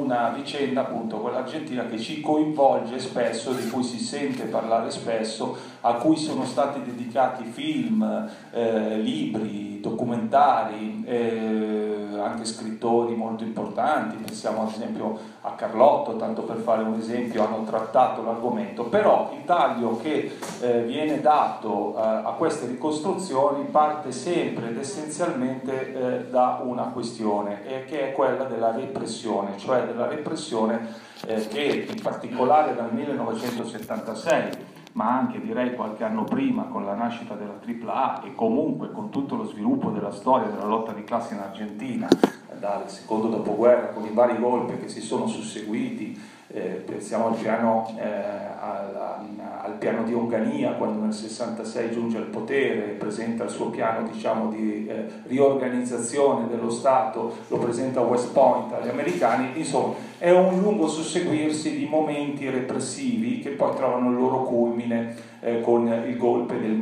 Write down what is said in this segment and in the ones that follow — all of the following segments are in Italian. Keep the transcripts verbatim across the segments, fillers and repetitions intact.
una vicenda, appunto, quella argentina, che ci coinvolge spesso, di cui si sente parlare spesso, a cui sono stati dedicati film, eh, libri, documentari, eh, anche scrittori molto importanti, pensiamo ad esempio a Carlotto, tanto per fare un esempio, hanno trattato l'argomento. Però il taglio che eh, viene dato eh, a queste ricostruzioni parte sempre ed essenzialmente eh, da una questione, eh, che è quella della repressione, cioè della repressione eh, che in particolare dal millenovecentosettantasei, ma anche direi qualche anno prima, con la nascita della tripla A e comunque con tutto lo sviluppo della storia della lotta di classe in Argentina, dal secondo dopoguerra, con i vari golpe che si sono susseguiti, eh, pensiamo al piano, eh, al, al piano di Onganía, quando nel sessantasei giunge al potere e presenta il suo piano, diciamo, di eh, riorganizzazione dello Stato, lo presenta a West Point agli americani. Insomma, è un lungo susseguirsi di momenti repressivi che poi trovano il loro culmine eh, con il golpe del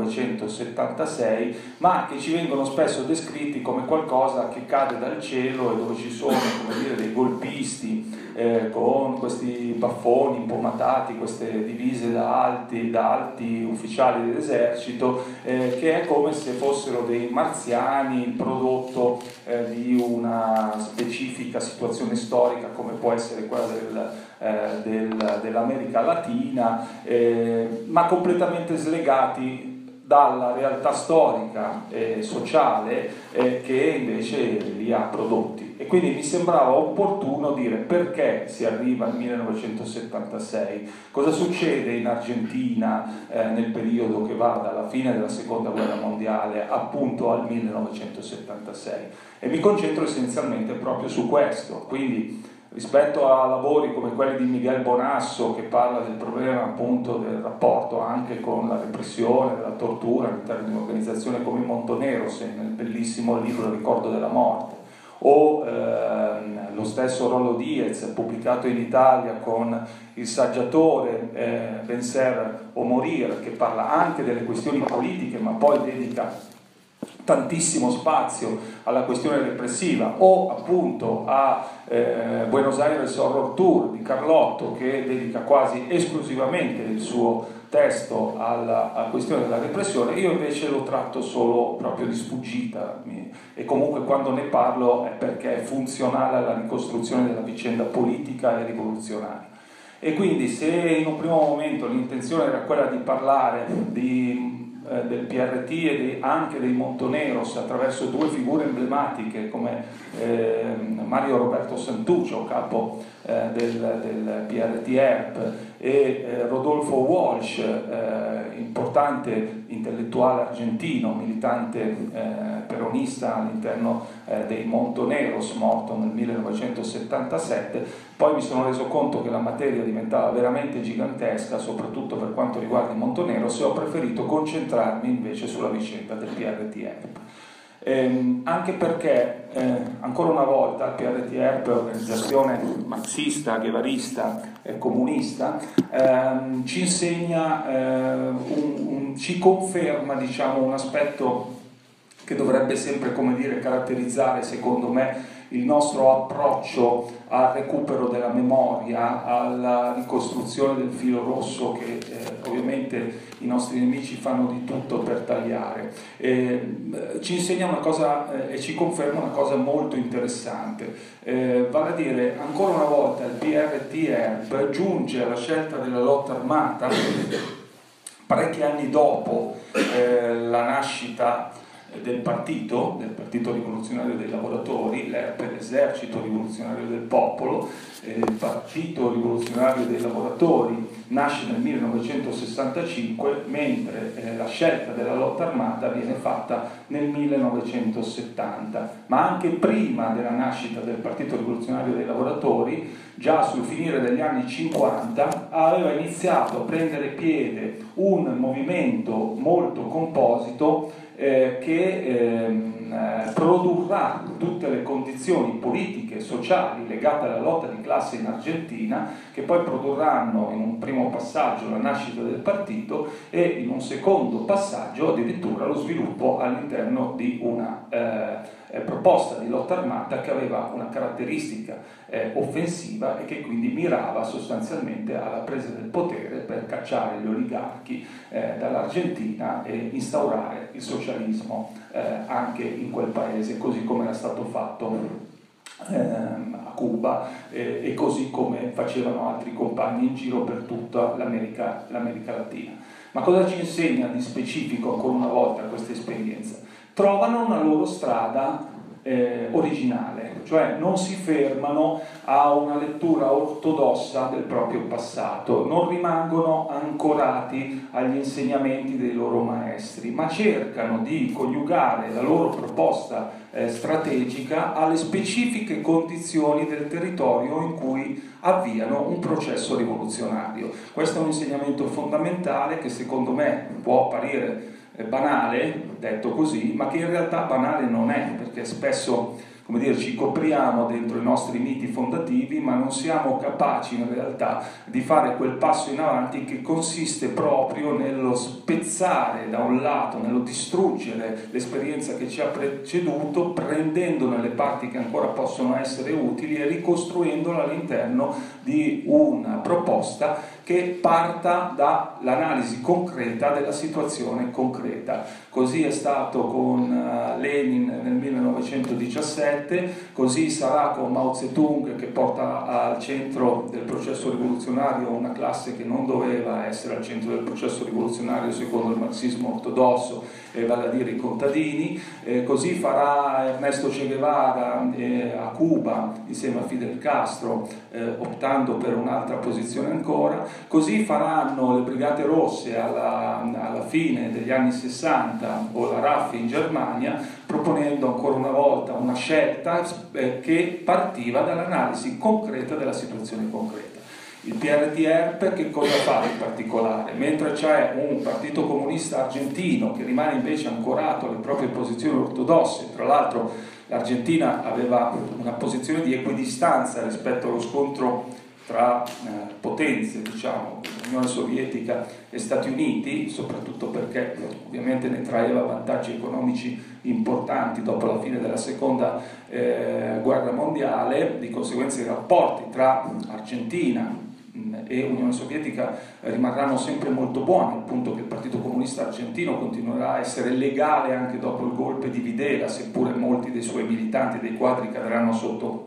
millenovecentosettantasei, ma che ci vengono spesso descritti come qualcosa che cade dal cielo e dove ci sono, come dire, dei golpisti eh, con questi baffoni impomatati, queste divise da alti, da alti ufficiali dell'esercito, eh, che è come se fossero dei marziani, il prodotto eh, di una specifica situazione storica come può essere quella del, eh, del, dell'America Latina, eh, ma completamente slegati dalla realtà storica e sociale eh, che invece li ha prodotti. E quindi mi sembrava opportuno dire perché si arriva al millenovecentosettantasei, cosa succede in Argentina eh, nel periodo che va dalla fine della seconda guerra mondiale appunto al millenovecentosettantasei, e mi concentro essenzialmente proprio su questo. Quindi rispetto a lavori come quelli di Miguel Bonasso, che parla del problema appunto del rapporto anche con la repressione, della tortura all'interno di un'organizzazione come Montoneros, nel bellissimo libro Il ricordo della morte, o ehm, lo stesso Rollo Diez, pubblicato in Italia con il saggiatore eh, Vencer o Morir, che parla anche delle questioni politiche ma poi dedica tantissimo spazio alla questione repressiva, o appunto a eh, Buenos Aires Horror Tour di Carlotto, che dedica quasi esclusivamente il suo testo alla, alla questione della repressione. Io invece lo tratto solo proprio di sfuggita, e comunque quando ne parlo è perché è funzionale alla ricostruzione della vicenda politica e rivoluzionaria. E quindi se in un primo momento l'intenzione era quella di parlare di del P R T e dei, anche dei Montoneros attraverso due figure emblematiche come eh, Mario Roberto Santuccio, capo eh, del, del P R T E R P, e eh, Rodolfo Walsh, eh, importante intellettuale argentino, militante eh, peronista all'interno eh, dei Montoneros, morto nel millenovecentosettantasette. Poi mi sono reso conto che la materia diventava veramente gigantesca, soprattutto per quanto riguarda i Montoneros, e ho preferito concentrarmi invece sulla vicenda del P R T E R P. Eh, anche perché, eh, ancora una volta, il P R T E R P, organizzazione marxista, ghevarista e comunista, ehm, ci insegna, eh, un, un, ci conferma, diciamo, un aspetto che dovrebbe sempre, come dire, caratterizzare, secondo me, il nostro approccio al recupero della memoria, alla ricostruzione del filo rosso che eh, ovviamente i nostri nemici fanno di tutto per tagliare. Eh, ci insegna una cosa eh, e ci conferma una cosa molto interessante, eh, vale a dire, ancora una volta il P R T E R P giunge alla scelta della lotta armata parecchi anni dopo eh, la nascita del partito, del Partito Rivoluzionario dei Lavoratori, l'E R P, l'Esercito Rivoluzionario del Popolo. Eh, il Partito Rivoluzionario dei Lavoratori nasce nel millenovecentosessantacinque, mentre eh, la scelta della lotta armata viene fatta nel millenovecentosettanta. Ma anche prima della nascita del Partito Rivoluzionario dei Lavoratori, già sul finire degli anni cinquanta, aveva iniziato a prendere piede un movimento molto composito Eh, che ehm, eh, produrrà tutte le condizioni politiche e sociali legate alla lotta di classe in Argentina, che poi produrranno in un primo passaggio la nascita del partito e in un secondo passaggio addirittura lo sviluppo all'interno di una eh, eh, proposta di lotta armata che aveva una caratteristica eh, offensiva e che quindi mirava sostanzialmente alla presa del potere per cacciare gli oligarchi eh, dall'Argentina e instaurare il socialismo eh, anche in quel paese, così come era stato fatto a Cuba eh, e così come facevano altri compagni in giro per tutta l'America, l'America Latina. Ma cosa ci insegna di specifico ancora una volta questa esperienza? Trovano una loro strada eh, originale, cioè non si fermano a una lettura ortodossa del proprio passato, non rimangono ancorati agli insegnamenti dei loro maestri, ma cercano di coniugare la loro proposta eh, strategica alle specifiche condizioni del territorio in cui avviano un processo rivoluzionario. Questo è un insegnamento fondamentale che secondo me può apparire banale, detto così, ma che in realtà banale non è, perché spesso, come dire, ci copriamo dentro i nostri miti fondativi, ma non siamo capaci in realtà di fare quel passo in avanti che consiste proprio nello spezzare da un lato, nello distruggere l'esperienza che ci ha preceduto, prendendone le parti che ancora possono essere utili e ricostruendola all'interno di una proposta che parta dall'analisi concreta della situazione concreta. Così è stato con Lenin nel millenovecentodiciassette, così sarà con Mao Zedong, che porta al centro del processo rivoluzionario una classe che non doveva essere al centro del processo rivoluzionario secondo il marxismo ortodosso, eh, vale a dire i contadini, eh, così farà Ernesto Che Guevara eh, a Cuba insieme a Fidel Castro, eh, optando per un'altra posizione ancora, così faranno le Brigate Rosse alla, alla fine degli anni sessanta o la R A F in Germania, proponendo ancora una volta una scelta eh, che partiva dall'analisi concreta della situazione concreta. Il P R T R P che cosa fa in particolare? Mentre c'è un partito comunista argentino che rimane invece ancorato alle proprie posizioni ortodosse, tra l'altro l'Argentina aveva una posizione di equidistanza rispetto allo scontro tra eh, potenze, diciamo, Unione Sovietica e Stati Uniti, soprattutto perché ovviamente ne traeva vantaggi economici importanti dopo la fine della seconda eh, guerra mondiale, di conseguenza i rapporti tra Argentina e Unione Sovietica rimarranno sempre molto buoni, al punto che il Partito Comunista Argentino continuerà a essere legale anche dopo il golpe di Videla, seppure molti dei suoi militanti, dei quadri, cadranno sotto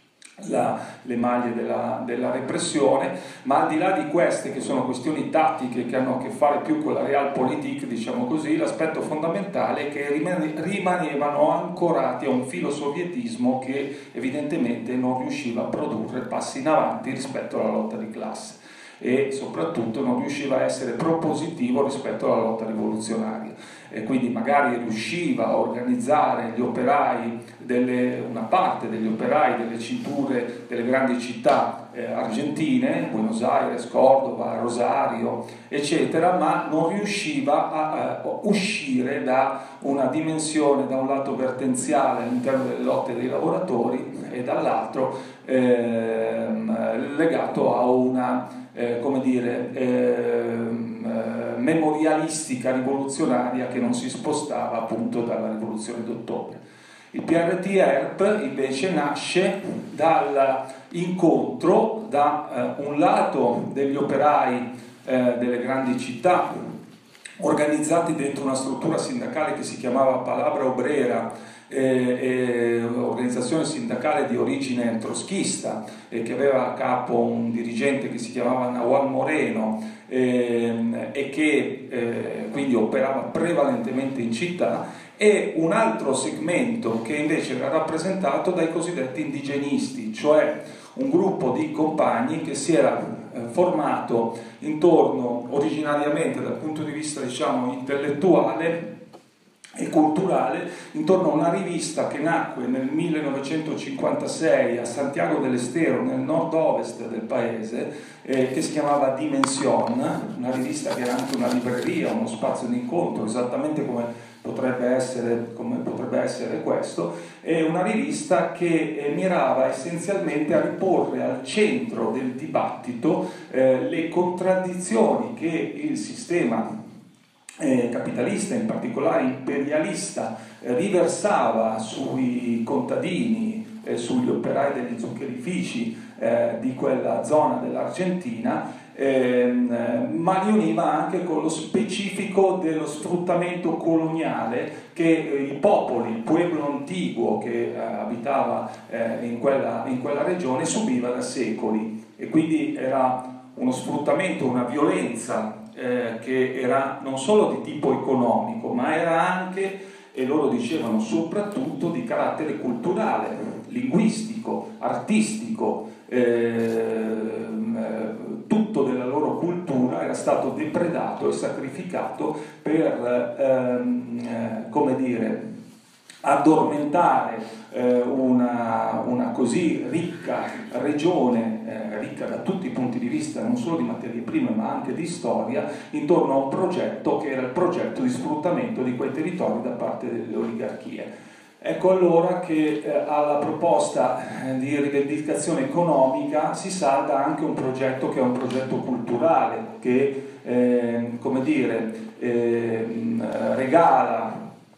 La, le maglie della, della repressione. Ma al di là di queste, che sono questioni tattiche che hanno a che fare più con la realpolitik, diciamo così, l'aspetto fondamentale è che rimanevano ancorati a un filosovietismo che evidentemente non riusciva a produrre passi in avanti rispetto alla lotta di classe e soprattutto non riusciva a essere propositivo rispetto alla lotta rivoluzionaria, e quindi magari riusciva a organizzare gli operai, delle, una parte degli operai delle cinture delle grandi città eh, argentine, Buenos Aires, Cordova, Rosario, eccetera, ma non riusciva a, a uscire da una dimensione, da un lato vertenziale all'interno delle lotte dei lavoratori e dall'altro eh, legato a una Eh, come dire, ehm, eh, memorialistica rivoluzionaria che non si spostava appunto dalla rivoluzione d'ottobre. Il P R T R P invece nasce dall'incontro da eh, un lato degli operai eh, delle grandi città organizzati dentro una struttura sindacale che si chiamava Palabra Obrera, Eh, eh, organizzazione sindacale di origine trotskista, eh, che aveva a capo un dirigente che si chiamava Nahual Moreno eh, e che eh, quindi operava prevalentemente in città, e un altro segmento che invece era rappresentato dai cosiddetti indigenisti, cioè un gruppo di compagni che si era eh, formato intorno, originariamente dal punto di vista, diciamo, intellettuale e culturale, intorno a una rivista che nacque nel millenovecentocinquantasei a Santiago del Estero, nel nord-ovest del paese, eh, che si chiamava Dimension, una rivista che era anche una libreria, uno spazio di incontro, esattamente come potrebbe essere, come potrebbe essere questo, è una rivista che eh, mirava essenzialmente a riporre al centro del dibattito eh, le contraddizioni che il sistema eh, capitalista, in particolare imperialista, eh, riversava sui contadini e eh, sugli operai degli zuccherifici eh, di quella zona dell'Argentina, Eh, ma li univa anche con lo specifico dello sfruttamento coloniale che eh, i popoli, il pueblo antiguo che eh, abitava eh, in, quella, in quella regione subiva da secoli, e quindi era uno sfruttamento, una violenza eh, che era non solo di tipo economico, ma era anche, e loro dicevano soprattutto, di carattere culturale, linguistico, artistico. eh, Tutto della loro cultura era stato depredato e sacrificato per, ehm, eh, come dire, addormentare eh, una, una così ricca regione, eh, ricca da tutti i punti di vista, non solo di materie prime ma anche di storia, intorno a un progetto che era il progetto di sfruttamento di quei territori da parte delle oligarchie. Ecco allora che eh, alla proposta eh, di rivendicazione economica si salda anche un progetto che è un progetto culturale, che eh, come dire, eh, regala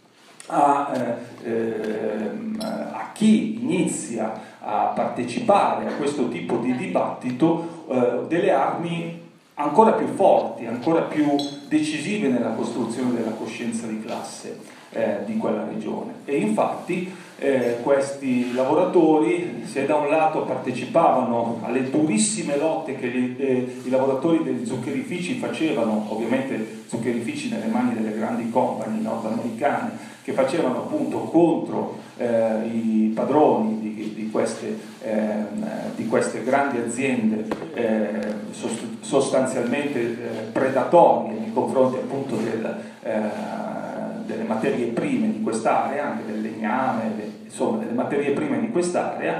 a, eh, eh, a chi inizia a partecipare a questo tipo di dibattito eh, delle armi ancora più forti, ancora più decisive nella costruzione della coscienza di classe eh, di quella regione. E infatti eh, questi lavoratori, se da un lato partecipavano alle durissime lotte che gli, eh, i lavoratori degli zuccherifici facevano, ovviamente zuccherifici nelle mani delle grandi compagnie nordamericane, che facevano appunto contro eh, i padroni di, di, queste, eh, di queste grandi aziende eh, sostanzialmente eh, predatorie nei confronti appunto del, eh, delle materie prime di quest'area, anche del legname, de, insomma delle materie prime di quest'area,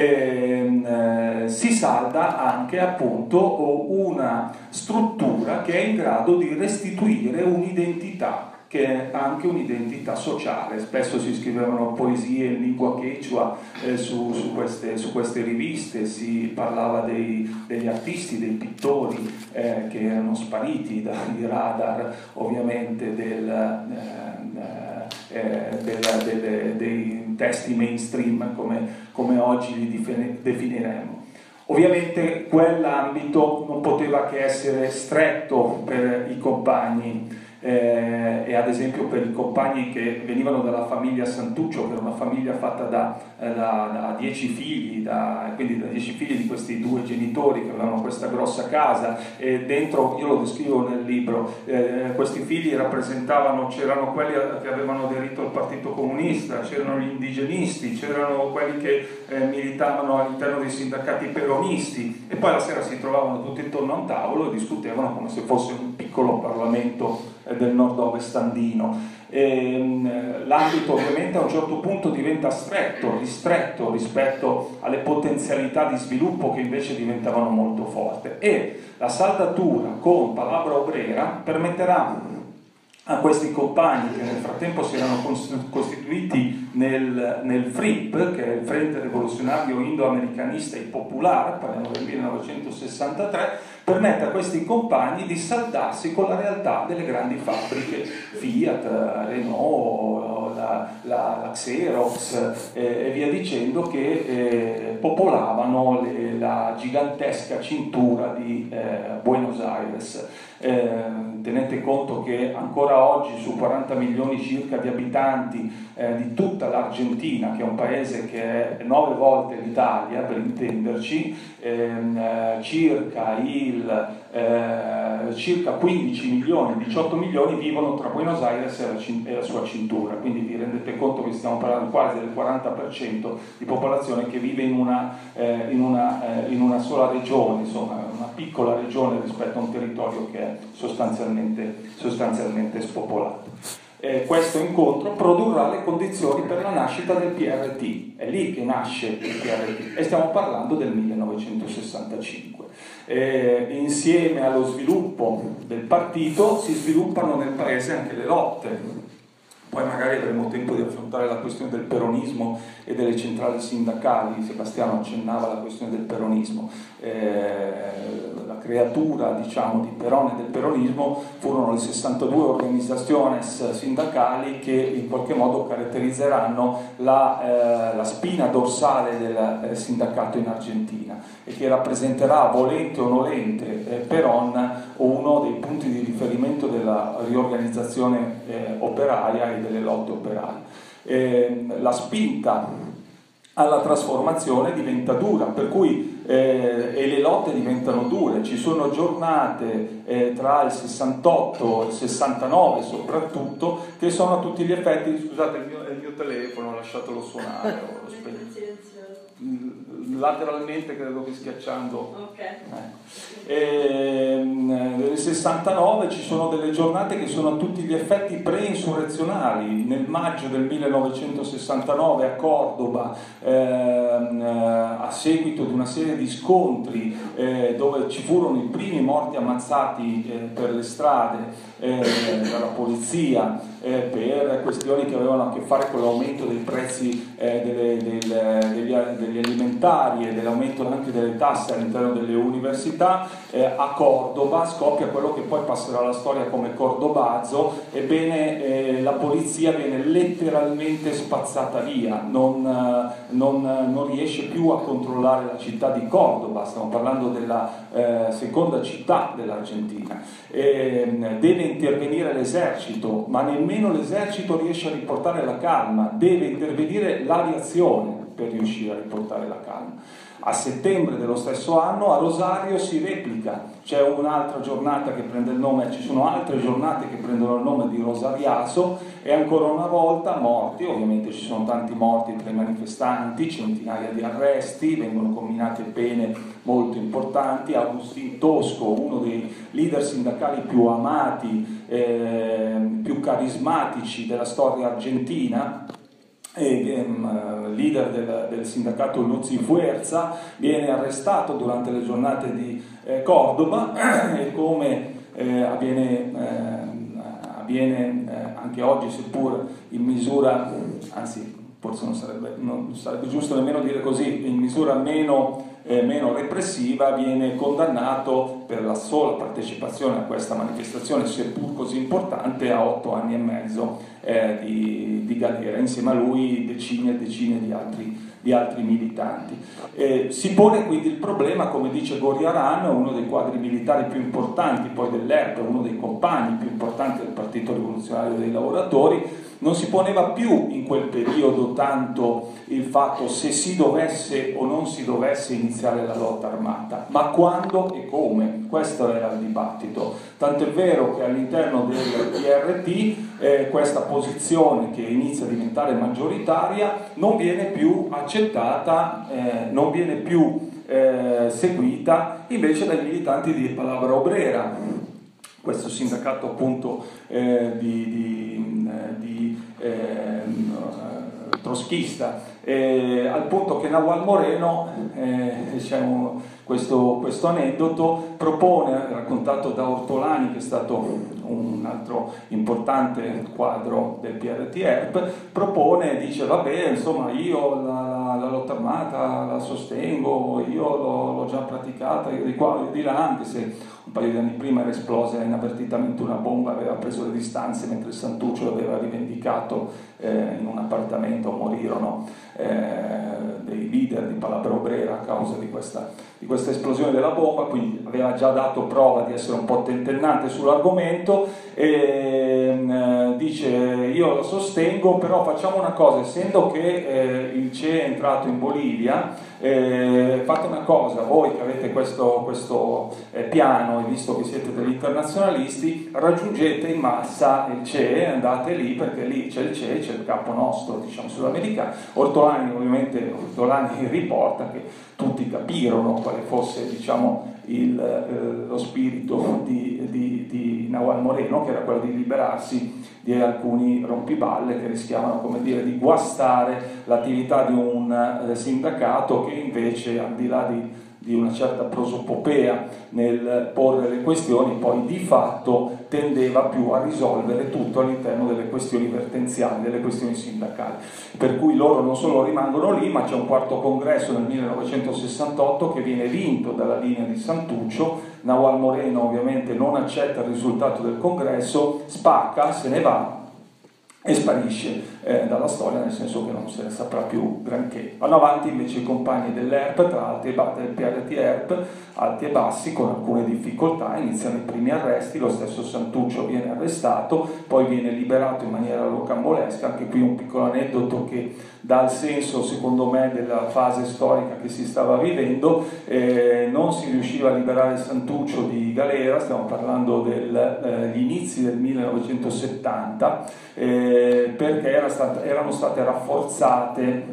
eh, si salda anche appunto una struttura che è in grado di restituire un'identità, che è anche un'identità sociale. Spesso si scrivevano poesie in lingua quechua eh, su, su, queste, su queste riviste, si parlava dei, degli artisti, dei pittori eh, che erano spariti dai radar ovviamente del, eh, eh, del, del, dei testi mainstream come, come oggi li definiremo. Ovviamente quell'ambito non poteva che essere stretto per i compagni, Eh, e ad esempio per i compagni che venivano dalla famiglia Santuccio, che era una famiglia fatta da, eh, da, da dieci figli, da, quindi da dieci figli di questi due genitori che avevano questa grossa casa, e dentro, io lo descrivo nel libro, eh, questi figli rappresentavano, c'erano quelli che avevano aderito al Partito Comunista, c'erano gli indigenisti, c'erano quelli che eh, militavano all'interno dei sindacati peronisti, e poi la sera si trovavano tutti intorno a un tavolo e discutevano come se fosse un piccolo Parlamento del nord-ovest andino. L'ambito ovviamente a un certo punto diventa stretto, ristretto rispetto alle potenzialità di sviluppo che invece diventavano molto forti, e la saldatura con Palabra Obrera permetterà a questi compagni, che nel frattempo si erano costituiti nel, nel F R I P, che è il Frente Rivoluzionario Indo-Americanista e Popolare, parliamo del millenovecentosessantatré, permette a questi compagni di saldarsi con la realtà delle grandi fabbriche Fiat, Renault, la, la, la Xerox eh, e via dicendo, che eh, popolavano le, la gigantesca cintura di eh, Buenos Aires. Eh, tenete conto che ancora oggi su quaranta milioni circa di abitanti eh, di tutta l'Argentina, che è un paese che è nove volte l'Italia per intenderci, ehm, eh, circa, il, eh, circa quindici milioni, diciotto milioni vivono tra Buenos Aires e la, e la sua cintura, quindi vi rendete conto che stiamo parlando quasi del quaranta per cento di popolazione che vive in una, eh, in una, eh, in una sola regione, insomma una piccola regione rispetto a un territorio che è sostanzialmente, sostanzialmente spopolato. Eh, questo incontro produrrà le condizioni per la nascita del P R T, è lì che nasce il P R T, e stiamo parlando del millenovecentosessantacinque. Eh, insieme allo sviluppo del partito si sviluppano nel paese anche le lotte. Poi magari avremo tempo di affrontare la questione del peronismo e delle centrali sindacali. Sebastiano accennava alla questione del peronismo. Eh, la creatura, diciamo, di Perón e del peronismo furono le sessantadue organizzazioni sindacali che in qualche modo caratterizzeranno la, eh, la spina dorsale del, del sindacato in Argentina e che rappresenterà, volente o nolente, eh, Perón uno dei punti di riferimento della riorganizzazione eh, operaia e delle lotte operaie. Eh, la spinta alla trasformazione diventa dura, per cui eh, e le lotte diventano dure, ci sono giornate eh, tra il sessantotto e il sessantanove soprattutto che sono a tutti gli effetti, scusate il mio, il mio telefono, lasciatelo suonare, l'ho spento. Lateralmente credo che schiacciando okay. eh. E, nel sessantanove ci sono delle giornate che sono a tutti gli effetti pre-insurrezionali. Nel maggio del millenovecentosessantanove a Cordoba, ehm, a seguito di una serie di scontri eh, dove ci furono i primi morti ammazzati eh, per le strade eh, dalla polizia eh, per questioni che avevano a che fare con l'aumento dei prezzi eh, delle, del, degli, degli alimentari e dell'aumento anche delle tasse all'interno delle università, eh, a Cordoba scoppia quello che poi passerà alla storia come Cordobazo. Ebbene, eh, la polizia viene letteralmente spazzata via, non, non, non riesce più a controllare la città di Cordoba, stiamo parlando della eh, seconda città dell'Argentina. Eh, deve intervenire l'esercito, ma nemmeno l'esercito riesce a riportare la calma, deve intervenire l'aviazione per riuscire a riportare la calma. A settembre dello stesso anno a Rosario si replica, c'è un'altra giornata che prende il nome, ci sono altre giornate che prendono il nome di Rosariaso e ancora una volta morti, ovviamente ci sono tanti morti tra i manifestanti, centinaia di arresti, vengono comminate pene molto importanti. Agustín Tosco, uno dei leader sindacali più amati, eh, più carismatici della storia argentina, e um, leader del, del sindacato Luzzi Fuerza, viene arrestato durante le giornate di eh, Cordoba e come eh, avviene, eh, avviene eh, anche oggi, seppur in misura, anzi forse non sarebbe, non sarebbe giusto nemmeno dire così, in misura meno, eh, meno repressiva, viene condannato per la sola partecipazione a questa manifestazione, seppur così importante, a otto anni e mezzo eh, di, di galera, insieme a lui decine e decine di altri, di altri militanti. Eh, si pone quindi il problema, come dice Goriaran, uno dei quadri militari più importanti poi dell'E R P, uno dei compagni più importanti del Partito Rivoluzionario dei Lavoratori. Non si poneva più in quel periodo tanto il fatto se si dovesse o non si dovesse iniziare la lotta armata, ma quando e come. Questo era il dibattito. Tanto è vero che all'interno del P R T eh, questa posizione, che inizia a diventare maggioritaria, non viene più accettata, eh, non viene più eh, seguita invece dai militanti di Palabra Obrera, questo sindacato appunto eh, di, di, di eh, troschista, eh, al punto che Nahual Moreno, eh, diciamo, questo, questo aneddoto propone, raccontato da Ortolani, che è stato un altro importante quadro del P R T E R P, propone, dice vabbè, insomma, io la, la lotta armata la sostengo, io l'ho, l'ho già praticata, io di qua, io di là, anche se un paio di anni prima era esplosa inavvertitamente una bomba, aveva preso le distanze mentre il Santuccio aveva rivendicato eh, in un appartamento, morirono eh, dei leader di Palabra Obrera a causa di questa, di questa esplosione della bomba, quindi aveva già dato prova di essere un po' tentennante sull'argomento e eh, dice io lo sostengo, però facciamo una cosa, essendo che eh, il C E è entrato in Bolivia, eh, fate una cosa, voi che avete questo, questo eh, piano e visto che siete degli internazionalisti, raggiungete in massa il C E, andate lì perché lì c'è il C E, c'è il capo nostro, diciamo, sudamericano. Ortolani ovviamente Ortolani riporta che tutti capirono quale fosse, diciamo, il, eh, lo spirito di, di, di Nahual Moreno, che era quello di liberarsi di alcuni rompiballe che rischiavano, come dire, di guastare l'attività di un eh, sindacato che che invece, al di là di, di una certa prosopopea nel porre le questioni, poi di fatto tendeva più a risolvere tutto all'interno delle questioni vertenziali, delle questioni sindacali. Per cui loro non solo rimangono lì, ma c'è un quarto congresso nel millenovecentosessantotto che viene vinto dalla linea di Santuccio. Nahual Moreno ovviamente non accetta il risultato del congresso, spacca, se ne va e sparisce eh, dalla storia, nel senso che non se ne saprà più granché. Vanno avanti invece i compagni dell'E R P, tra alti e ba- del P R T E R P, alti e bassi, con alcune difficoltà. Iniziano i primi arresti, lo stesso Santuccio viene arrestato, poi viene liberato in maniera rocambolesca. Anche qui un piccolo aneddoto che dà il senso, secondo me, della fase storica che si stava vivendo. Eh, non si riusciva a liberare Santuccio di galera, stiamo parlando degli eh, inizi del millenovecentosettanta, eh, perché era stata, erano state rafforzate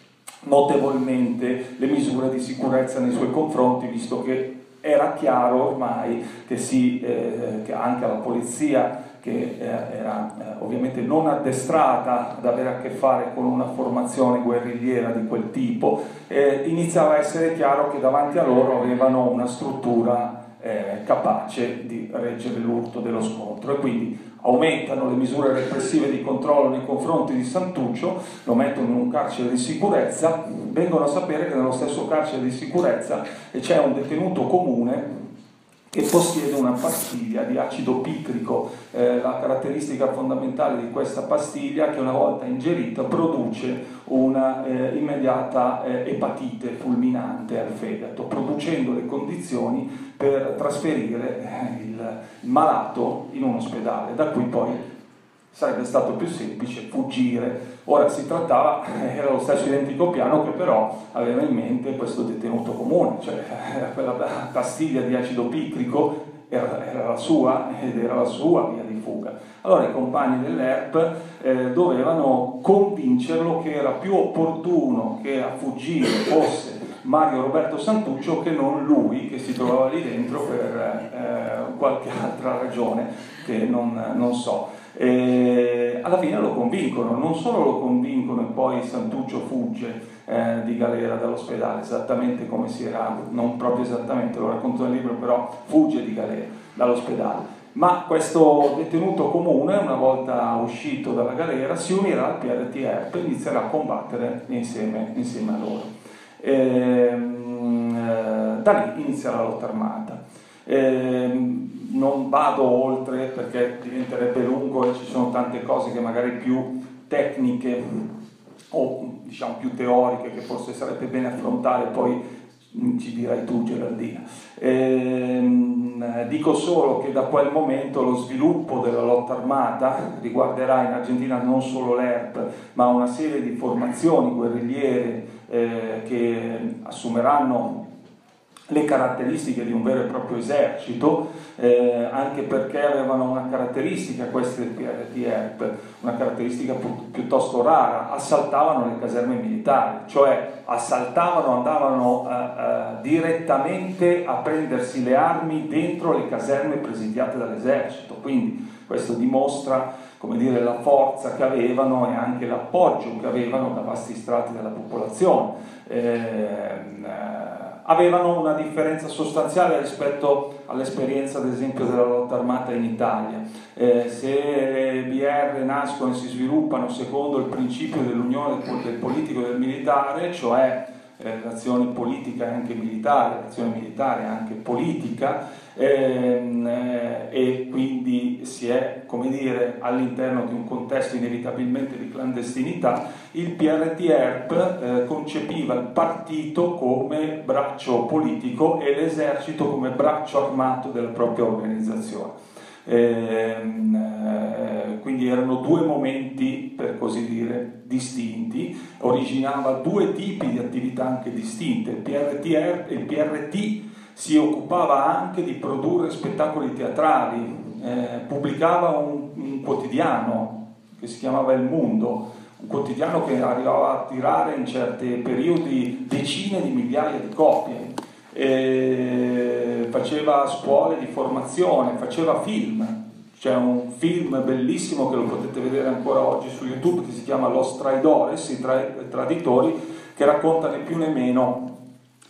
notevolmente le misure di sicurezza nei suoi confronti, visto che era chiaro ormai che, si, eh, che anche la polizia, che eh, era eh, ovviamente non addestrata ad avere a che fare con una formazione guerrigliera di quel tipo, eh, iniziava a essere chiaro che davanti a loro avevano una struttura eh, capace di reggere l'urto dello scontro, e quindi aumentano le misure repressive di controllo nei confronti di Santuccio, lo mettono in un carcere di sicurezza. Vengono a sapere che nello stesso carcere di sicurezza c'è un detenuto comune che possiede una pastiglia di acido picrico. Eh, la caratteristica fondamentale di questa pastiglia è che una volta ingerita produce una eh, immediata eh, epatite fulminante al fegato, producendo le condizioni per trasferire eh, il, il malato in un ospedale, da cui poi sarebbe stato più semplice fuggire. Ora si trattava, era lo stesso identico piano che però aveva in mente questo detenuto comune, cioè quella pastiglia di acido picrico era, era la sua ed era la sua via di fuga. Allora i compagni dell'E R P eh, dovevano convincerlo che era più opportuno che a fuggire fosse Mario Roberto Santuccio che non lui, che si trovava lì dentro per eh, qualche altra ragione che non, non so. E alla fine lo convincono, non solo lo convincono e poi Santuccio fugge eh, di galera dall'ospedale, esattamente come si era, non proprio esattamente, lo racconto nel libro, però fugge di galera dall'ospedale. Ma questo detenuto comune, una volta uscito dalla galera, si unirà al P R T E R P e inizierà a combattere insieme, insieme a loro. E, eh, da lì inizia la lotta armata. E, non vado oltre perché diventerebbe lungo e ci sono tante cose che magari più tecniche o diciamo più teoriche che forse sarebbe bene affrontare, poi ci dirai tu Geraldina. E, dico solo che da quel momento lo sviluppo della lotta armata riguarderà in Argentina non solo l'E R P ma una serie di formazioni guerrigliere eh, che assumeranno le caratteristiche di un vero e proprio esercito, eh, anche perché avevano una caratteristica, queste del P R T E R P, una caratteristica pi- piuttosto rara: assaltavano le caserme militari, cioè assaltavano, andavano eh, eh, direttamente a prendersi le armi dentro le caserme presidiate dall'esercito. Quindi questo dimostra, come dire, la forza che avevano e anche l'appoggio che avevano da vasti strati della popolazione. Eh, avevano una differenza sostanziale rispetto all'esperienza, ad esempio, della lotta armata in Italia. Eh, se le B R nascono e si sviluppano secondo il principio dell'unione del, del politico e del militare, cioè eh, l'azione politica è anche militare, l'azione militare è anche politica, ehm, eh, e quindi si è, come dire, all'interno di un contesto inevitabilmente di clandestinità, il P R T E R P eh, concepiva il partito come braccio politico e l'esercito come braccio armato della propria organizzazione. Ehm, eh, quindi erano due momenti, per così dire, distinti, originava due tipi di attività anche distinte. Il P R T E R P, il P R T si occupava anche di produrre spettacoli teatrali, eh, pubblicava un, un quotidiano che si chiamava Il Mundo, un quotidiano che arrivava a tirare in certi periodi decine di migliaia di copie. E faceva scuole di formazione, faceva film. C'è un film bellissimo che lo potete vedere ancora oggi su YouTube che si chiama Los Traidores, i tra- traditori, che racconta né più né meno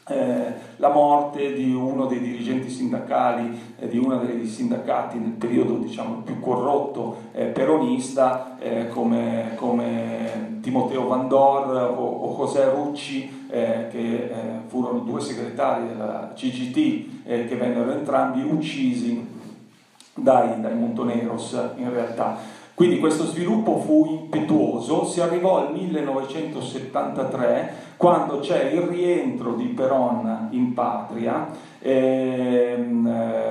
eh, la morte di uno dei dirigenti sindacali, eh, di uno dei sindacati nel periodo diciamo più corrotto eh, peronista, eh, come, come Timoteo Vandor o, o José Rucci, eh, che eh, furono due segretari della C G T, eh, che vennero entrambi uccisi dai, dai Montoneros in realtà. Quindi questo sviluppo fu impetuoso, si arrivò al millenovecentosettantatré, quando c'è il rientro di Perón in patria, ehm,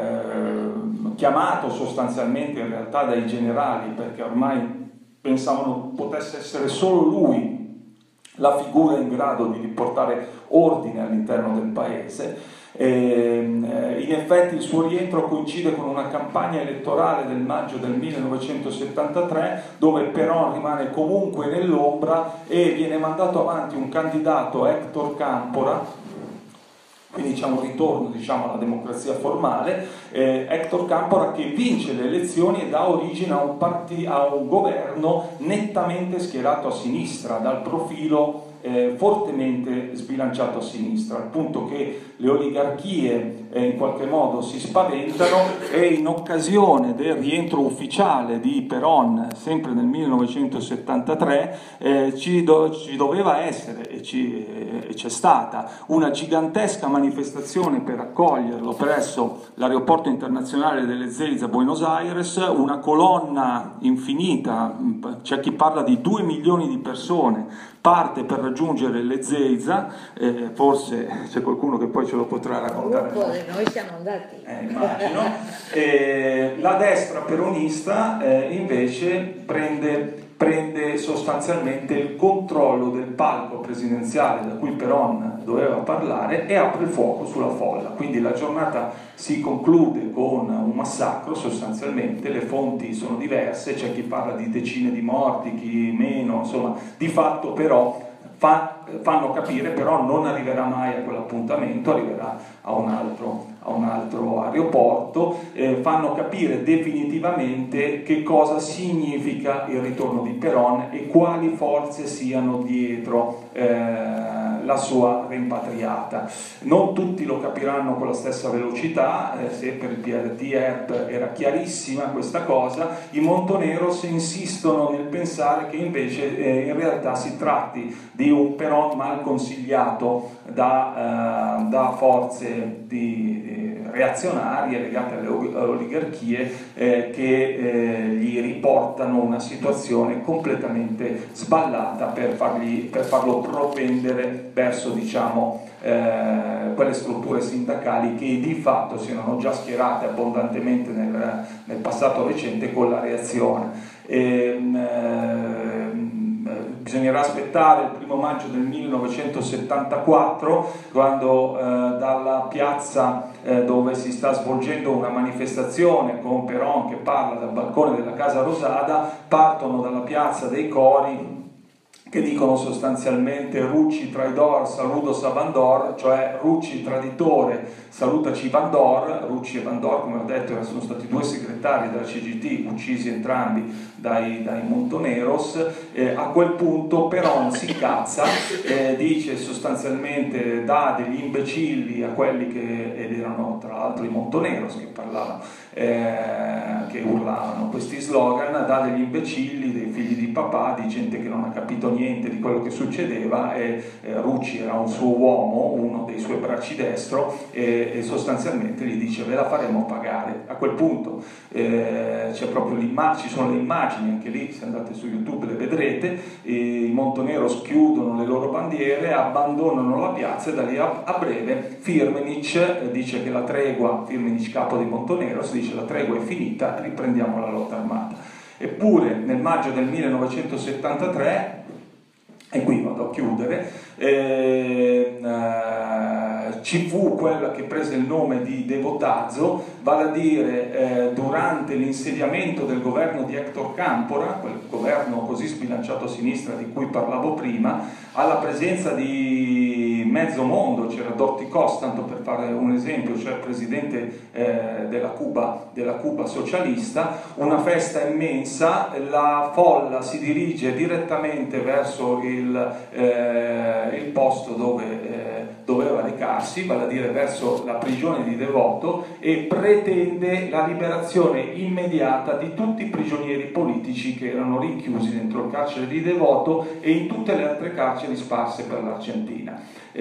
eh, chiamato sostanzialmente in realtà dai generali, perché ormai pensavano potesse essere solo lui la figura in grado di riportare ordine all'interno del paese. E, in effetti il suo rientro coincide con una campagna elettorale del maggio del millenovecentosettantatré, dove Perón rimane comunque nell'ombra e viene mandato avanti un candidato, Héctor Cámpora. Quindi c'è un ritorno diciamo, alla democrazia formale, eh, Héctor Cámpora, che vince le elezioni e dà origine a un, parti- a un governo nettamente schierato a sinistra, dal profilo eh, fortemente sbilanciato a sinistra, al punto che le oligarchie eh, in qualche modo si spaventano, e in occasione del rientro ufficiale di Perón, sempre nel millenovecentosettantatré, eh, ci, do- ci doveva essere, e, ci, eh, e c'è stata, una gigantesca manifestazione per accoglierlo presso l'aeroporto internazionale delle Ezeiza a Buenos Aires, una colonna infinita, c'è chi parla di due milioni di persone, parte per raggiungere le Ezeiza, eh, forse c'è qualcuno che poi ce lo potrà raccontare. Un gruppo di noi siamo andati. Eh, immagino. Eh, la destra peronista eh, invece prende, prende sostanzialmente il controllo del palco presidenziale da cui Perón doveva parlare e apre il fuoco sulla folla. Quindi la giornata si conclude con un massacro sostanzialmente, le fonti sono diverse, c'è chi parla di decine di morti, chi meno, insomma, di fatto però fa, fanno capire però non arriverà mai a quell'appuntamento, arriverà a un altro, a un altro aeroporto, eh, fanno capire definitivamente che cosa significa il ritorno di Perón e quali forze siano dietro eh, la sua rimpatriata. Non tutti lo capiranno con la stessa velocità, eh, se per il P R T E R P era chiarissima questa cosa, i Montoneros insistono nel pensare che invece eh, in realtà si tratti di un Perón mal consigliato da, eh, da forze di, di reazionarie legate alle oligarchie eh, che eh, gli riportano una situazione completamente sballata per, fargli, per farlo propendere verso diciamo eh, quelle strutture sindacali che di fatto si erano già schierate abbondantemente nel, nel passato recente con la reazione. E, eh, bisognerà aspettare il primo maggio del millenovecentosettantaquattro, quando eh, dalla piazza eh, dove si sta svolgendo una manifestazione con Perón che parla dal balcone della Casa Rosada, partono dalla piazza dei cori che dicono sostanzialmente Rucci traidor, saludos a Vandor, cioè Rucci traditore, salutaci Vandor. Rucci e Vandor, come ho detto, sono stati due segretari della C G T, uccisi entrambi dai, dai Montoneros. Eh, a quel punto Perón si incazza, eh, dice sostanzialmente dà degli imbecilli a quelli che, ed erano tra l'altro i Montoneros che parlavano, eh, che urlavano questi slogan, dà degli imbecilli, dei figli di papà, di gente che non ha capito niente di quello che succedeva, e eh, Rucci era un suo uomo, uno dei suoi bracci destro, e, e sostanzialmente gli dice ve la faremo pagare. A quel punto eh, c'è proprio l'immagine, ci sono le immagini anche lì, se andate su YouTube le vedrete, i Montoneros chiudono le loro bandiere, abbandonano la piazza e da lì a, a breve Firmenich eh, dice che la tregua, Firmenich capo dei Montoneros, dice la tregua è finita, riprendiamo la lotta armata. Eppure nel maggio del millenovecentosettantatré, e qui vado a chiudere, eh, eh, ci fu quella che prese il nome di Devotazzo, vale a dire eh, durante l'insediamento del governo di Héctor Cámpora, quel governo così sbilanciato a sinistra di cui parlavo prima, alla presenza di mezzo mondo, c'era Dorticós, tanto per fare un esempio, cioè il presidente eh, della, Cuba, della Cuba socialista, una festa immensa, la folla si dirige direttamente verso il, eh, il posto dove eh, doveva recarsi, vale a dire verso la prigione di Devoto, e pretende la liberazione immediata di tutti i prigionieri politici che erano rinchiusi dentro il carcere di Devoto e in tutte le altre carceri sparse per l'Argentina.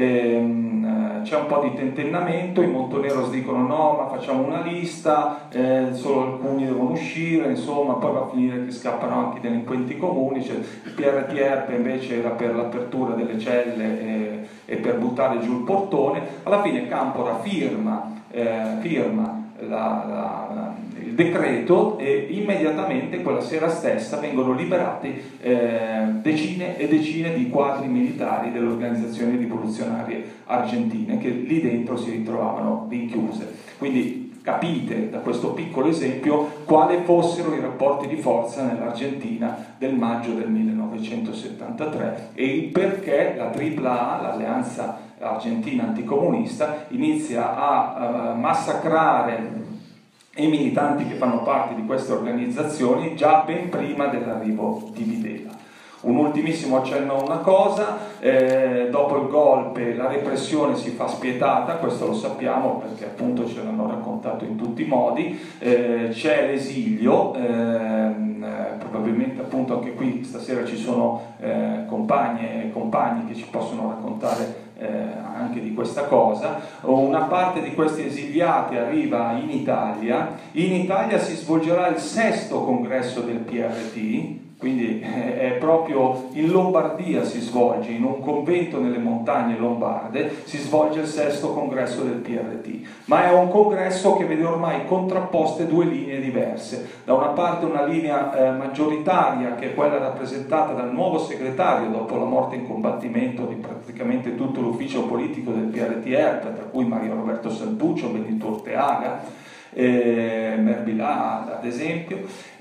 Ehm, c'è un po' di tentennamento, i Montoneros dicono no, ma facciamo una lista, eh, solo alcuni devono uscire, insomma, poi va a finire che scappano anche i delinquenti comuni. Cioè, il P R T R invece era per l'apertura delle celle e, e per buttare giù il portone. Alla fine Cámpora firma, eh, firma la, la, la, il decreto e immediatamente quella sera stessa vengono liberati eh, decine e decine di quadri militari delle organizzazioni rivoluzionarie argentine che lì dentro si ritrovavano rinchiuse. Quindi capite da questo piccolo esempio quali fossero i rapporti di forza nell'Argentina del maggio del millenovecentosettantatré e il perché la tripla A, l'Alleanza Argentina Anticomunista, inizia a uh, massacrare i militanti che fanno parte di queste organizzazioni già ben prima dell'arrivo di Videla. Un ultimissimo accenno a una cosa, eh, dopo il golpe la repressione si fa spietata, questo lo sappiamo perché appunto ce l'hanno raccontato in tutti i modi, eh, c'è l'esilio, ehm, eh, probabilmente appunto anche qui stasera ci sono eh, compagne e compagni che ci possono raccontare eh, anche di questa cosa. Una parte di questi esiliati arriva in Italia, in Italia si svolgerà il sesto congresso del P R T, quindi è proprio in Lombardia si svolge, in un convento nelle montagne lombarde, si svolge il sesto congresso del P R T, ma è un congresso che vede ormai contrapposte due linee diverse. Da una parte una linea eh, maggioritaria, che è quella rappresentata dal nuovo segretario dopo la morte in combattimento di praticamente tutto l'ufficio politico del P R T R, tra cui Mario Roberto Santuccio, Benito Orteaga, Eh, Merbilà ad esempio,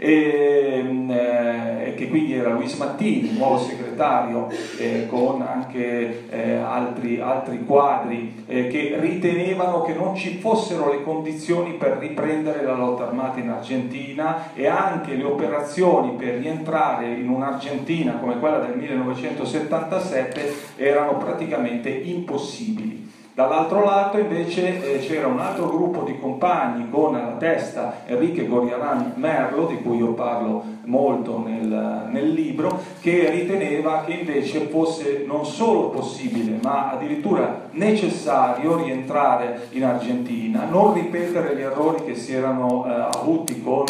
e, eh, che quindi era Luis Mattini, nuovo segretario, eh, con anche eh, altri, altri quadri eh, che ritenevano che non ci fossero le condizioni per riprendere la lotta armata in Argentina e anche le operazioni per rientrare in un'Argentina come quella del millenovecentosettantasette erano praticamente impossibili. Dall'altro lato invece eh, c'era un altro gruppo di compagni con alla testa Enrique Goriarán Merlo, di cui io parlo molto nel, nel libro, che riteneva che invece fosse non solo possibile ma addirittura necessario rientrare in Argentina, non ripetere gli errori che si erano eh, avuti con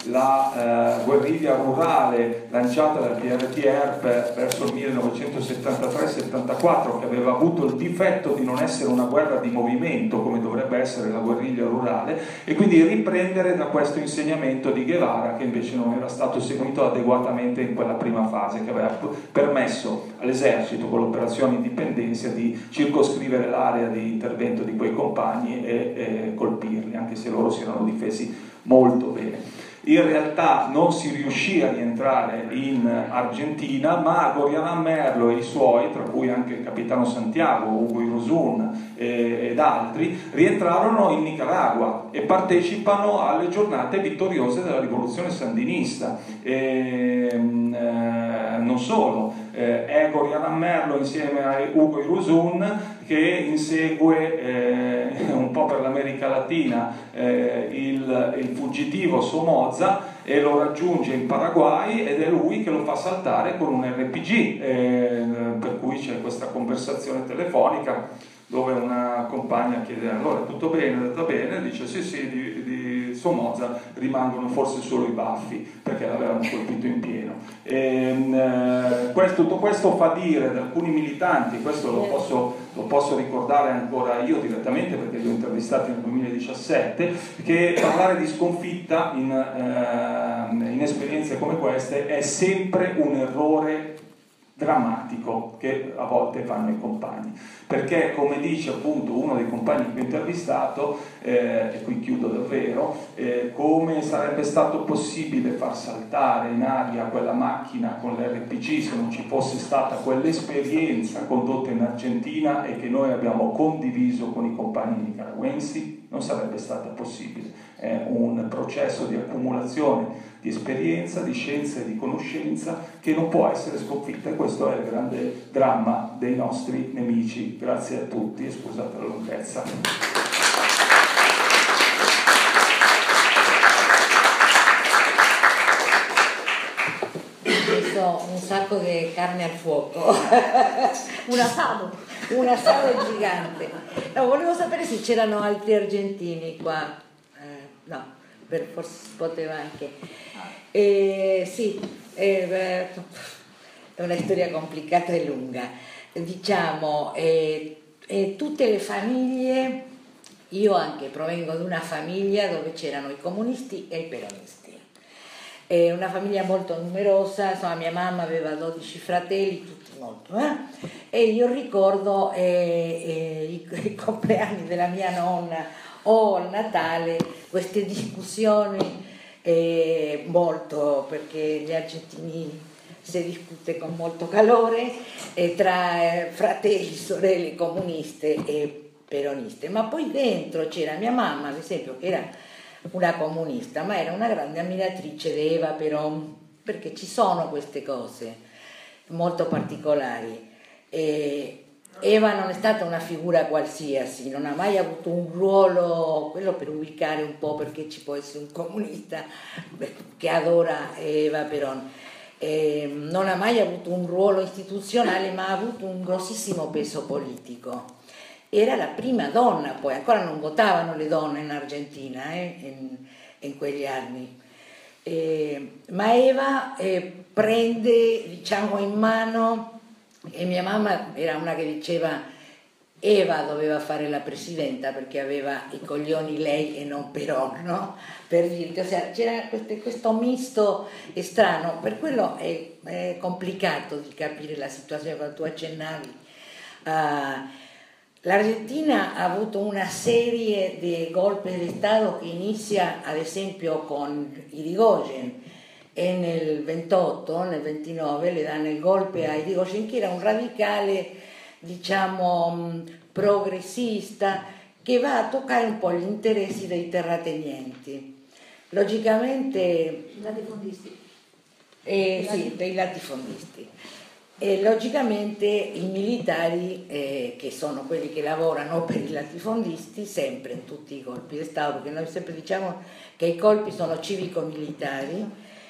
la eh, guerriglia rurale lanciata dal P R T R per, verso il millenovecentosettantatré settantaquattro, che aveva avuto il difetto di non essere una guerra di movimento come dovrebbe essere la guerriglia rurale, e quindi riprendere da questo insegnamento di Guevara, che invece non era stato seguito adeguatamente in quella prima fase, che aveva permesso all'esercito con l'operazione Indipendencia di circoscrivere l'area di intervento di quei compagni e, e colpirli, anche se loro si erano difesi molto bene. In realtà non si riuscì a rientrare in Argentina, ma Goriarán Merlo e i suoi, tra cui anche il capitano Santiago, Hugo Irusun eh, ed altri, rientrarono in Nicaragua e partecipano alle giornate vittoriose della rivoluzione sandinista. E, eh, non solo, eh, è Goriarán Merlo insieme a Hugo Irusun che insegue eh, un po' per l'America Latina eh, il, il fuggitivo Somoza e lo raggiunge in Paraguay, ed è lui che lo fa saltare con un R P G, eh, per cui c'è questa conversazione telefonica dove una compagna chiede: allora tutto bene, è andata bene? Dice sì sì, di, di Somoza rimangono forse solo i baffi perché l'avevano colpito in pieno. E, eh, questo, tutto questo fa dire ad alcuni militanti, questo lo posso, lo posso ricordare ancora io direttamente perché li ho intervistati nel duemiladiciassette, che parlare di sconfitta in, eh, in esperienze come queste è sempre un errore drammatico che a volte fanno i compagni, perché come dice appunto uno dei compagni che ho intervistato, eh, e qui chiudo davvero, eh, come sarebbe stato possibile far saltare in aria quella macchina con l'R P G se non ci fosse stata quell'esperienza condotta in Argentina e che noi abbiamo condiviso con i compagni nicaragüensi? Non sarebbe stata possibile. È un processo di accumulazione di esperienza, di scienza e di conoscenza che non può essere sconfitta, e questo è il grande dramma dei nostri nemici. Grazie a tutti e scusate la lunghezza. Un sacco di carne al fuoco, un assado, un assado gigante. No, volevo sapere se c'erano altri argentini qua. Eh, no, per, forse si poteva anche. Eh, sì, eh, è una storia complicata e lunga. Diciamo, eh, eh, tutte le famiglie, io anche provengo da una famiglia dove c'erano i comunisti e i peronisti. È una famiglia molto numerosa, insomma mia mamma aveva dodici fratelli, tutti molto, eh? E io ricordo eh, eh, i, i compleanni della mia nonna o al Natale, queste discussioni eh, molto, perché gli argentini si discute con molto calore eh, tra eh, fratelli, sorelle comuniste e peroniste, ma poi dentro c'era mia mamma, ad esempio, che era una comunista, ma era una grande ammiratrice di Eva Perón, perché ci sono queste cose molto particolari. E Eva non è stata una figura qualsiasi, non ha mai avuto un ruolo, quello per ubicare un po', perché ci può essere un comunista che adora Eva Perón, e non ha mai avuto un ruolo istituzionale, ma ha avuto un grossissimo peso politico. Era la prima donna, poi ancora non votavano le donne in Argentina eh, in, in quegli anni, eh, ma Eva eh, prende, diciamo, in mano, e mia mamma era una che diceva Eva doveva fare la presidenta perché aveva i coglioni lei e non Perón, no? Per dirti, o sea, c'era questo, questo misto strano, per quello è, è complicato di capire la situazione quando tu accennavi a... L'Argentina ha avuto una serie di golpe di Stato che inizia ad esempio con Irigoyen e nel ventotto, nel ventinove le danno il golpe a Irigoyen, che era un radicale, diciamo, progressista, che va a toccare un po' gli interessi dei terratenienti. Logicamente... Latifondisti. Eh, sì, dei latifondisti. E logicamente i militari, eh, che sono quelli che lavorano per i latifondisti, sempre in tutti i colpi di Stato, perché noi sempre diciamo che i colpi sono civico-militari,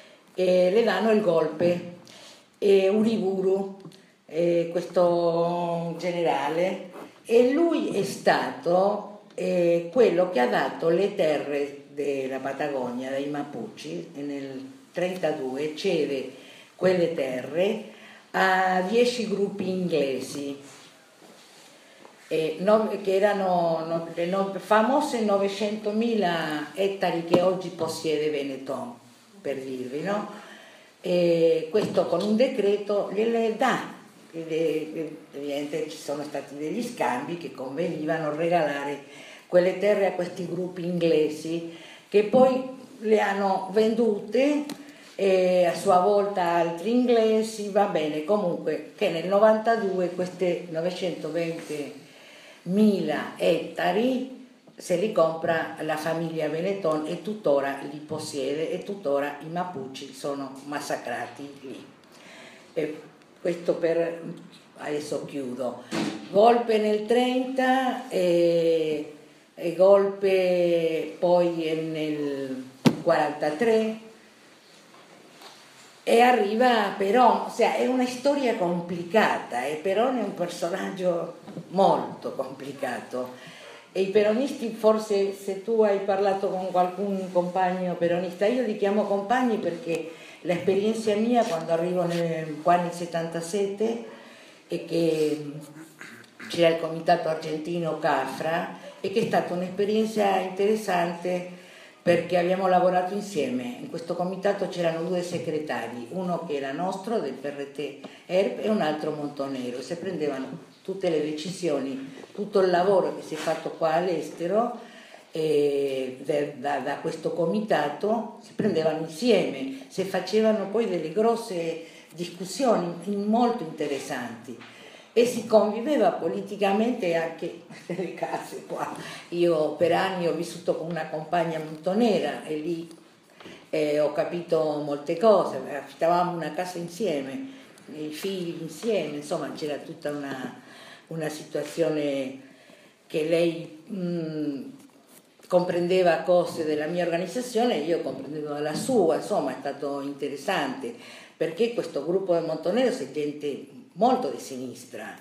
e le danno il golpe. E Uriburu, eh, questo generale, e lui è stato eh, quello che ha dato le terre della Patagonia, dai Mapuche, e nel trentadue cede quelle terre a dieci gruppi inglesi eh, no, che erano no, le no, famose novecentomila ettari che oggi possiede Benetton, per dirvi, no? E questo con un decreto gliele dà. Evidentemente ci sono stati degli scambi che convenivano regalare quelle terre a questi gruppi inglesi che poi le hanno vendute e a sua volta altri inglesi, va bene, comunque che nel novantadue queste novecentoventimila ettari se li compra la famiglia Benetton e tuttora li possiede, e tuttora i Mapuche sono massacrati lì. E questo per... adesso chiudo. Golpe nel trenta e, e golpe poi nel quarantatré e arriva Perón, o sea, è una storia complicata e Perón è un personaggio molto complicato e i peronisti, forse se tu hai parlato con qualcun compagno peronista, io li chiamo compagni perché l'esperienza mia quando arrivo negli anni settantasette è che c'era il comitato argentino Cafra e che è stata un'esperienza interessante perché abbiamo lavorato insieme. In questo comitato c'erano due segretari, uno che era nostro, del P R T E R P, e un altro Montonero, e si prendevano tutte le decisioni, tutto il lavoro che si è fatto qua all'estero, e da, da questo comitato si prendevano insieme, si facevano poi delle grosse discussioni molto interessanti. E si conviveva politicamente anche nelle case qua. Io per anni ho vissuto con una compagna montonera e lì e ho capito molte cose, affittavamo una casa insieme, i figli insieme, insomma c'era tutta una, una situazione che lei mh, comprendeva cose della mia organizzazione e io comprendevo la sua, insomma è stato interessante, perché questo gruppo del Montonero è gente molto di sinistra,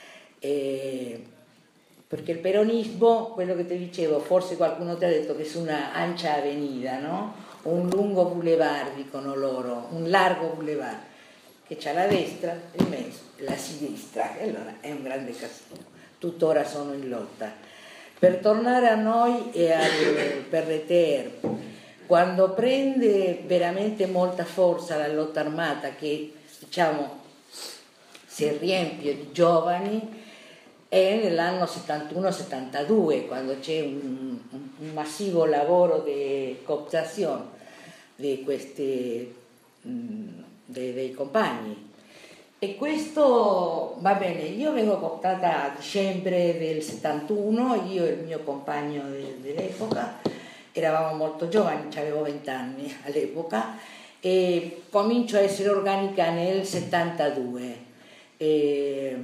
e perché il peronismo, quello che ti dicevo, forse qualcuno ti ha detto che è una ancha avenida, no? Un lungo boulevard, dicono loro, un largo boulevard, che c'ha la destra, il mezzo e la sinistra, e allora è un grande casino. Tuttora sono in lotta. Per tornare a noi e al P R T R, quando prende veramente molta forza la lotta armata, che diciamo si riempie di giovani, è nell'anno settantuno settantadue, quando c'è un, un massivo lavoro di cooptazione di questi, dei, dei compagni. E questo va bene, io vengo cooptata a dicembre del settantuno, io e il mio compagno dell'epoca, eravamo molto giovani, avevo vent'anni all'epoca, e comincio a essere organica nel settantadue. E,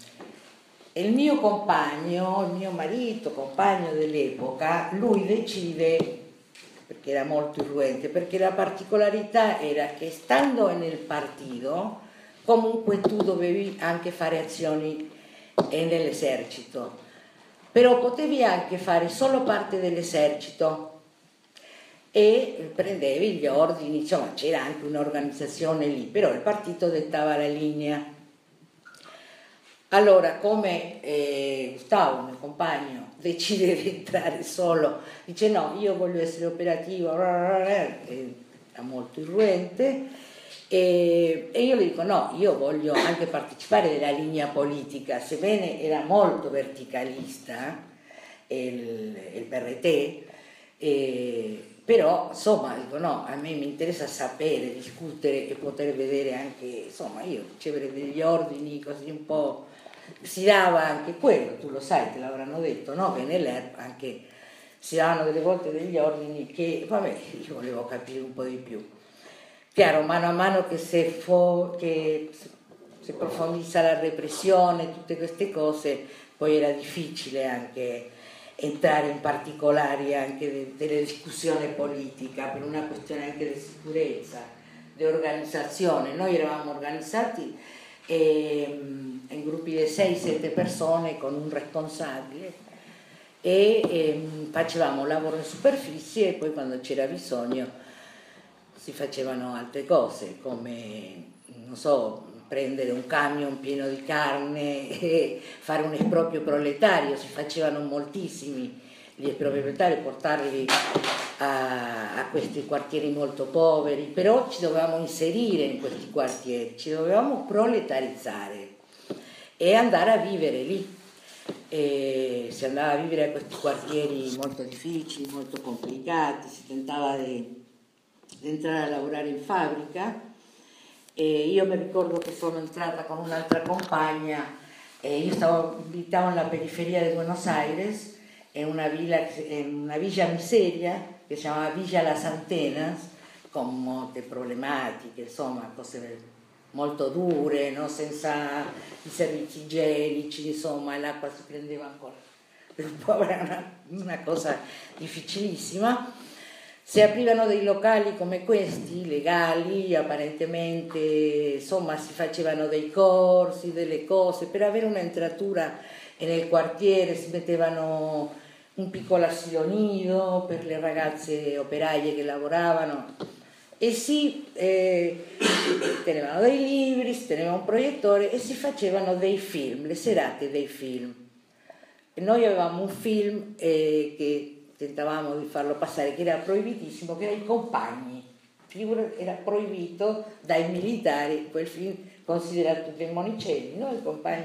E il mio compagno, il mio marito, compagno dell'epoca, lui decide, perché era molto irruente, perché la particolarità era che stando nel partito, comunque tu dovevi anche fare azioni nell'esercito, però potevi anche fare solo parte dell'esercito e prendevi gli ordini, insomma c'era anche un'organizzazione lì, però il partito dettava la linea. Allora, come eh, Gustavo, mio compagno, decide di entrare solo, dice no, io voglio essere operativo, era molto irruente, e, e io le dico no, io voglio anche partecipare della linea politica, sebbene era molto verticalista eh, il, il P R T, eh, però insomma dico no, a me mi interessa sapere, discutere e poter vedere anche, insomma io ricevere degli ordini così un po'. Si dava anche quello, tu lo sai, te l'avranno detto, no? Che nell'E R P anche si davano delle volte degli ordini che, vabbè, io volevo capire un po' di più. Chiaro, mano a mano che si che si approfondisse la repressione, tutte queste cose, poi era difficile anche entrare in particolari anche delle discussioni politica, per una questione anche di sicurezza, di organizzazione. Noi eravamo organizzati e, in gruppi di sei sette persone con un responsabile e, e facevamo lavoro in superficie e poi quando c'era bisogno si facevano altre cose come, non so, prendere un camion pieno di carne e fare un esproprio proletario. Si facevano moltissimi gli espropri proletari, portarli a, a questi quartieri molto poveri, però ci dovevamo inserire in questi quartieri, ci dovevamo proletarizzare e andare a vivere lì. E si andava a vivere a questi quartieri molto difficili, molto complicati, si tentava di, di entrare a lavorare in fabbrica. E io mi ricordo che sono entrata con un'altra compagna, e io stavo, abitavo nella periferia di Buenos Aires, in una, villa, in una villa miseria che si chiamava Villa Las Antenas, con molte problematiche, insomma, cose molto dure, no? Senza i servizi igienici, insomma, l'acqua si prendeva ancora. Per un po' era una, una cosa difficilissima. Si aprivano dei locali come questi, legali, apparentemente, insomma, si facevano dei corsi, delle cose, per avere un'entratura nel quartiere si mettevano un piccolo asilo nido per le ragazze operaie che lavoravano e si eh, tenevano dei libri, si teneva un proiettore e si facevano dei film, le serate dei film. E noi avevamo un film eh, che tentavamo di farlo passare, che era proibitissimo, che era I Compagni. Era proibito dai militari, quel film considerato dei monicelli, no? I Compagni.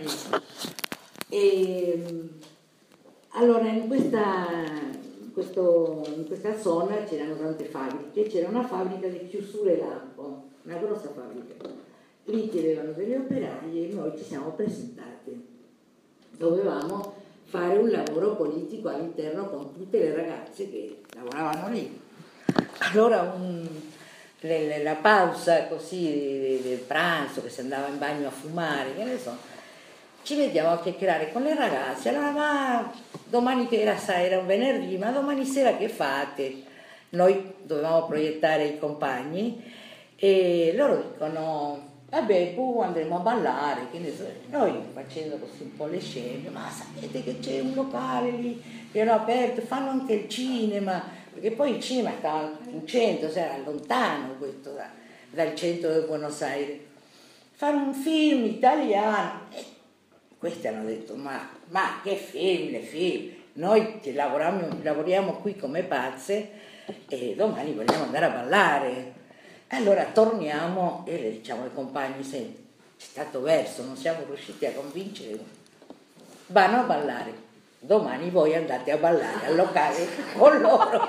E allora in questa, in, questo, in questa zona c'erano tante fabbriche, c'era una fabbrica di chiusure lampo, una grossa fabbrica. Lì chiedevano delle operaie e noi ci siamo presentate. Dovevamo fare un lavoro politico all'interno con tutte le ragazze che lavoravano lì. Allora un, le, le, la pausa così del pranzo, che si andava in bagno a fumare, che ne so, ci mettiamo a chiacchierare con le ragazze. Allora, ma domani, che era, era un venerdì, ma domani sera che fate? Noi dovevamo proiettare i compagni e loro dicono, vabbè, boh, andremo a ballare, che ne so. Noi facendo così un po' le scene, ma sapete che c'è un locale lì che hanno aperto, fanno anche il cinema, perché poi il cinema sta in centro, cioè era lontano questo da, dal centro di Buenos Aires. Fare un film italiano. E questi hanno detto, ma, ma che film, le film? Noi che lavoriamo, lavoriamo qui come pazze e domani vogliamo andare a ballare. Allora torniamo e le diciamo ai compagni, senti, c'è stato verso, non siamo riusciti a convincere, vanno a ballare, domani voi andate a ballare al locale con loro.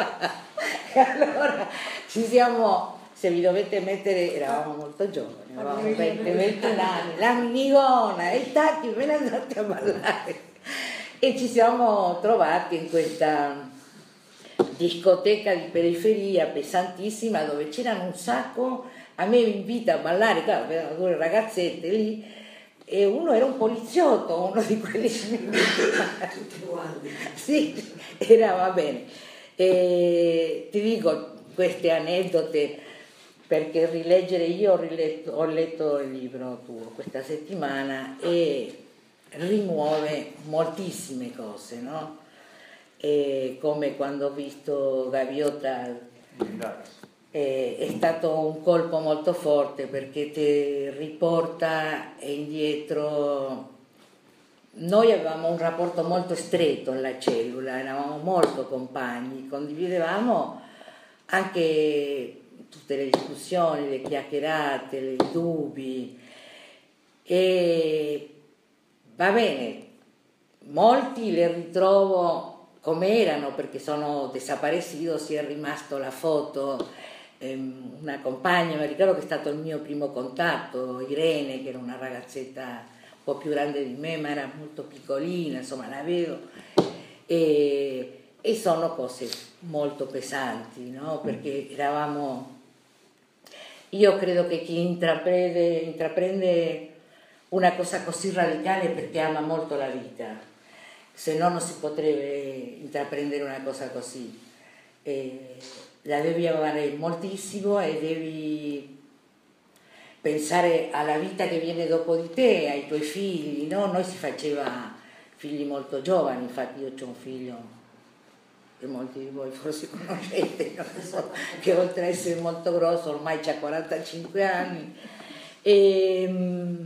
E allora ci siamo, se vi dovete mettere, eravamo molto giovani, avevamo venti ventuno anni, la minigonna e il tacchi, ve ne andate a ballare. E ci siamo trovati in questa discoteca di periferia pesantissima dove c'erano un sacco, a me mi invita a ballare, claro, avevano due ragazzette lì e uno era un poliziotto, uno di quelli tutti uguali. Sì, era, va bene. E ti dico queste aneddote perché rileggere, io ho, riletto, ho letto il libro tuo questa settimana e rimuove moltissime cose, no? E come quando ho visto Gaviota è, è stato un colpo molto forte perché ti riporta indietro. Noi avevamo un rapporto molto stretto nella cellula, eravamo molto compagni, condividevamo anche tutte le discussioni, le chiacchierate, i dubbi e va bene, molti le ritrovo come erano perché sono desaparecidos, si è rimasto la foto, ehm, una compagna, mi ricordo che è stato il mio primo contatto, Irene, che era una ragazzetta un po' più grande di me ma era molto piccolina, insomma la vedo e, e sono cose molto pesanti, no? Perché eravamo, io credo che chi intraprende, intraprende una cosa così radicale perché ama molto la vita, se no non si potrebbe intraprendere una cosa così. Eh, la devi amare moltissimo e devi pensare alla vita che viene dopo di te, ai tuoi figli, no? Noi si faceva figli molto giovani, infatti io ho un figlio che molti di voi forse conoscete, non so, che oltre a essere molto grosso ormai ha quarantacinque anni. E,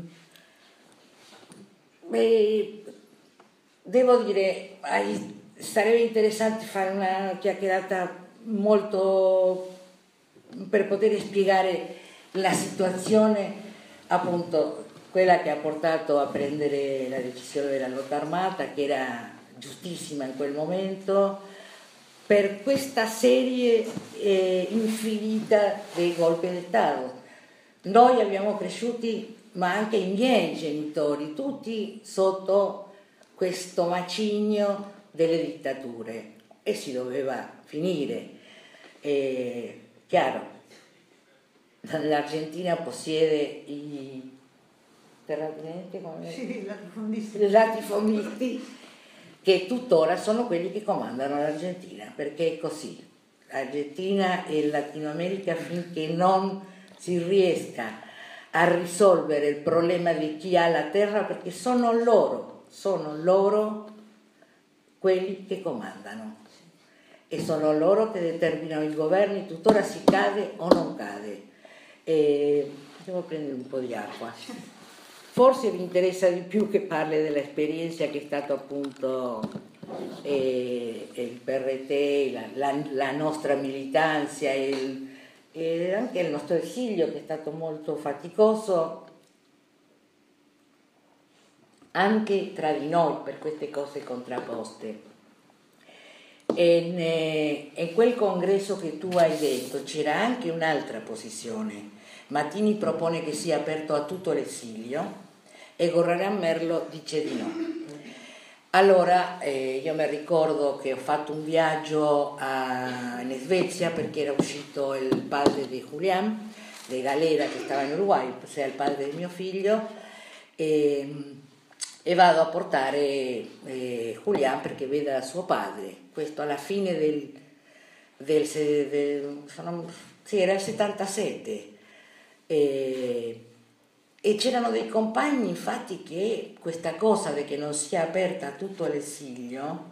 e devo dire, sarebbe interessante fare una chiacchierata molto per poter spiegare la situazione, appunto quella che ha portato a prendere la decisione della lotta armata, che era giustissima in quel momento, per questa serie eh, infinita dei colpi di Stato. Noi abbiamo cresciuti, ma anche i miei genitori, tutti sotto questo macigno delle dittature e si doveva finire. E, chiaro, l'Argentina possiede i terratenienti, come sì, latifondisti. i latifondisti che tuttora sono quelli che comandano l'Argentina, perché è così. L'Argentina e Latino America, finché non si riesca a risolvere il problema di chi ha la terra, perché sono loro, sono loro quelli che comandano e sono loro che determinano i governi, tuttora si cade o non cade. E devo prendere un po' di acqua. Forse vi interessa di più che parli dell'esperienza che è stato appunto eh, il P R T, la, la, la nostra militanza il, e anche il nostro esilio che è stato molto faticoso anche tra di noi per queste cose contrapposte. E in, in quel congresso che tu hai detto c'era anche un'altra posizione. Mattini propone che sia aperto a tutto l'esilio e Gorrarian Merlo dice di no. Allora, eh, io mi ricordo che ho fatto un viaggio a, in Svezia perché era uscito il padre di Julián, de Galera, che stava in Uruguay, cioè il padre di mio figlio, e, e vado a portare eh, Julián perché veda suo padre. Questo alla fine del, del, del sono, sì, era il settantasette. E, E c'erano dei compagni, infatti, che questa cosa di che non sia aperta tutto l'esilio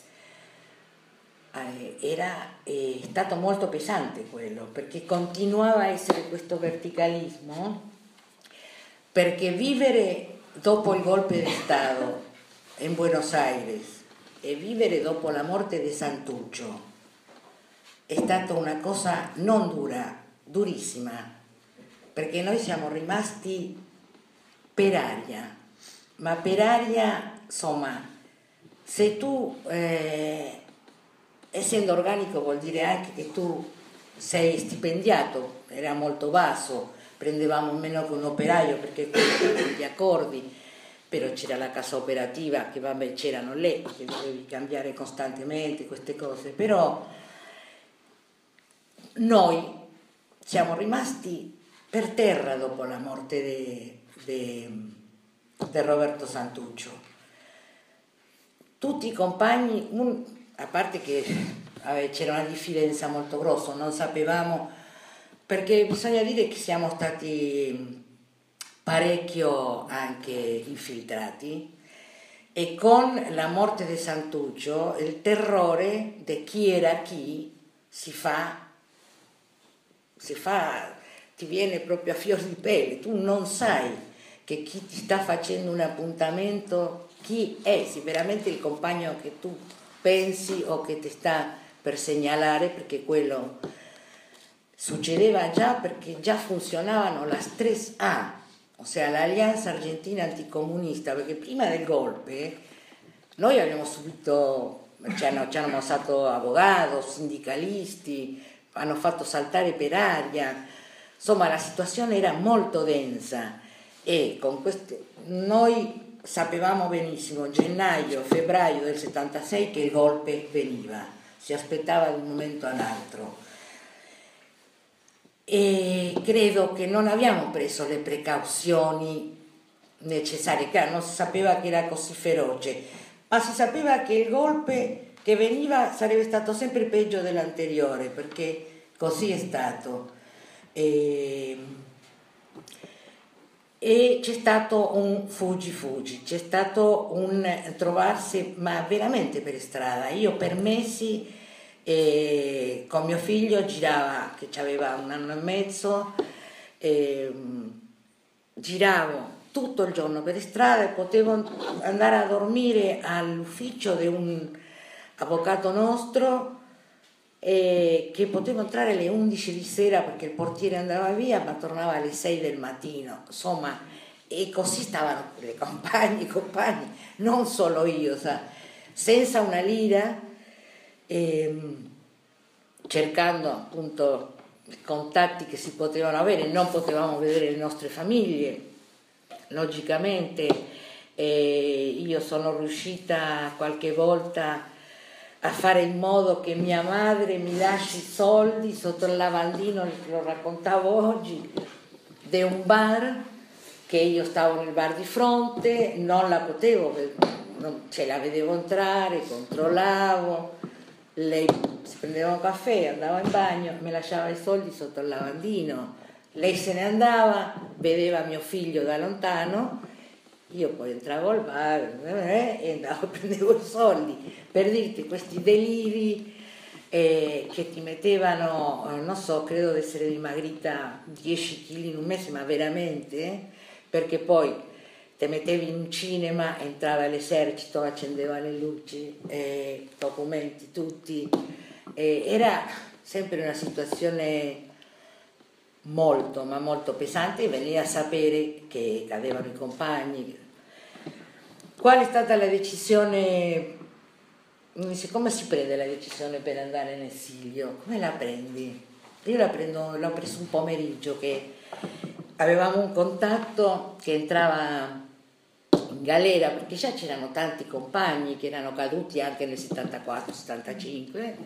eh, era eh, stato molto pesante quello, perché continuava a essere questo verticalismo, perché vivere dopo il golpe di Stato in Buenos Aires e vivere dopo la morte di Santuccio è stata una cosa non dura, durissima, perché noi siamo rimasti per aria, ma per aria, insomma, se tu, eh, essendo organico vuol dire anche che tu sei stipendiato, era molto basso, prendevamo meno che un operaio perché con gli accordi, però c'era la cassa operativa, che vabbè c'erano lì, che dovevi cambiare costantemente queste cose, però noi siamo rimasti per terra dopo la morte di di Roberto Santuccio. Tutti i compagni, un, a parte che vabbè, c'era una diffidenza molto grossa, non sapevamo, perché bisogna dire che siamo stati parecchio anche infiltrati, e con la morte di Santuccio il terrore di chi era chi si fa, si fa, ti viene proprio a fior di pelle, tu non sai che chi ti sta facendo un appuntamento, chi è, se veramente il compagno che tu pensi o che ti sta per segnalare, perché quello succedeva già, perché già funzionavano las tres A, ossia l'Alleanza Argentina Anticomunista, perché prima del golpe noi abbiamo subito, ci hanno, ci hanno mossato avvocati, sindicalisti, hanno fatto saltare per aria, insomma la situazione era molto densa. E con queste, noi sapevamo benissimo, gennaio, febbraio del settantasei, che il golpe veniva, si aspettava da un momento all'altro. E credo che non abbiamo preso le precauzioni necessarie, chiaro, non si sapeva che era così feroce, ma si sapeva che il golpe che veniva sarebbe stato sempre peggio dell'anteriore, perché così è stato. E... e c'è stato un fuggi fuggi, c'è stato un trovarsi, ma veramente per strada. Io per mesi eh, con mio figlio girava, che aveva un anno e mezzo, eh, giravo tutto il giorno per strada e potevo andare a dormire all'ufficio di un avvocato nostro, eh, che potevo entrare alle undici di sera perché il portiere andava via, ma tornava alle sei del mattino, insomma, e così stavano le compagne, i compagni, non solo io, sa, senza una lira, eh, cercando appunto i contatti che si potevano avere. Non potevamo vedere le nostre famiglie, logicamente. Eh, io sono riuscita qualche volta a fare in modo che mia madre mi lasci soldi sotto il lavandino, lo raccontavo oggi, di un bar, che io stavo nel bar di fronte, non la potevo, non, ce la vedevo entrare, controllavo, lei si prendeva un caffè, andava in bagno, mi lasciava i soldi sotto il lavandino, lei se ne andava, vedeva mio figlio da lontano, io poi entravo al bar eh, e andavo, prendevo i soldi, per dirti questi deliri eh, che ti mettevano, eh, non so, credo di essere dimagrita dieci chili in un mese, ma veramente, eh, perché poi te mettevi in un cinema, entrava l'esercito, accendeva le luci, eh, documenti tutti, eh, era sempre una situazione molto ma molto pesante, e venire a sapere che cadevano i compagni. Qual è stata la decisione? Come si prende la decisione per andare in esilio? Come la prendi? Io la prendo, l'ho preso un pomeriggio, che avevamo un contatto che entrava in galera, perché già c'erano tanti compagni che erano caduti anche nel settantaquattro settantacinque,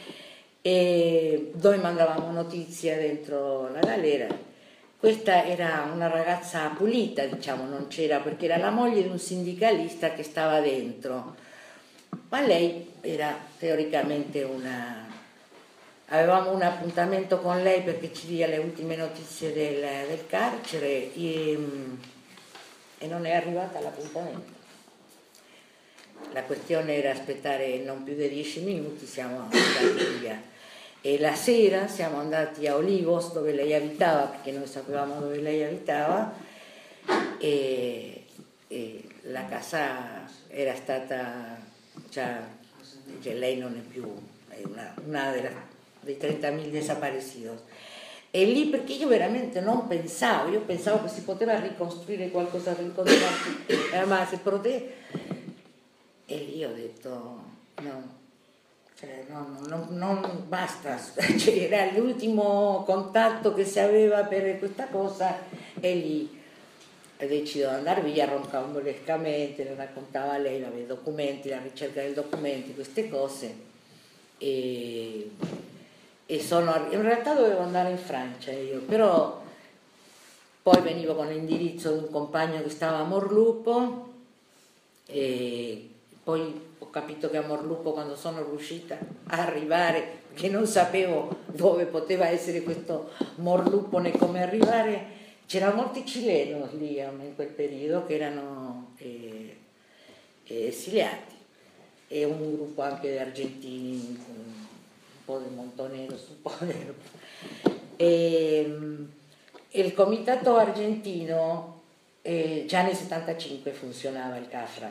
e noi mandavamo notizie dentro la galera. Questa era una ragazza pulita, diciamo, non c'era, perché era la moglie di un sindacalista che stava dentro, ma lei era teoricamente una... Avevamo un appuntamento con lei perché ci dia le ultime notizie del, del carcere e, e non è arrivata all'appuntamento. La questione era aspettare non più di dieci minuti, siamo andati via. E la sera siamo andati a Olivos, dove lei abitava, perché noi sapevamo dove lei abitava, e, e la casa era stata già, cioè lei non è più, è una, una delle dei trentamila desaparecidos. E lì, perché io veramente non pensavo, io pensavo che si poteva ricostruire qualcosa, ricostruire, ma se poté, e lì ho detto no, cioè, no, no, non, non basta, cioè, era l'ultimo contatto che si aveva per questa cosa, e lì ho deciso di andare via rocambolescamente, le raccontava lei, aveva i documenti, la ricerca dei documenti, queste cose, e E sono, in realtà dovevo andare in Francia io, però poi venivo con l'indirizzo di un compagno che stava a Morlupo, e poi ho capito che a Morlupo, quando sono riuscita a arrivare, che non sapevo dove poteva essere questo Morlupo né come arrivare, c'erano molti cileni lì in quel periodo che erano eh, eh, esiliati, e un gruppo anche di argentini, un po' di Montoneros, un po' di... E, e il comitato argentino eh, già nel settantacinque funzionava il CAFRA,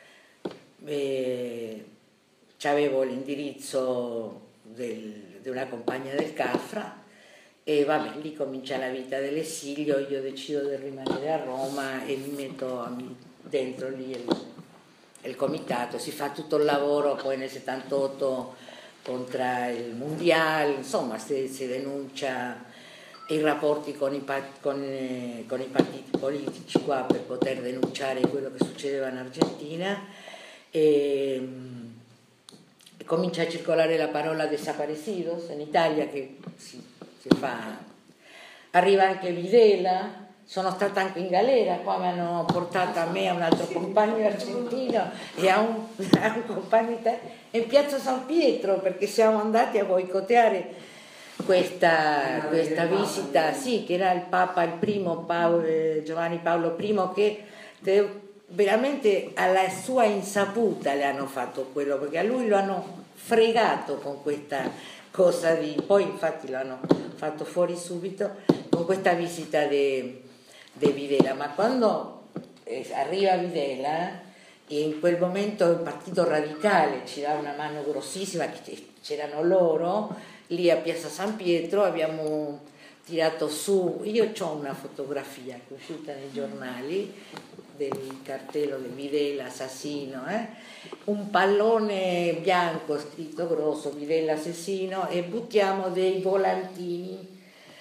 e avevo l'indirizzo del, di una compagna del CAFRA, e vabbè, lì comincia la vita dell'esilio. Io decido di rimanere a Roma e mi metto a, dentro lì il, il comitato, si fa tutto il lavoro, poi nel settantotto contro il mondiale, insomma si, si denuncia i rapporti con i, con, eh, con i partiti politici qua per poter denunciare quello che succedeva in Argentina, e, e comincia a circolare la parola desaparecidos in Italia, che si, si fa, arriva anche Videla. Sono stata anche in galera, qua mi hanno portato a me, a un altro compagno argentino e a un, a un compagno italiano in piazza San Pietro, perché siamo andati a boicottare questa, questa visita, sì, che era il Papa, il primo Paolo, Giovanni Paolo primo, che veramente alla sua insaputa le hanno fatto quello, perché a lui lo hanno fregato con questa cosa di, poi infatti lo hanno fatto fuori subito con questa visita di de Videla, ma quando eh, arriva Videla, e in quel momento il Partito Radicale ci dà una mano grossissima, c'erano loro lì a Piazza San Pietro, abbiamo tirato su, io ho una fotografia che è uscita nei giornali del cartello di Videla assassino, eh? un pallone bianco scritto grosso Videla assassino, e buttiamo dei volantini,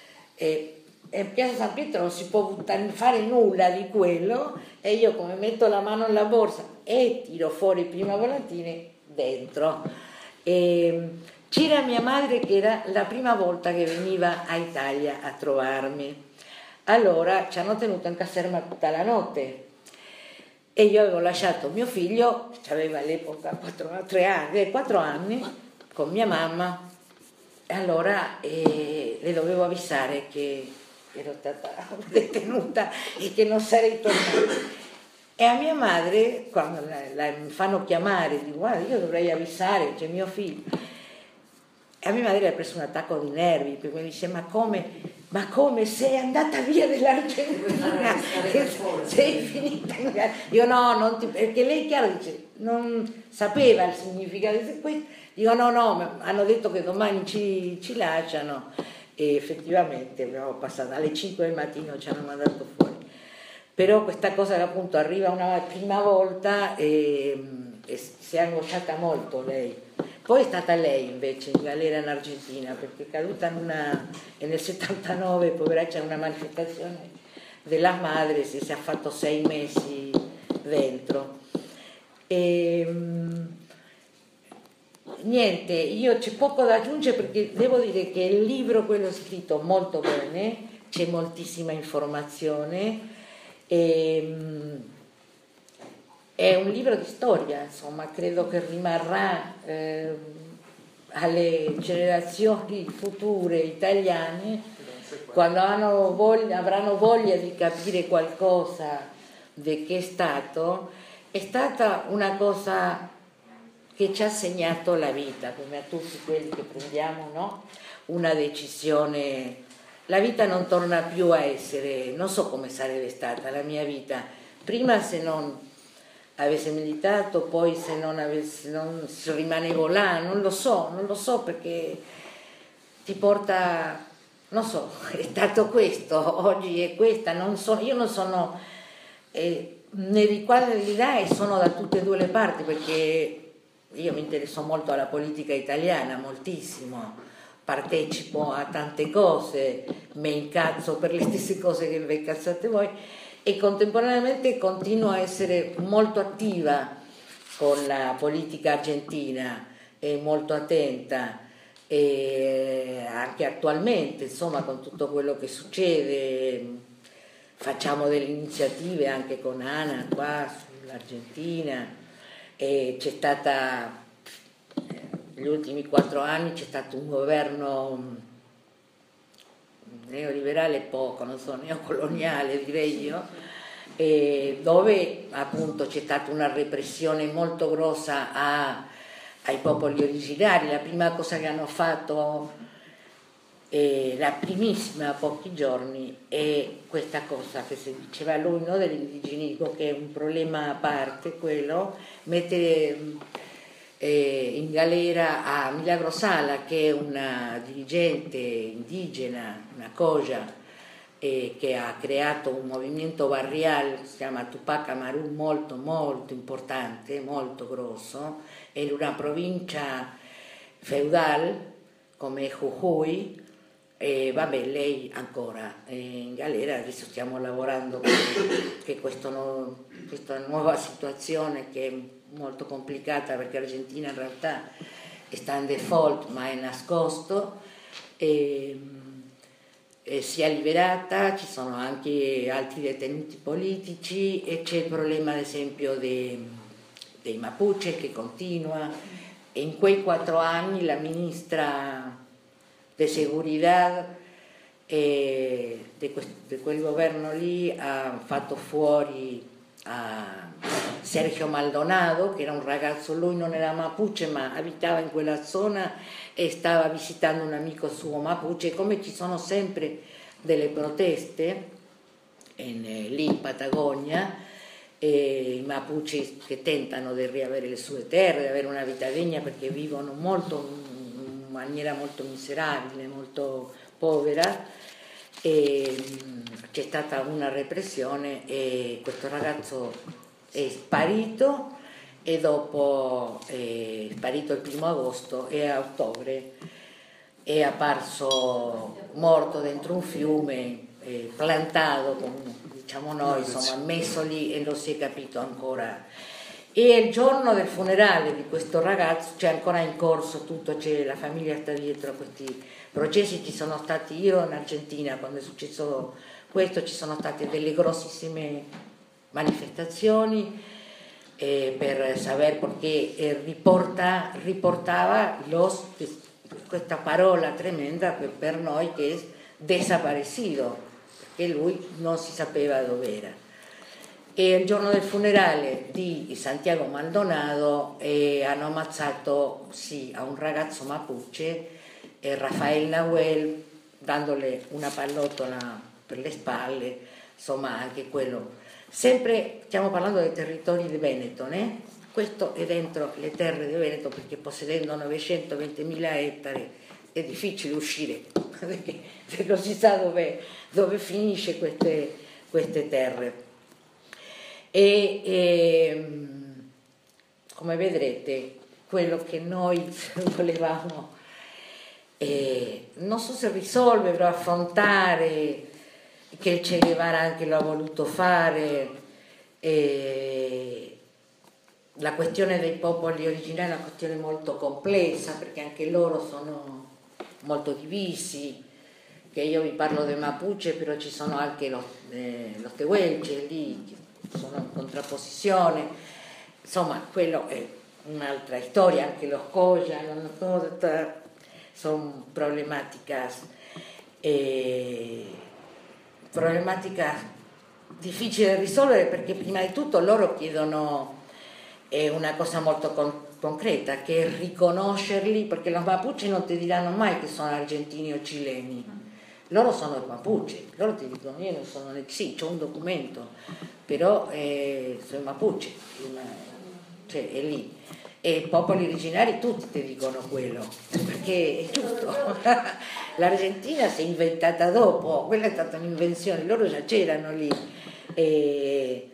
e in Piazza San Pietro non si può buttare, fare nulla di quello, e io come metto la mano nella borsa e tiro fuori i primi volantini dentro. E c'era mia madre, che era la prima volta che veniva a Italia a trovarmi, allora ci hanno tenuto in caserma tutta la notte, e io avevo lasciato mio figlio, che aveva all'epoca quattro anni, con mia mamma, e allora eh, le dovevo avvisare che ero stata detenuta e che non sarei tornata. E a mia madre, quando la, la fanno chiamare, dico guarda, io dovrei avvisare, c'è mio figlio. E a mia madre ha preso un attacco di nervi, perché mi dice ma come, ma come sei andata via dall'Argentina, sei finita in gara. Io no, non ti, perché lei chiaro dice, non sapeva il significato di questo. Dico no, no, hanno detto che domani ci, ci lasciano. E effettivamente abbiamo passato alle cinque del mattino, ci hanno mandato fuori. Però questa cosa che appunto arriva una prima volta, e, e si è angosciata molto lei. Poi è stata lei invece in galera in Argentina, perché è caduta in una, e nel settantanove, poveraccia, una manifestazione della madre, si, si è fatto sei mesi dentro. E, niente, io c'è poco da aggiungere perché devo dire che il libro, quello scritto, molto bene, c'è moltissima informazione, e, è un libro di storia, insomma, credo che rimarrà eh, alle generazioni future italiane, quando hanno voglia, avranno voglia di capire qualcosa di che è stato. È stata una cosa che ci ha segnato la vita, come a tutti quelli che prendiamo, no? Una decisione. La vita non torna più a essere, non so come sarebbe stata la mia vita prima se non avessi meditato, poi se non, avessi, non se rimanevo là, non lo so, non lo so, perché ti porta, non so, è stato questo, oggi è questa, non so, io non sono eh, né di qua né di là, e sono da tutte e due le parti, perché io mi interesso molto alla politica italiana, moltissimo, partecipo a tante cose, mi incazzo per le stesse cose che vi incazzate voi, e contemporaneamente continuo a essere molto attiva con la politica argentina e molto attenta, e anche attualmente, insomma, con tutto quello che succede. Facciamo delle iniziative anche con Ana qua sull'Argentina, e c'è stata, negli ultimi quattro anni c'è stato un governo neoliberale, poco, non so, neocoloniale direi io, e dove appunto c'è stata una repressione molto grossa a, ai popoli originari. La prima cosa che hanno fatto, eh, la primissima, a pochi giorni, è questa cosa che si diceva lui, no, dell'indigenismo, che è un problema a parte, quello, mettere in galera a Milagro Sala, che è una dirigente indigena, una colla, eh, che ha creato un movimento barrial, si chiama Tupac Amaru, molto molto importante, molto grosso, in una provincia feudal come Jujuy. E vabbè, lei ancora è in galera. Adesso stiamo lavorando per questo no, questa nuova situazione, che è molto complicata, perché l'Argentina in realtà sta in default ma è nascosto, e, e si è liberata. Ci sono anche altri detenuti politici, e c'è il problema ad esempio dei, dei Mapuche che continua, e in quei quattro anni la ministra de seguridad eh, di quel governo lì ha fatto fuori a Sergio Maldonado, che era un ragazzo, lui non era Mapuche ma abitava in quella zona e stava visitando un amico suo Mapuche. Come ci sono sempre delle proteste in, eh, lì in Patagonia, e i Mapuche che tentano di riavere le sue terre, di avere una vita degna, perché vivono molto in maniera molto miserabile, molto povera, e c'è stata una repressione e questo ragazzo è sparito, e dopo è sparito il primo agosto, e a ottobre è apparso morto dentro un fiume, eh, plantato, con, diciamo noi, insomma, messo lì, e non si è capito ancora. E il giorno del funerale di questo ragazzo c'è ancora in corso tutto, c'è, la famiglia sta dietro a questi processi. Ci sono stati, io in Argentina quando è successo questo, ci sono state delle grossissime manifestazioni eh, per sapere, perché eh, riporta, riportava los, questa parola tremenda per, per noi, che è desaparecido, perché lui non si sapeva dove era. E il giorno del funerale di Santiago Maldonado eh, hanno ammazzato sì, a un ragazzo Mapuche, eh, Rafael Nahuel, dandole una pallottola per le spalle, insomma anche quello. Sempre stiamo parlando dei territori di Veneto, né? Questo è dentro le terre di Veneto, perché possedendo novecentoventimila ettari è difficile uscire, perché non si sa dove, dove finisce queste, queste terre. E, e come vedrete, quello che noi volevamo, eh, non so se risolvere o affrontare, che il Che Guevara anche lo ha voluto fare, E la questione dei popoli originari è una questione molto complessa, perché anche loro sono molto divisi, che io vi parlo del Mapuche, però ci sono anche lo, eh, lo Tehuelche lì, che sono in contrapposizione, insomma quello è un'altra storia, anche los Coya, sono problemáticas, eh, problemáticas difficili da risolvere, perché prima di tutto loro chiedono eh, una cosa molto con- concreta, che è riconoscerli, perché los Mapuche non ti diranno mai che sono argentini o cileni, loro sono i Mapuche, loro ti dicono io non sono, sì, c'ho un documento, però eh, sono i Mapuche, cioè è lì. E i popoli originari tutti ti dicono quello, perché è giusto. L'Argentina si è inventata dopo, quella è stata un'invenzione, loro già c'erano lì. E,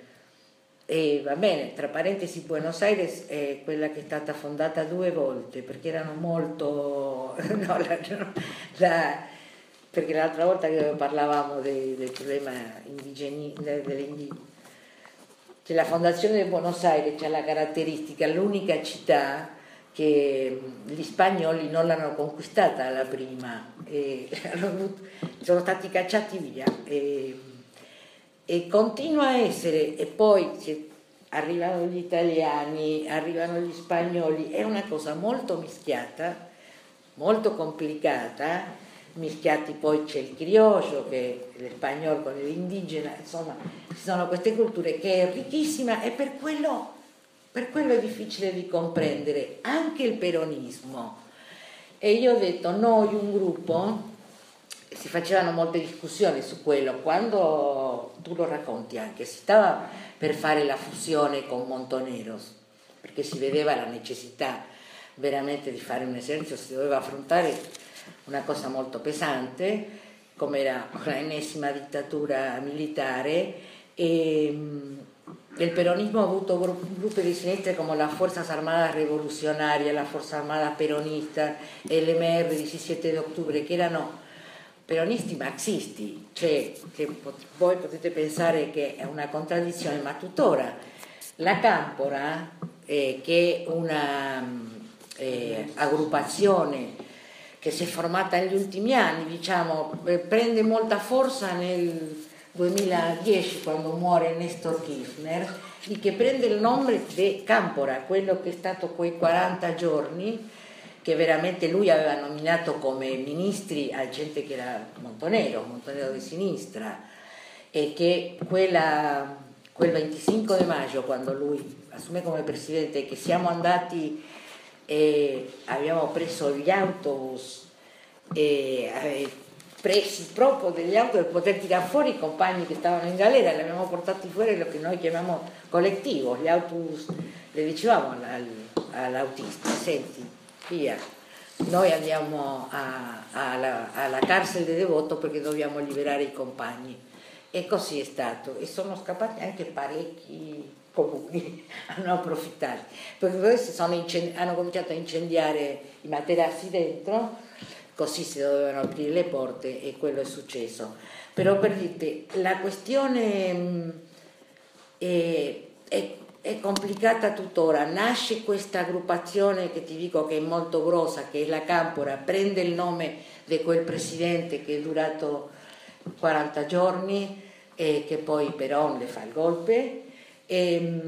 e va bene, tra parentesi, Buenos Aires è quella che è stata fondata due volte, perché erano molto... no, la, la, perché l'altra volta che parlavamo del, del problema indigeni, dell'indigeno, cioè, la fondazione di Buenos Aires ha la caratteristica, l'unica città che gli spagnoli non l'hanno conquistata alla prima, e sono stati cacciati via e, e continua a essere, e poi arrivano gli italiani, arrivano gli spagnoli, è una cosa molto mischiata, molto complicata, mischiati, poi c'è il criollo che è l'espagnolo con l'indigena, insomma ci sono queste culture che è ricchissima, e per quello, per quello è difficile di comprendere anche il peronismo. E io ho detto, noi un gruppo, si facevano molte discussioni su quello, quando tu lo racconti anche, si stava per fare la fusione con Montoneros, perché si vedeva la necessità veramente di fare un esercito, si doveva affrontare una cosa molto pesante, come era l'ennesima dittatura militare, e il peronismo ha avuto gruppi di sinistra come la Fuerzas Armadas Revolucionarias, la Forza Armata Peronista, l'M R diciassette di ottobre, che erano peronisti marxisti, cioè che voi potete pensare che è una contraddizione, ma tuttora la Cámpora, eh, che è una eh, aggruppazione che si è formata negli ultimi anni, diciamo, prende molta forza nel duemiladieci quando muore Néstor Kirchner, e che prende il nome di Cámpora, quello che è stato quei quaranta giorni che veramente lui aveva nominato come ministri a gente che era Montonero, Montonero di sinistra, e che quella, quel venticinque di maggio, quando lui assume come presidente, che siamo andati e abbiamo preso gli autobus e eh, presi proprio degli autobus per poter tirare fuori i compagni che stavano in galera, li abbiamo portati fuori lo che noi chiamiamo collettivo, gli autobus, le dicevamo all'autista, senti, via, noi andiamo a, a, alla, alla carcere di Devoto perché dobbiamo liberare i compagni, e così è stato, e sono scappati anche parecchi comuni, hanno approfittato, perché poi si sono incendi- hanno cominciato a incendiare i materassi dentro, così si dovevano aprire le porte, e quello è successo. Però per dirti, la questione mh, è, è, è complicata tuttora. Nasce questa aggruppazione che ti dico che è molto grossa, che è la Cámpora, prende il nome di quel presidente che è durato quaranta giorni e che poi Perón le fa il golpe. E,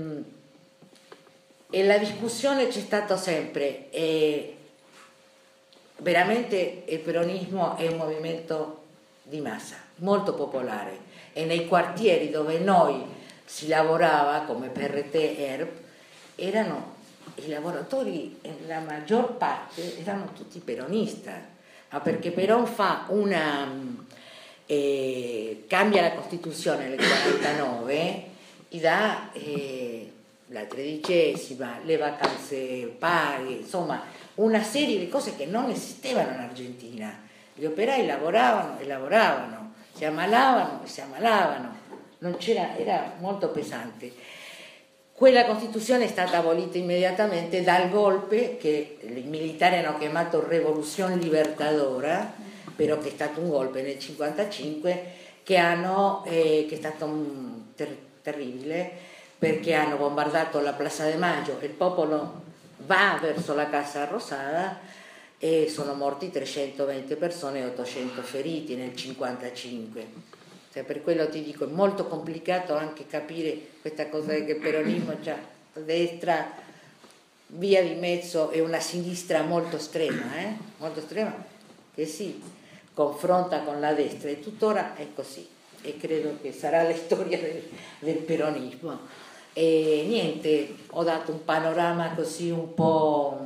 e la discussione c'è stata sempre, e veramente il peronismo è un movimento di massa, molto popolare, e nei quartieri dove noi si lavorava come P R T e E R P erano i lavoratori, la maggior parte erano tutti peronistas, ma perché Perón fa una eh, cambia la Costituzione nel quarantanove e dà eh, la tredicesima, le vacanze paghe, insomma una serie di cose che non esistevano in Argentina. Gli operai lavoravano e lavoravano, si ammalavano e si ammalavano, non c'era, era molto pesante. Quella Costituzione è stata abolita immediatamente dal golpe che i militari hanno chiamato Revolución Libertadora, però che è stato un golpe nel cinquantacinque che, hanno, eh, che è stato un ter- terribile, perché hanno bombardato la Plaza de Mayo, il popolo va verso la Casa Rosada e sono morti trecentoventi persone e ottocento feriti nel cinquantacinque. Cioè, per quello ti dico, è molto complicato anche capire questa cosa che il peronismo c'ha a destra, via di mezzo, e una sinistra molto estrema, eh? molto estrema, che si confronta con la destra, e tuttora è così, e credo che sarà la storia del, del peronismo. E niente, ho dato un panorama così un po'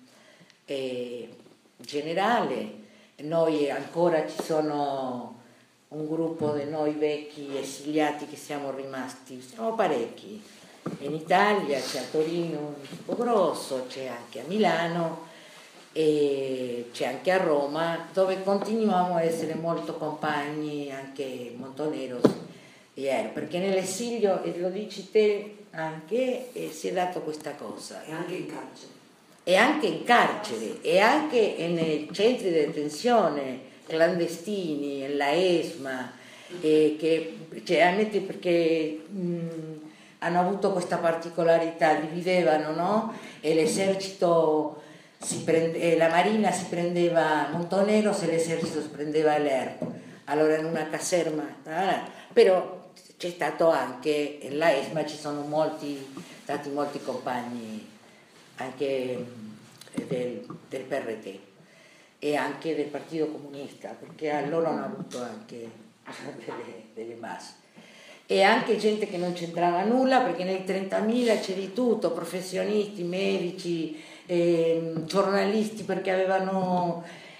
eh, generale. Noi ancora ci sono un gruppo di noi vecchi esiliati che siamo rimasti, siamo parecchi in Italia, c'è a Torino un gruppo grosso, c'è anche a Milano e c'è anche a Roma, dove continuiamo a essere molto compagni, anche Montoneros, perché nell'esilio, e lo dici te anche, eh, si è dato questa cosa. E anche in carcere. E anche in carcere, e anche nei centri di detenzione clandestini, la ESMA, eh, che generalmente perché mh, hanno avuto questa particolarità, dividevano, no? E l'esercito si prende, e la marina si prendeva Montoneros e l'esercito si prendeva l'E R P. Allora in una caserma, però c'è stato anche la ESMA, ci sono molti, stati molti compagni anche del, del P R T e anche del Partito Comunista, perché a loro hanno avuto anche delle, delle masse, e anche gente che non c'entrava nulla, perché nei trentamila c'è di tutto, professionisti, medici, eh, giornalisti, perché avevano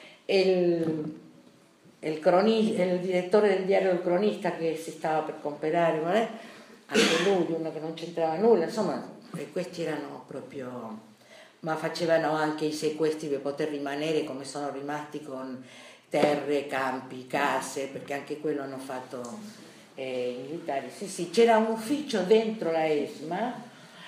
il, il, cronista, il direttore del diario Il Cronista che si stava per comprare, eh? anche lui, uno che non c'entrava nulla, insomma, e questi erano proprio... ma facevano anche i sequestri per poter rimanere, come sono rimasti con terre, campi, case, perché anche quello hanno fatto eh, i militari. Sì, sì, c'era un ufficio dentro la ESMA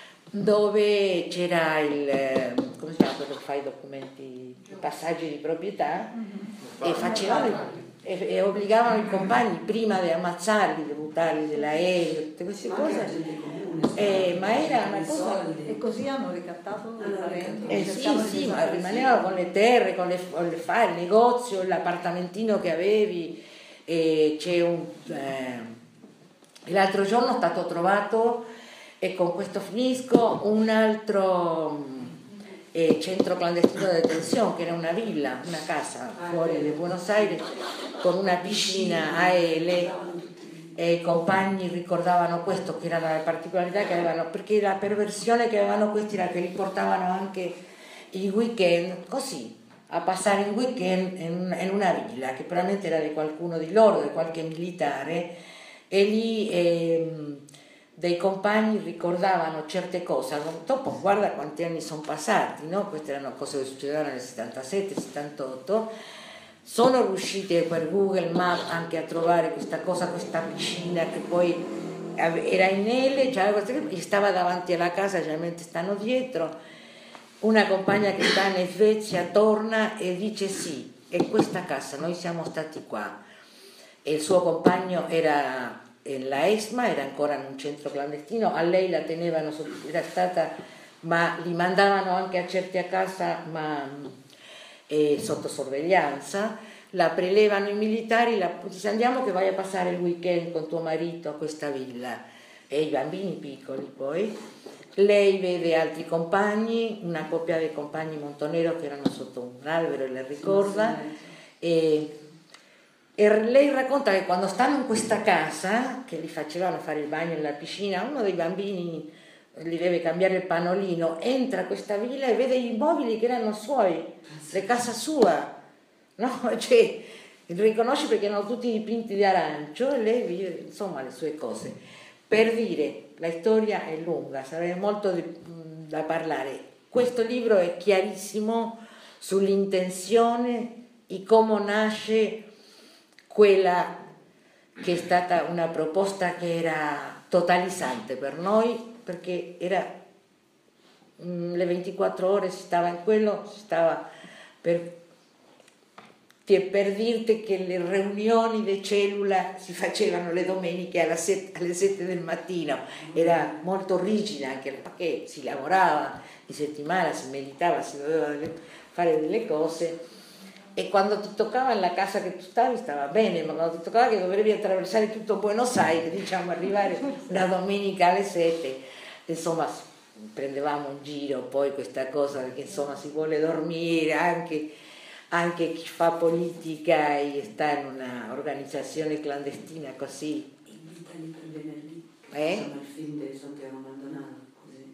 dove c'era il, come si chiama quello che fa i documenti, i passaggi di proprietà, mm-hmm. e facevano e, e obbligavano i compagni prima di ammazzarli, di buttarli dell'aereo, tutte queste ma cose. Eh, ma era una cosa, e così hanno ricattato eh, sì, sì, ma rimanevano con le terre, con le, con le fare, il negozio, l'appartamentino che avevi. E c'è un eh, l'altro giorno è stato trovato, e con questo finisco, un altro eh, centro clandestino di detenzione, che era una villa, una casa fuori di Buenos Aires con una piscina a ele. E i compagni ricordavano questo, che era la particolarità che avevano, perché la perversione che avevano questi era che li portavano anche i weekend così a passare il weekend in, in una villa che probabilmente era di qualcuno di loro, di qualche militare, e lì eh, dei compagni ricordavano certe cose. Dopo guarda quanti anni sono passati, no? Queste erano cose che succedevano nel settantasette settantotto. Sono riusciti per Google Maps anche a trovare questa cosa, questa piscina che poi era in ele, e stava davanti alla casa, generalmente stanno dietro. Una compagna che sta in Svezia torna e dice sì, è questa casa, noi siamo stati qua. E il suo compagno era la ESMA, era ancora in un centro clandestino, a lei la tenevano, era stata, ma li mandavano anche a certi a casa, ma... e sotto sorveglianza, la prelevano i militari, la, dice andiamo che vai a passare il weekend con tuo marito a questa villa, e i bambini piccoli poi, lei vede altri compagni, una coppia di compagni Montonero che erano sotto un albero e le ricorda, e, e lei racconta che quando stanno in questa casa, che li facevano fare il bagno nella piscina, uno dei bambini gli deve cambiare il panolino, entra a questa villa e vede gli immobili che erano suoi, le casa sua, no? Cioè, riconosce perché erano tutti dipinti di arancio, e lei vive insomma le sue cose. Per dire, la storia è lunga, sarebbe molto di, da parlare. Questo libro è chiarissimo sull'intenzione e come nasce quella che è stata una proposta che era totalizzante per noi, perché era mh, le ventiquattro ore si stava in quello, si stava per per dirti che le riunioni di cellula si facevano le domeniche alle sette, alle sette del mattino, era molto rigida anche perché si lavorava di settimana, si meditava, si doveva fare delle cose, e quando ti toccava nella casa che tu stavi stava bene, ma quando ti toccava che dovevi attraversare tutto Buenos Aires, diciamo, arrivare una domenica alle sette, insomma prendevamo un giro poi questa cosa, perché insomma si vuole dormire, anche anche chi fa politica e sta in una organizzazione clandestina così. Invitali per venerdì. Eh? Insomma, il film di Santiago Maldonado, così.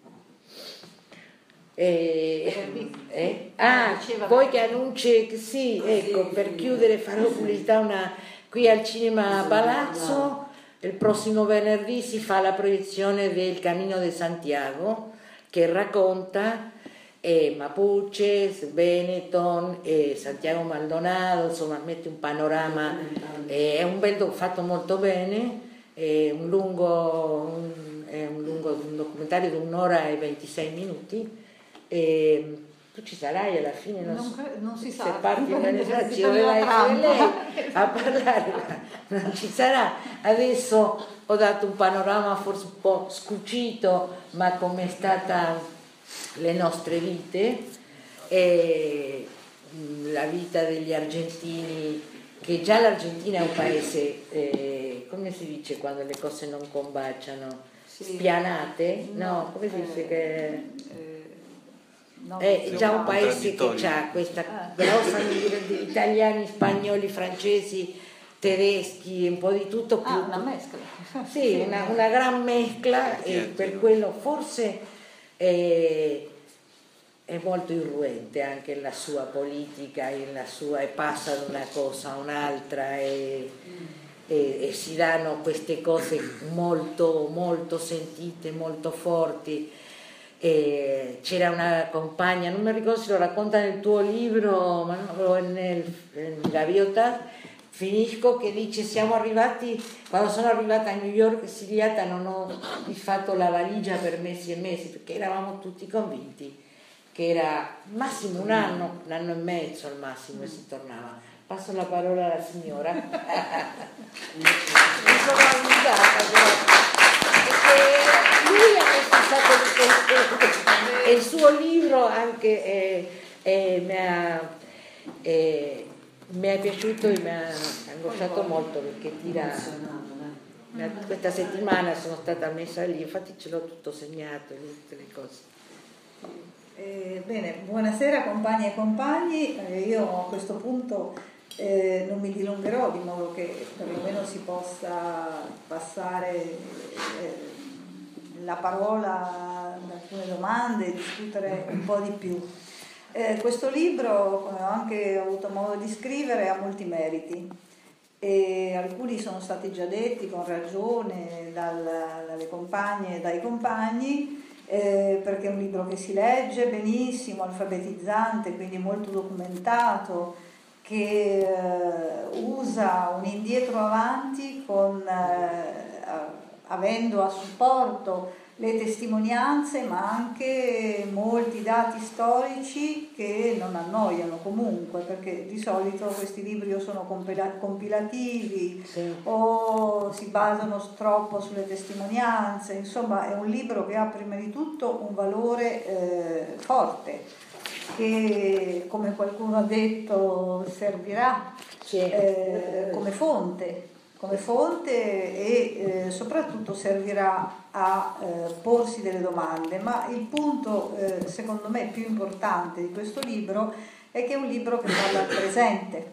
Eh, eh? Ah, poi che annunci che sì, ecco, per chiudere farò pubblicità una, qui al Cinema Palazzo, il prossimo venerdì si fa la proiezione del Camino de Santiago, che racconta e Mapuche, Benetton e Santiago Maldonado, insomma mette un panorama, eh, è un bel do- fatto molto bene, è un lungo, un, è un lungo un documentario di un'ora e ventisei minuti, e tu ci sarai alla fine, non, Non, so, non si sa, se parti dipende- organizzare, ci dipende doveva dalla essere trampa. lei a parlare, ma non ci sarà. Adesso ho dato un panorama forse un po' scucito, ma come è stata le nostre vite e la vita degli argentini, che già l'Argentina è un paese, eh, come si dice quando le cose non combaciano, Sì. spianate, no, No, come si dice eh, che eh, no, è sì, già un no. paese che ha questa grossa misura di italiani, spagnoli, francesi, tedeschi, un po' di tutto più. Ah, una mescola. Sì, una, una gran mescla, e per quello forse è, è molto irruente anche la sua politica e, la sua, e passa da una cosa a un'altra, e, e, e si danno queste cose molto, molto sentite, molto forti. E c'era una compagna, non mi ricordo se lo racconta nel tuo libro, ma no, nel, nel Gaviota, finisco che dice: siamo arrivati, quando sono arrivata a New York esiliata non ho fatto la valigia per mesi e mesi, perché eravamo tutti convinti che era massimo un anno, un anno e mezzo al massimo, e si tornava. Passo la parola alla signora. Mi sono annusata, perché lui ha messo un sacco di cose, e il suo libro anche eh, eh, mi ha eh, mi è piaciuto e mi ha angosciato molto, perché tira. Questa settimana sono stata messa lì, infatti ce l'ho tutto segnato, tutte le cose. Eh, bene, buonasera compagni e compagni, eh, io a questo punto eh, non mi dilungherò, di modo che perlomeno si possa passare eh, la parola ad alcune domande e discutere un po' di più. Eh, questo libro, come ho anche avuto modo di scrivere, ha molti meriti, e alcuni sono stati già detti con ragione dal, dalle compagne e dai compagni, eh, perché è un libro che si legge benissimo, alfabetizzante, quindi molto documentato, che eh, usa un indietro avanti con, eh, avendo a supporto le testimonianze, ma anche molti dati storici che non annoiano comunque, perché di solito questi libri o sono compilativi, sì, o si basano troppo sulle testimonianze. Insomma, è un libro che ha prima di tutto un valore eh, forte, che, come qualcuno ha detto, servirà sì. eh, come fonte come fonte e eh, soprattutto servirà a eh, porsi delle domande. Ma il punto eh, secondo me più importante di questo libro è che è un libro che parla al presente.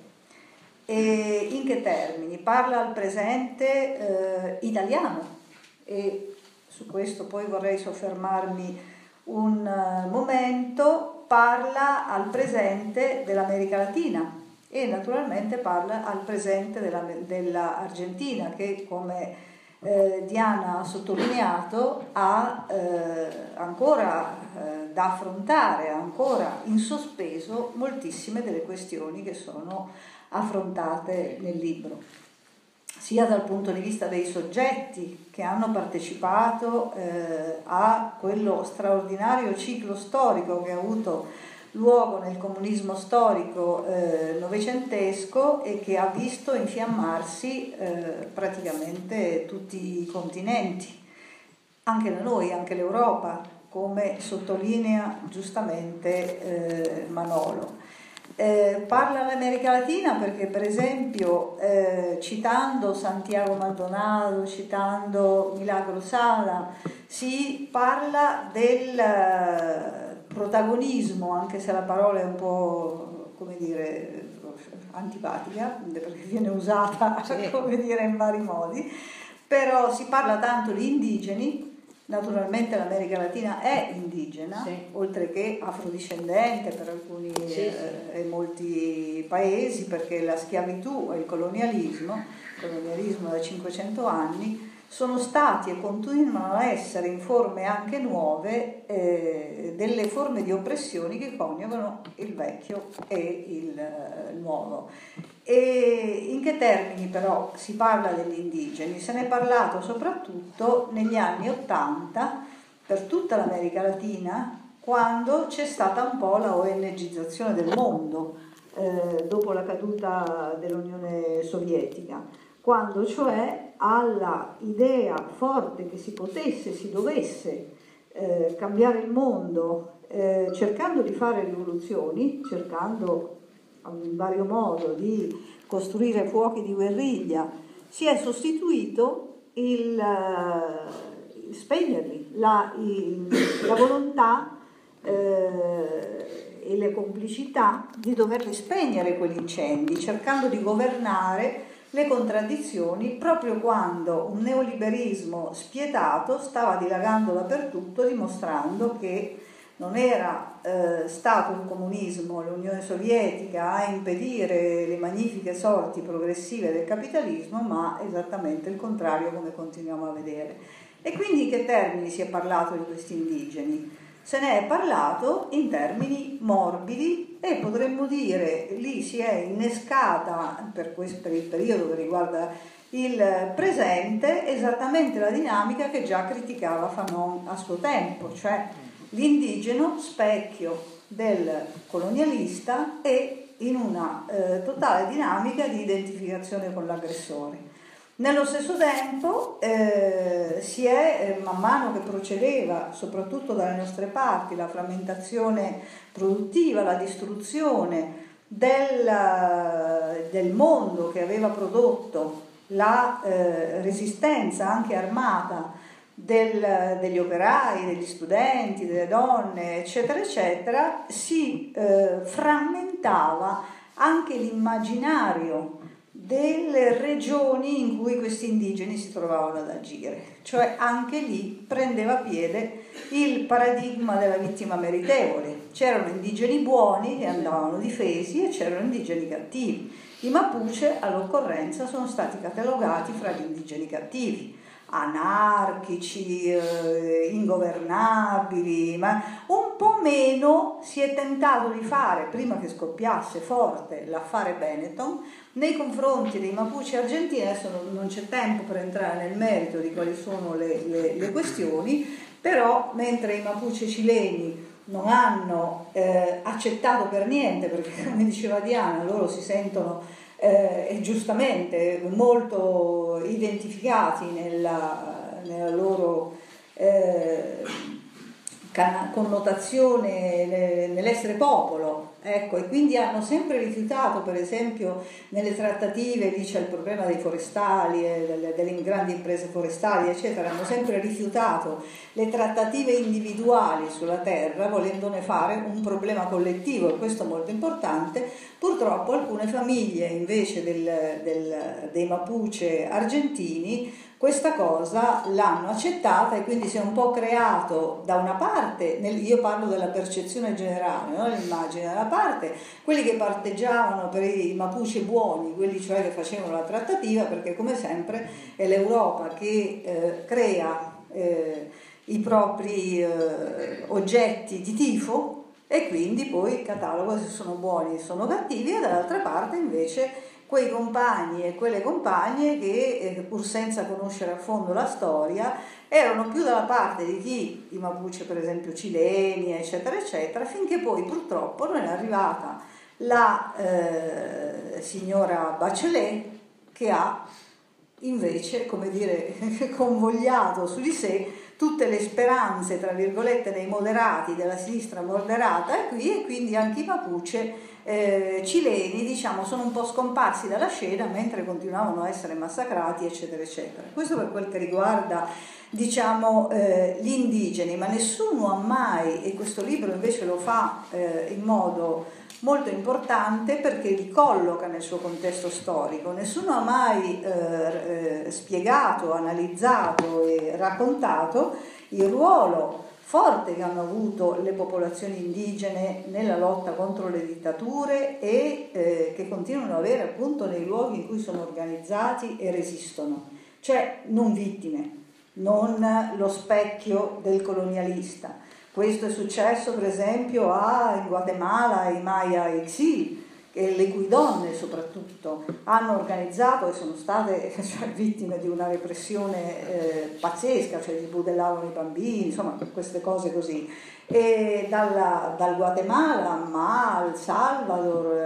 E in che termini? Parla al presente eh, italiano, e su questo poi vorrei soffermarmi un uh, momento. Parla al presente dell'America Latina e naturalmente parla al presente della, dell'Argentina, che, come eh, Diana ha sottolineato, ha eh, ancora eh, da affrontare, ancora in sospeso moltissime delle questioni che sono affrontate nel libro, sia dal punto di vista dei soggetti che hanno partecipato eh, a quello straordinario ciclo storico che ha avuto luogo nel comunismo storico eh, novecentesco e che ha visto infiammarsi eh, praticamente tutti i continenti, anche da noi, anche l'Europa, come sottolinea giustamente eh, Manolo. Eh, parla l'America Latina perché, per esempio, eh, citando Santiago Maldonado, citando Milagro Sala, si parla del protagonismo, anche se la parola è un po', come dire, antipatica, perché viene usata, sì, come dire, in vari modi, però si parla tanto di indigeni. Naturalmente l'America Latina è indigena, sì, oltre che afrodiscendente per alcuni sì, sì. Eh, molti paesi, perché la schiavitù e il colonialismo, il colonialismo da cinquecento anni, sono stati e continuano a essere in forme anche nuove eh, delle forme di oppressioni che coniugano il vecchio e il eh, nuovo. E in che termini però si parla degli indigeni? Se ne è parlato soprattutto negli anni Ottanta per tutta l'America Latina, quando c'è stata un po' la O N G-izzazione del mondo eh, dopo la caduta dell'Unione Sovietica, quando cioè alla idea forte che si potesse, si dovesse eh, cambiare il mondo eh, cercando di fare rivoluzioni, cercando in vario modo di costruire fuochi di guerriglia, si è sostituito il, il spegnerli, la, il, la volontà eh, e le complicità di doverli spegnere quegli incendi, cercando di governare le contraddizioni proprio quando un neoliberismo spietato stava dilagando dappertutto, dimostrando che non era eh, stato il comunismo, l'Unione Sovietica a impedire le magnifiche sorti progressive del capitalismo, ma esattamente il contrario, come continuiamo a vedere. E quindi in che termini si è parlato di questi indigeni? Se ne è parlato in termini morbidi e potremmo dire lì si è innescata per, questo, per il periodo che riguarda il presente esattamente la dinamica che già criticava Fanon a suo tempo, cioè l'indigeno specchio del colonialista e in una eh, totale dinamica di identificazione con l'aggressore. Nello stesso tempo eh, si è, eh, man mano che procedeva, soprattutto dalle nostre parti, la frammentazione produttiva, la distruzione del, del mondo che aveva prodotto la eh, resistenza anche armata del, degli operai, degli studenti, delle donne, eccetera, eccetera, si eh, frammentava anche l'immaginario delle regioni in cui questi indigeni si trovavano ad agire, cioè anche lì prendeva piede il paradigma della vittima meritevole. C'erano indigeni buoni che andavano difesi e c'erano indigeni cattivi. I Mapuche all'occorrenza sono stati catalogati fra gli indigeni cattivi, anarchici, eh, ingovernabili, ma un po' meno si è tentato di fare, prima che scoppiasse forte l'affare Benetton, nei confronti dei Mapuche argentini. Adesso non, non c'è tempo per entrare nel merito di quali sono le, le, le questioni, però mentre i Mapuche cileni non hanno eh, accettato per niente, perché come diceva Diana, loro si sentono eh, e giustamente molto identificati nella, nella loro eh, connotazione nell'essere popolo, ecco, e quindi hanno sempre rifiutato, per esempio nelle trattative, lì c'è il problema dei forestali, eh, delle, delle grandi imprese forestali eccetera, hanno sempre rifiutato le trattative individuali sulla terra, volendone fare un problema collettivo, e questo è molto importante. Purtroppo alcune famiglie invece del, del, dei Mapuche argentini questa cosa l'hanno accettata, e quindi si è un po' creato da una parte, nel, io parlo della percezione generale, no? L'immagine, da una parte quelli che parteggiavano per i Mapuche buoni, quelli cioè che facevano la trattativa, perché come sempre è l'Europa che eh, crea eh, i propri eh, oggetti di tifo, e quindi poi cataloga se sono buoni o sono cattivi, e dall'altra parte invece quei compagni e quelle compagne che, eh, pur senza conoscere a fondo la storia, erano più dalla parte di chi, i Mapuche per esempio cileni, eccetera, eccetera, finché poi purtroppo non è arrivata la eh, signora Bachelet, che ha invece, come dire, convogliato su di sé tutte le speranze, tra virgolette, dei moderati, della sinistra moderata, e qui e quindi anche i Mapuche eh, cileni, diciamo, sono un po' scomparsi dalla scena mentre continuavano a essere massacrati, eccetera, eccetera. Questo per quel che riguarda, diciamo, eh, gli indigeni, ma nessuno ha mai, e questo libro invece lo fa eh, in modo molto importante perché li colloca nel suo contesto storico. Nessuno ha mai eh, eh, spiegato, analizzato e raccontato il ruolo forte che hanno avuto le popolazioni indigene nella lotta contro le dittature e eh, che continuano ad avere appunto nei luoghi in cui sono organizzati e resistono, cioè non vittime, non lo specchio del colonialista. Questo è successo per esempio a, in Guatemala ai Maya Exil, le cui donne soprattutto hanno organizzato e sono state cioè, vittime di una repressione eh, pazzesca, cioè gli budellavano i bambini, insomma queste cose così. E dalla, dal Guatemala ma al Salvador,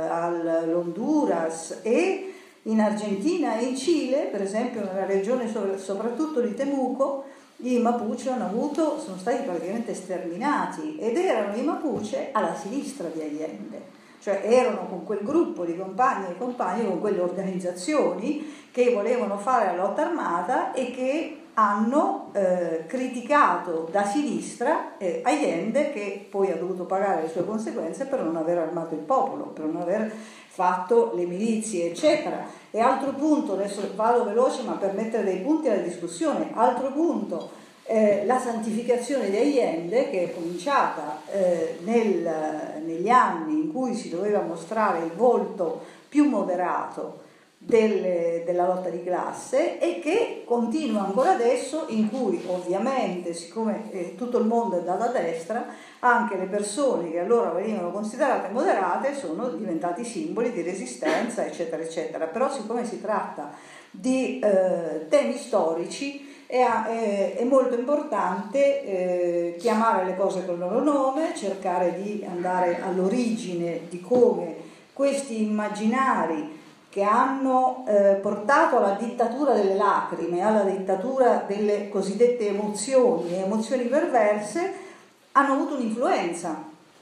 all'Honduras e in Argentina e in Cile, per esempio nella regione soprattutto di Temuco, i Mapuche hanno avuto, sono stati praticamente sterminati, ed erano i Mapuche alla sinistra di Allende, cioè erano con quel gruppo di compagni e compagni, con quelle organizzazioni che volevano fare la lotta armata e che hanno eh, criticato da sinistra eh, Allende, che poi ha dovuto pagare le sue conseguenze per non aver armato il popolo, per non aver fatto le milizie, eccetera. E altro punto, adesso vado veloce ma per mettere dei punti alla discussione, altro punto, eh, la santificazione di Allende, che è cominciata eh, nel, negli anni in cui si doveva mostrare il volto più moderato Delle, della lotta di classe, e che continua ancora adesso, in cui ovviamente, siccome eh, tutto il mondo è dato a destra, anche le persone che allora venivano considerate moderate sono diventati simboli di resistenza, eccetera, eccetera. Però siccome si tratta di eh, temi storici è, è, è molto importante eh, chiamare le cose col loro nome, cercare di andare all'origine di come questi immaginari che hanno eh, portato alla dittatura delle lacrime, alla dittatura delle cosiddette emozioni, emozioni perverse, hanno avuto un'influenza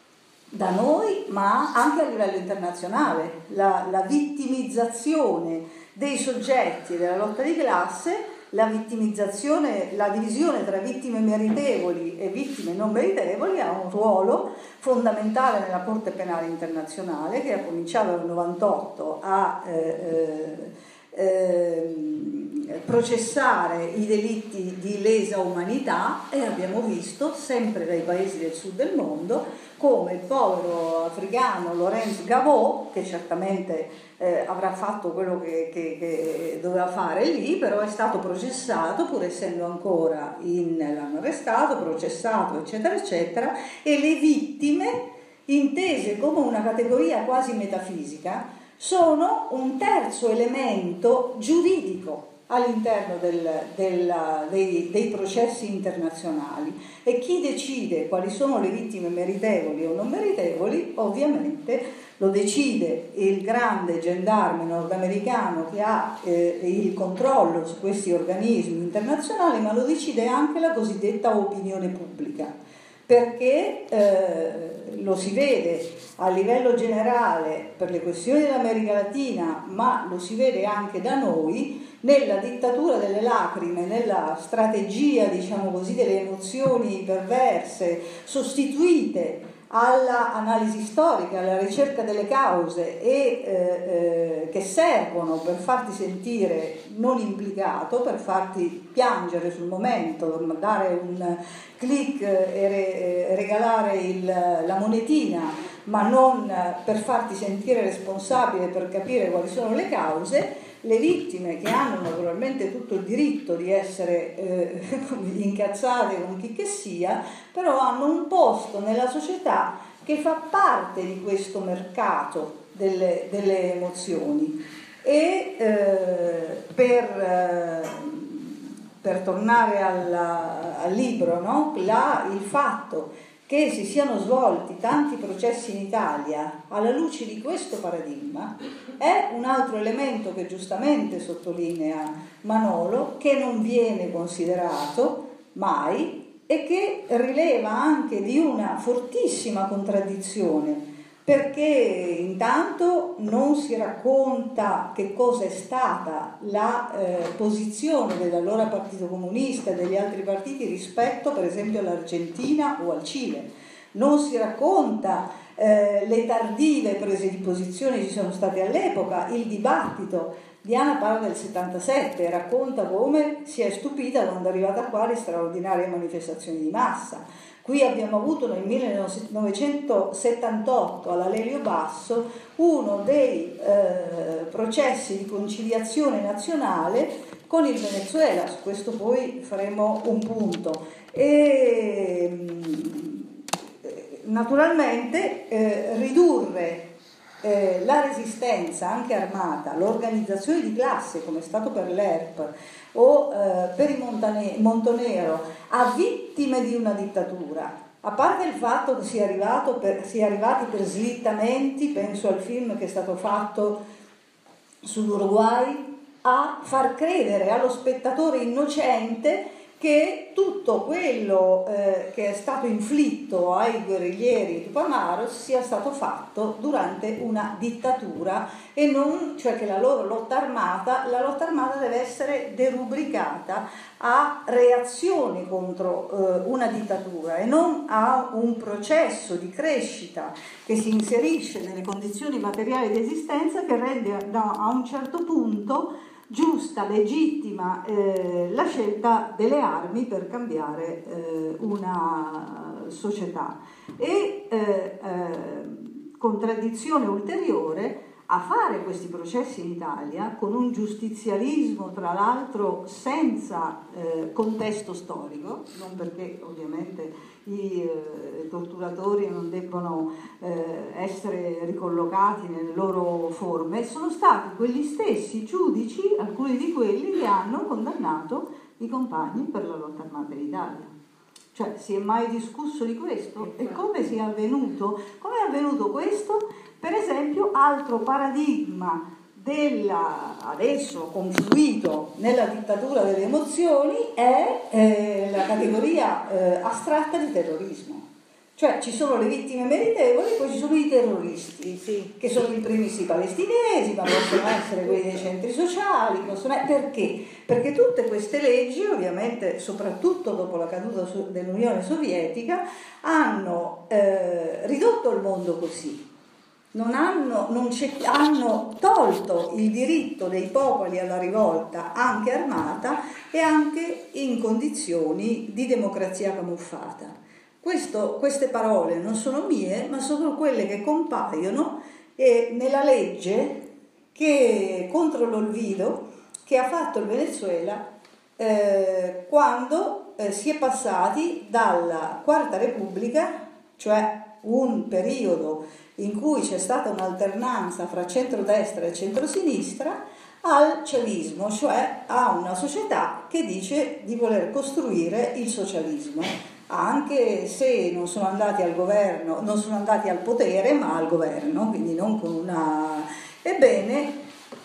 da noi, ma anche a livello internazionale. La, la vittimizzazione dei soggetti della lotta di classe, la vittimizzazione, la divisione tra vittime meritevoli e vittime non meritevoli ha un ruolo fondamentale nella Corte Penale Internazionale, che ha cominciato nel novantotto a eh, eh, processare i delitti di lesa umanità, e abbiamo visto sempre dai paesi del sud del mondo come il povero africano Laurent Gbagbo, che certamente eh, avrà fatto quello che, che, che doveva fare lì, però è stato processato, pur essendo ancora in, l'hanno arrestato, processato, eccetera, eccetera, e le vittime, intese come una categoria quasi metafisica, sono un terzo elemento giuridico all'interno del, del, dei, dei processi internazionali, e chi decide quali sono le vittime meritevoli o non meritevoli ovviamente lo decide il grande gendarme nordamericano che ha eh, il controllo su questi organismi internazionali, ma lo decide anche la cosiddetta opinione pubblica, perché eh, lo si vede a livello generale per le questioni dell'America Latina, ma lo si vede anche da noi nella dittatura delle lacrime, nella strategia, diciamo così, delle emozioni perverse sostituite all'analisi storica, alla ricerca delle cause e eh, eh, che servono per farti sentire non implicato, per farti piangere sul momento, dare un click e re, regalare il, la monetina, ma non per farti sentire responsabile, per capire quali sono le cause. Le vittime, che hanno naturalmente tutto il diritto di essere eh, incazzate con chi che sia, però hanno un posto nella società che fa parte di questo mercato delle, delle emozioni. E eh, per, eh, per tornare alla, al libro, no? La, il fatto che si siano svolti tanti processi in Italia alla luce di questo paradigma è un altro elemento che giustamente sottolinea Manolo, che non viene considerato mai e che rileva anche di una fortissima contraddizione, perché intanto non si racconta che cosa è stata la eh, posizione dell'allora Partito Comunista e degli altri partiti rispetto per esempio all'Argentina o al Cile, non si racconta eh, le tardive prese di posizione che ci sono state all'epoca, il dibattito. Diana parla del settantasette e racconta come si è stupita quando è arrivata qua le straordinarie manifestazioni di massa. Qui abbiamo avuto nel millenovecentosettantotto alla Lelio Basso uno dei eh, processi di conciliazione nazionale con il Venezuela, su questo poi faremo un punto. E naturalmente eh, ridurre eh, la resistenza anche armata, l'organizzazione di classe come è stato per l'E R P o eh, per i Montane- Montonero a vittime di una dittatura, a parte il fatto che sia arrivato per, sia arrivati per slittamenti, penso al film che è stato fatto sull'Uruguay, a far credere allo spettatore innocente che tutto quello eh, che è stato inflitto ai guerriglieri di Tupamaros sia stato fatto durante una dittatura e non, cioè che la loro lotta armata, la lotta armata deve essere derubricata a reazione contro eh, una dittatura e non a un processo di crescita che si inserisce nelle condizioni materiali di esistenza che rende da, a un certo punto giusta, legittima eh, la scelta delle armi per cambiare eh, una società. E eh, eh, contraddizione ulteriore a fare questi processi in Italia con un giustizialismo tra l'altro senza eh, contesto storico, non perché ovviamente i eh, torturatori non debbono eh, essere ricollocati nelle loro forme, sono stati quegli stessi giudici, alcuni di quelli che hanno condannato i compagni per la lotta armata in Italia. Cioè, si è mai discusso di questo? E come sia avvenuto? Come è avvenuto questo? Per esempio, altro paradigma della, adesso confluito nella dittatura delle emozioni è eh, la categoria eh, astratta di terrorismo. Cioè ci sono le vittime meritevoli e poi ci sono i terroristi, sì, che sono i primisti palestinesi, ma possono essere quelli dei centri sociali, possono essere... perché? Perché tutte queste leggi, ovviamente soprattutto dopo la caduta dell'Unione Sovietica, hanno eh, ridotto il mondo così. Non hanno, non hanno tolto il diritto dei popoli alla rivolta anche armata e anche in condizioni di democrazia camuffata. Questo, queste parole non sono mie, ma sono quelle che compaiono eh, nella legge che, contro l'olvido che ha fatto il Venezuela eh, quando eh, si è passati dalla Quarta Repubblica, cioè un periodo in cui c'è stata un'alternanza fra centrodestra e centrosinistra, al chavismo, cioè a una società che dice di voler costruire il socialismo, anche se non sono andati al governo, non sono andati al potere, ma al governo, quindi non con una... Ebbene,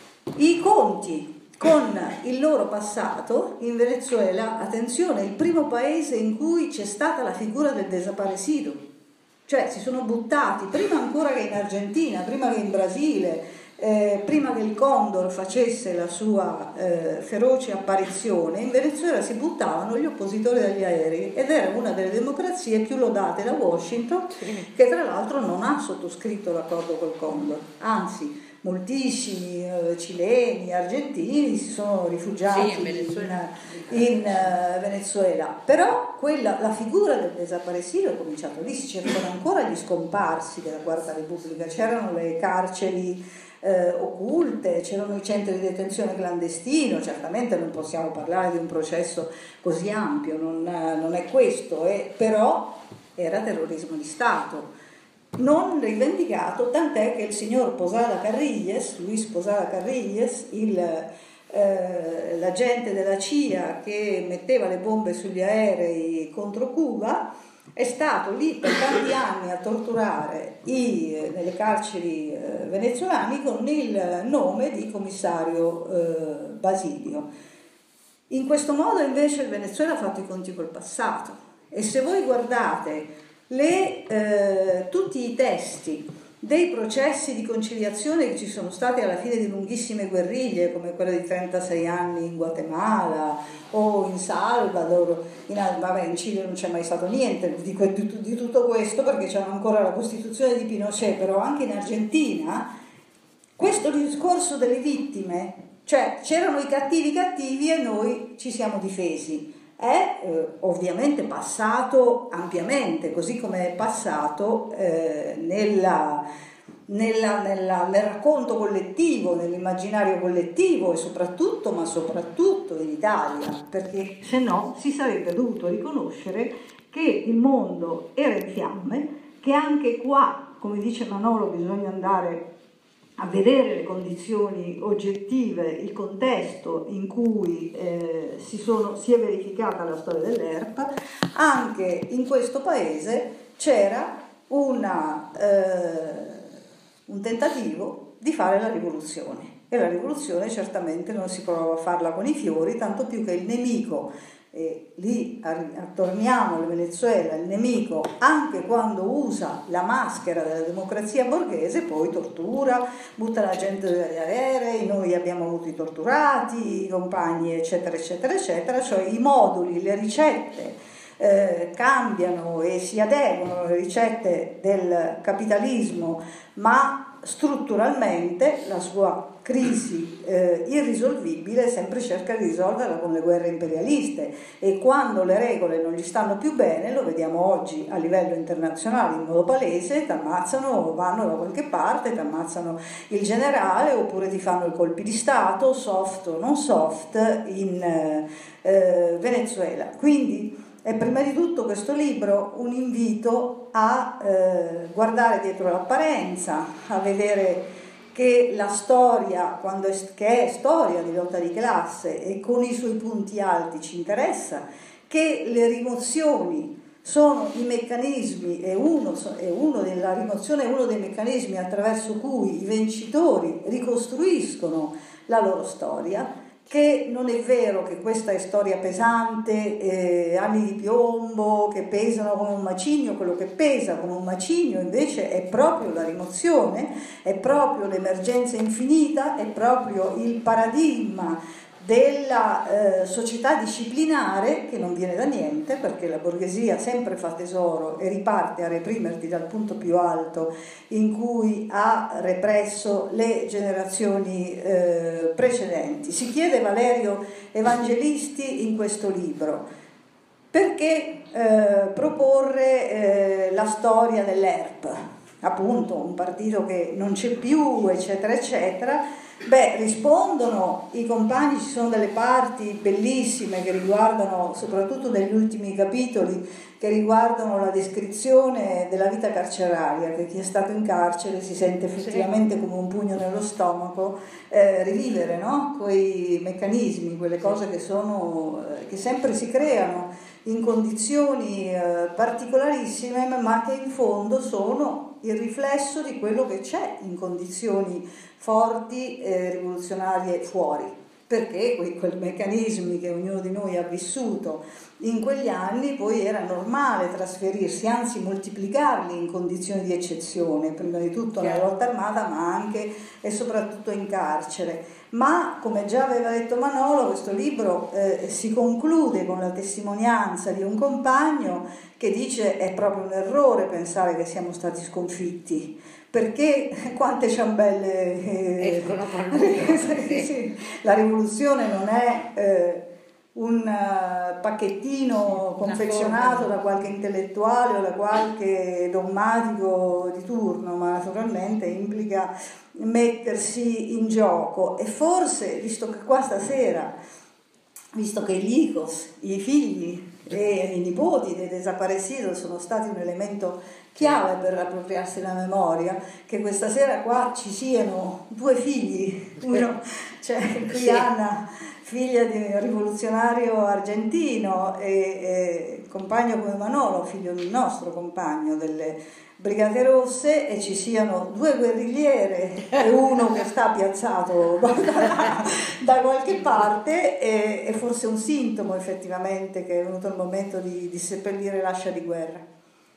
i conti con il loro passato in Venezuela, attenzione, è il primo paese in cui c'è stata la figura del desaparecido, cioè si sono buttati, prima ancora che in Argentina, prima che in Brasile, Eh, prima che il Condor facesse la sua eh, feroce apparizione, in Venezuela si buttavano gli oppositori dagli aerei ed era una delle democrazie più lodate da Washington, che tra l'altro non ha sottoscritto l'accordo col Condor, anzi moltissimi eh, cileni, argentini si sono rifugiati sì, in Venezuela, in, in uh, Venezuela. Però quella, la figura del desaparecido è cominciata lì, si cercano ancora gli scomparsi della Quarta Repubblica, c'erano le carceri Eh, occulte, c'erano i centri di detenzione clandestino, certamente non possiamo parlare di un processo così ampio, non, non è questo, eh, però era terrorismo di Stato. non rivendicato, tant'è che il signor Posada Carrilles, Luis Posada Carrilles, il, eh, l'agente della C I A che metteva le bombe sugli aerei contro Cuba, è stato lì per tanti anni a torturare i, nelle carceri eh, venezuelane con il nome di commissario eh, Basilio. In questo modo invece il Venezuela ha fatto i conti col passato, e se voi guardate le, eh, tutti i testi dei processi di conciliazione che ci sono stati alla fine di lunghissime guerriglie, come quella di trentasei anni in Guatemala o in Salvador, in, vabbè, in Cile non c'è mai stato niente di, di, di tutto questo perché c'era ancora la Costituzione di Pinochet, però anche in Argentina questo discorso delle vittime, cioè c'erano i cattivi cattivi e noi ci siamo difesi, è eh, ovviamente passato ampiamente, così come è passato eh, nella, nella, nella, nel racconto collettivo, nell'immaginario collettivo e soprattutto, ma soprattutto in Italia, perché se no si sarebbe dovuto riconoscere che il mondo era in fiamme, che anche qua, come dice Manolo, bisogna andare a vedere le condizioni oggettive, il contesto in cui eh, si, sono, si è verificata la storia dell'E R P, anche in questo paese c'era una, eh, un tentativo di fare la rivoluzione, e la rivoluzione certamente non si provava a farla con i fiori, tanto più che il nemico, e lì torniamo al Venezuela, il nemico anche quando usa la maschera della democrazia borghese poi tortura, butta la gente dagli aerei, noi abbiamo avuto i torturati, i compagni eccetera eccetera eccetera, cioè i moduli, le ricette eh, cambiano e si adeguano alle ricette del capitalismo, ma strutturalmente la sua crisi eh, irrisolvibile sempre cerca di risolverla con le guerre imperialiste, e quando le regole non gli stanno più bene, lo vediamo oggi a livello internazionale in modo palese, ti ammazzano, vanno da qualche parte, ti ammazzano il generale oppure ti fanno i colpi di stato, soft o non soft, in eh, Venezuela. Quindi è prima di tutto questo libro un invito a eh, guardare dietro l'apparenza, a vedere che la storia, quando è, che è storia di lotta di classe e con i suoi punti alti ci interessa, che le rimozioni sono i meccanismi, e uno, è uno della rimozione è uno dei meccanismi attraverso cui i vincitori ricostruiscono la loro storia, che non è vero che questa è storia pesante, eh, anni di piombo che pesano come un macigno. Quello che pesa come un macigno invece è proprio la rimozione, è proprio l'emergenza infinita, è proprio il paradigma della eh, società disciplinare che non viene da niente, perché la borghesia sempre fa tesoro e riparte a reprimerti dal punto più alto in cui ha represso le generazioni eh, precedenti. Si chiede Valerio Evangelisti in questo libro perché eh, proporre eh, la storia dell'E R P, appunto un partito che non c'è più eccetera eccetera. Beh, rispondono i compagni, ci sono delle parti bellissime che riguardano, soprattutto negli ultimi capitoli, che riguardano la descrizione della vita carceraria, che chi è stato in carcere si sente effettivamente sì, come un pugno nello stomaco, eh, rivivere, no? Quei meccanismi, quelle cose che sono, eh, che sempre si creano in condizioni eh, particolarissime, ma che in fondo sono il riflesso di quello che c'è in condizioni forti e eh, rivoluzionarie fuori, perché quei, quei meccanismi che ognuno di noi ha vissuto in quegli anni poi era normale trasferirsi, anzi moltiplicarli in condizioni di eccezione, prima di tutto nella lotta armata ma anche e soprattutto in carcere. Ma come già aveva detto Manolo, questo libro eh, si conclude con la testimonianza di un compagno che dice è proprio un errore pensare che siamo stati sconfitti, perché quante ciambelle eh, sì, sì, la rivoluzione non è eh, un uh, pacchettino confezionato da qualche intellettuale o da qualche dogmatico di turno, ma naturalmente implica mettersi in gioco. E forse, visto che qua stasera, visto che gli hijos, i figli e i nipoti dei desaparecidos sono stati un elemento chiave per appropriarsi la memoria, che questa sera qua ci siano due figli, uno, cioè qui sì. Anna, figlia di un rivoluzionario argentino, e, e compagno come Manolo, figlio del nostro compagno delle Brigate Rosse, e ci siano due guerrigliere e uno che sta piazzato da, da qualche parte, e, e forse un sintomo effettivamente che è venuto il momento di, di seppellire l'ascia di guerra.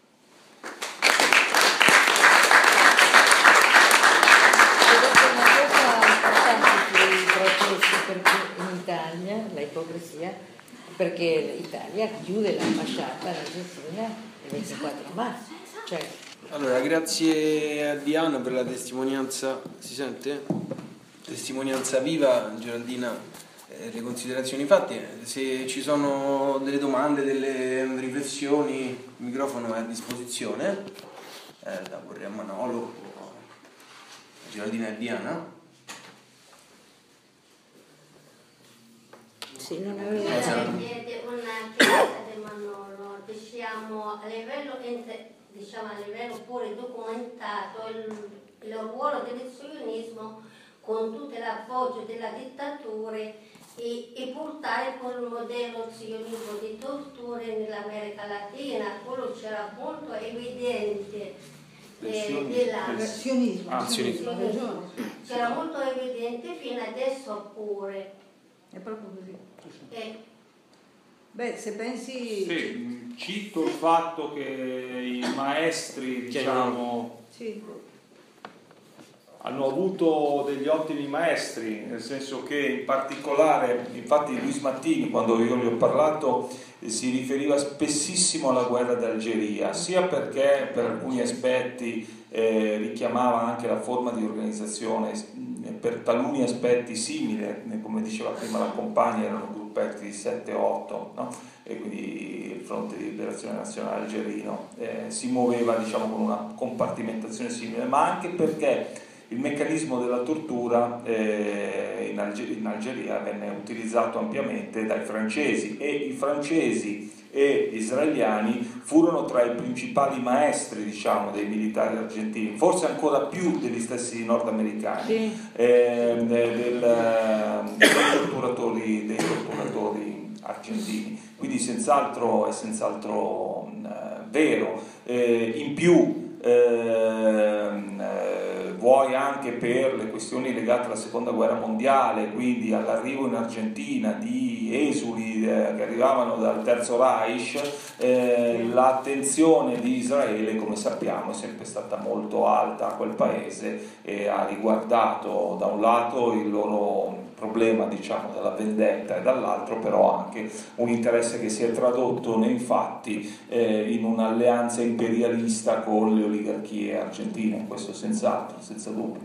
In Italia la ipocrisia, perché l'Italia chiude l'ambasciata all'Argentina il ventiquattro marzo. Cioè. Allora, grazie a Diana per la testimonianza, si sente? Testimonianza viva, Geraldina, eh, le considerazioni fatte. Se ci sono delle domande, delle riflessioni, il microfono è a disposizione, eh, da porre a Manolo, Geraldina e Diana. Sì, non avevo una chiamata di Manolo, diciamo a livello, diciamo, a livello pure documentato il, il ruolo del sionismo con tutto l'appoggio della dittatura e, e portare quel modello sionismo di torture nell'America Latina. Quello c'era appunto evidente eh, della sionismo, ah, sionismo. C'era molto evidente fino adesso pure. È proprio così. Eh. Beh, se pensi... Sì, cito il fatto che i maestri, diciamo, sì. hanno avuto degli ottimi maestri, nel senso che in particolare, infatti Luis Mattini, quando io gli ho parlato, si riferiva spessissimo alla guerra d'Algeria, sia perché per alcuni aspetti eh, richiamava anche la forma di organizzazione, per taluni aspetti simile, come diceva prima la compagna, erano gruppetti di sette otto, no? E quindi il Fronte di Liberazione Nazionale Algerino eh, si muoveva, diciamo, con una compartimentazione simile, ma anche perché il meccanismo della tortura eh, in, Alger- in Algeria venne utilizzato ampiamente dai francesi, e i francesi e gli israeliani furono tra i principali maestri, diciamo, dei militari argentini, forse ancora più degli stessi nordamericani, sì. eh, del, dei torturatori, dei torturatori argentini. Quindi senz'altro è senz'altro eh, vero. Eh, in più eh, vuoi anche per le questioni legate alla seconda guerra mondiale, quindi all'arrivo in Argentina di esuli eh, che arrivavano dal Terzo Reich, eh, l'attenzione di Israele, come sappiamo, è sempre stata molto alta a quel paese e ha riguardato da un lato il loro problema, diciamo, della vendetta, e dall'altro però anche un interesse che si è tradotto nei fatti eh, in un'alleanza imperialista con le oligarchie argentine, questo senz'altro, senza dubbio.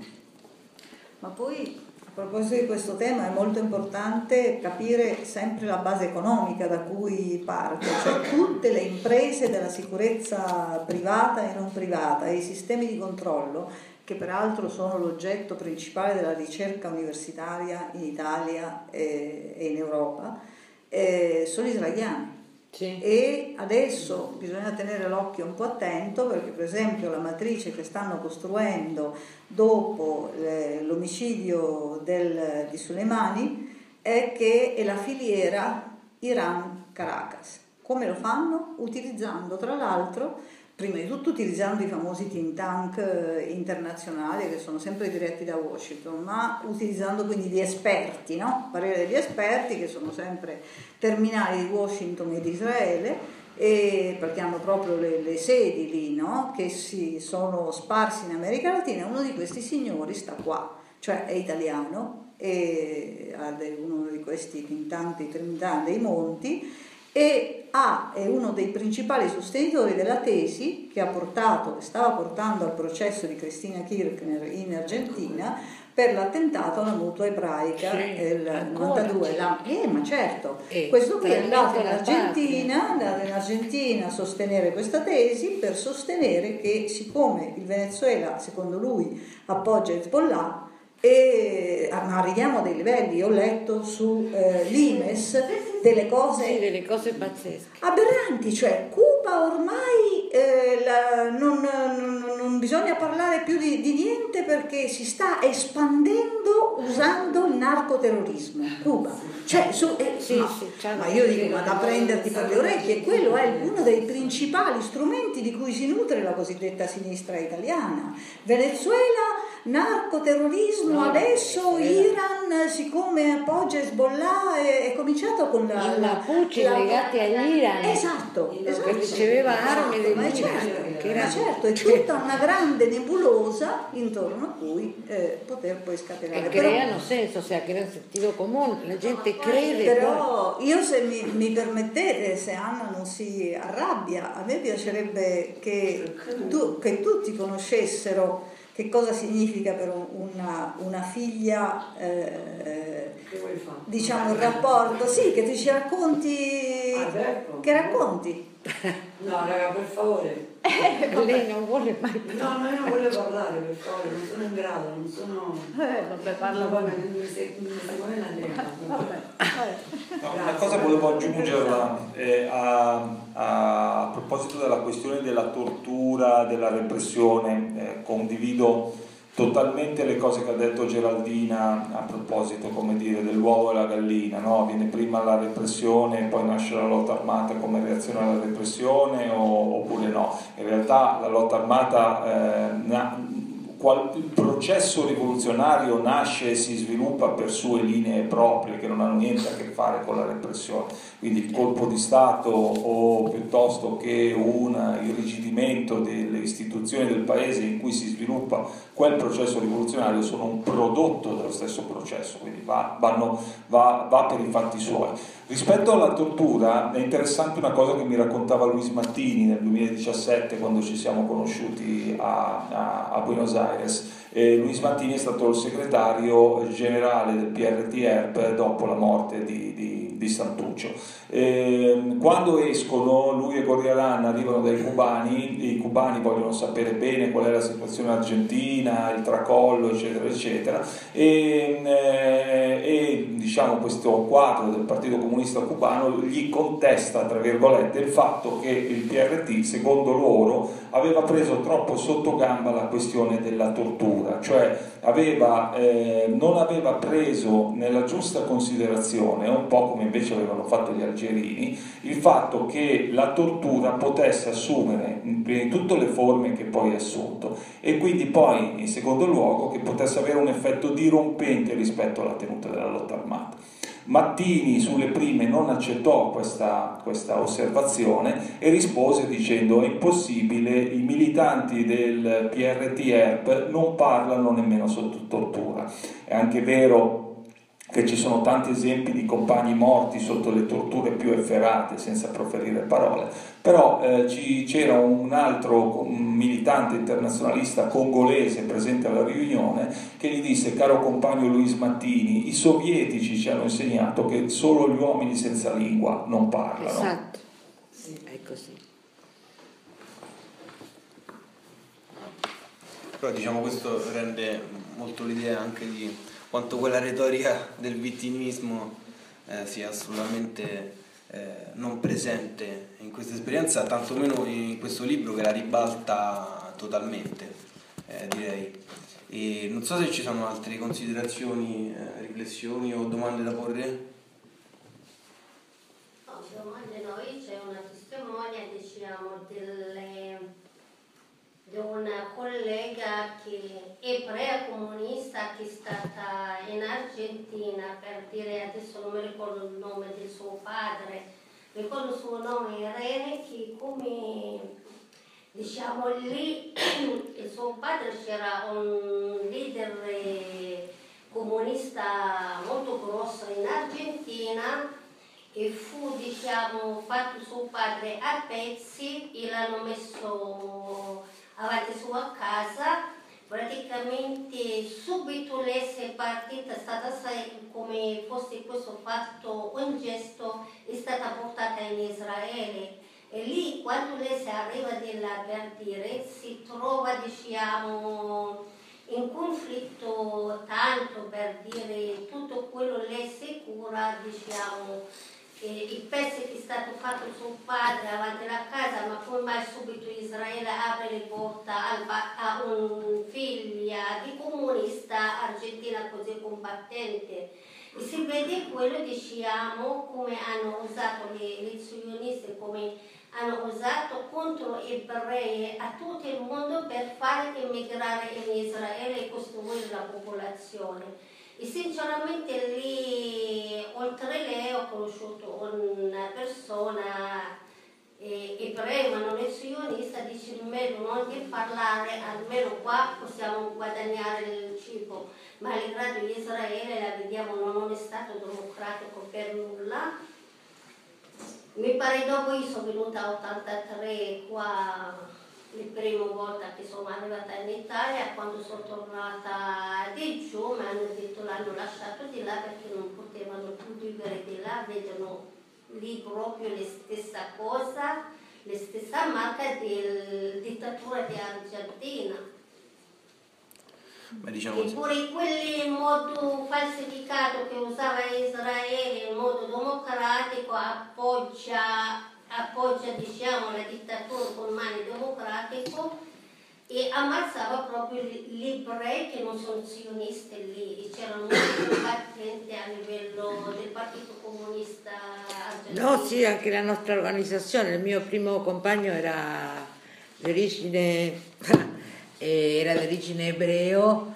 Ma poi a proposito di questo tema è molto importante capire sempre la base economica da cui parte, cioè tutte le imprese della sicurezza privata e non privata e i sistemi di controllo, che peraltro sono l'oggetto principale della ricerca universitaria in Italia e in Europa, eh, sono israeliani. Sì. E adesso bisogna tenere l'occhio un po' attento, perché per esempio la matrice che stanno costruendo dopo eh, l'omicidio del, di Soleimani è che è la filiera Iran-Caracas. Come lo fanno? Utilizzando tra l'altro, prima di tutto utilizzando i famosi think tank internazionali che sono sempre diretti da Washington, ma utilizzando quindi gli esperti, no? Parere degli esperti che sono sempre terminali di Washington e di Israele, e perché hanno proprio le, le sedi lì, no? Che si sono sparsi in America Latina. Uno di questi signori sta qua, cioè è italiano, e ha uno di questi think tank di Trinità dei Monti, e ha, è uno dei principali sostenitori della tesi che ha portato, stava portando al processo di Cristina Kirchner in Argentina per l'attentato alla mutua ebraica del novantadue. La, eh, ma certo, eh, questo qui è andato in Argentina, è andato in Argentina a sostenere questa tesi, per sostenere che siccome il Venezuela, secondo lui, appoggia Hezbollah, e arriviamo a dei livelli, ho letto su eh, l'I M E S delle cose, sì, delle cose pazzesche, aberranti, cioè Cuba ormai eh, la, non, non, non bisogna parlare più di, di niente perché si sta espandendo usando il narcoterrorismo. Cuba. Cioè, su, eh, Sì, no, sì, ma io dico, ma da prenderti per le orecchie, quello è uno dei principali strumenti di cui si nutre la cosiddetta sinistra italiana. Venezuela, narcoterrorismo, adesso Iran, siccome appoggia Hezbollah, è, è cominciato con la... I Mapuche la- legati all'Iran, Esatto, esatto. che riceveva armi Esatto, ma dell'Iran, certo, che era- ma certo, è tutta una grande nebulosa intorno a cui eh, poter poi scatenare. e Però- creano senso, se crea sentito comune, la gente crede. Però io, se mi, mi permettete, se Anna non si arrabbia, a me piacerebbe che, tu, che tutti conoscessero che cosa significa per un- una, una figlia, eh, Che vuoi fare? diciamo, il rapporto. Sì, che ti ci racconti, Ah, ecco. che racconti. No, raga, per favore. Lei non vuole mai No, ma io non voglio parlare, per favore, non sono in grado, non sono... Eh, vabbè, parla No, con vabbè, mi sei come una nera. No, una cosa volevo aggiungerla eh, a, a, a proposito della questione della tortura, della repressione. Eh, condivido totalmente le cose che ha detto Geraldina a proposito, come dire, dell'uovo e la gallina, no? Viene prima la repressione e poi nasce la lotta armata come reazione alla repressione o, oppure no. In realtà la lotta armata eh, na- qual- il processo rivoluzionario nasce e si sviluppa per sue linee proprie che non hanno niente a che fare con la repressione, quindi il colpo di Stato o piuttosto che un irrigidimento delle istituzioni del paese in cui si sviluppa quel processo rivoluzionario sono un prodotto dello stesso processo, quindi va, vanno, va, va per i fatti suoi. Rispetto alla tortura è interessante una cosa che mi raccontava Luis Mattini nel duemiladiciassette quando ci siamo conosciuti a, a, a Buenos Aires. E Luis Mattini è stato il segretario generale del P R T E R P dopo la morte di, di, di Santuccio. E quando escono, lui e Gorriarán arrivano dai cubani, i cubani vogliono sapere bene qual è la situazione argentina, il tracollo, eccetera, eccetera, e, eh, e diciamo questo quadro del Partito Comunista Cubano gli contesta, tra virgolette, il fatto che il P R T, secondo loro, aveva preso troppo sotto gamba la questione della tortura, cioè aveva, eh, non aveva preso nella giusta considerazione, un po' come invece avevano fatto gli algerini, il fatto che la tortura potesse assumere prima di tutto le forme che poi ha assunto e quindi poi in secondo luogo che potesse avere un effetto dirompente rispetto alla tenuta della lotta armata. Mattini sulle prime non accettò questa, questa osservazione e rispose dicendo: è impossibile, i militanti del P R T E R P non parlano nemmeno sotto tortura. È anche vero che ci sono tanti esempi di compagni morti sotto le torture più efferate senza proferire parole, però eh, ci, c'era un altro un militante internazionalista congolese presente alla riunione che gli disse: caro compagno Luis Mattini, i sovietici ci hanno insegnato che solo gli uomini senza lingua non parlano. Esatto, è così. Però diciamo questo rende molto l'idea anche di quanto quella retorica del vittimismo eh, sia assolutamente eh, non presente in questa esperienza, tantomeno in questo libro che la ribalta totalmente, eh, direi. E non so se ci sono altre considerazioni, eh, riflessioni o domande da porre. No, domande noi, c'è una testimonia, diciamo, delle, di una collega che è ebrea comunista che è stata in Argentina, per dire, adesso non mi ricordo il nome del suo padre, ricordo il suo nome, Irene, che come diciamo lì il suo padre c'era un leader comunista molto grosso in Argentina e fu diciamo fatto suo padre a pezzi e l'hanno messo avanti sua casa. Praticamente subito lei si è partita, è stata come fosse questo fatto un gesto, è stata portata in Israele. E lì quando lei si arriva della, per dire, si trova diciamo in conflitto tanto, per dire tutto quello lei si cura diciamo eh, il pezzo che è stato fatto suo padre davanti alla casa, ma poi mai subito Israele apre le porte a un figlio di comunista argentina così combattente. E si vede quello, diciamo, come hanno usato le, le sioniste, come hanno usato contro gli ebrei a tutto il mondo per far emigrare in Israele e costruire la popolazione. E sinceramente lì, oltre lei, ho conosciuto una persona eh, ebrea, ma non è sionista, dice almeno non di parlare, almeno qua possiamo guadagnare il cibo. Malgrado Israele, la vediamo, non è stato democratico per nulla. Mi pare dopo io sono venuta a ottantatré qua, la prima volta che sono arrivata in Italia, quando sono tornata di giù mi hanno detto l'hanno lasciato di là perché non potevano più vivere di là, vedono lì proprio la stessa cosa, la stessa marca della dittatura di Argentina. Beh, diciamo Eppure quelli in modo falsificato che usava Israele in modo democratico appoggia, appoggia diciamo, la dittatura con mani democratico e ammazzava proprio gli ebrei che non sono sionisti lì, e c'erano molti combattenti a livello del Partito Comunista Argentino. No, sì, anche la nostra organizzazione, il mio primo compagno era di origine, era di origine ebreo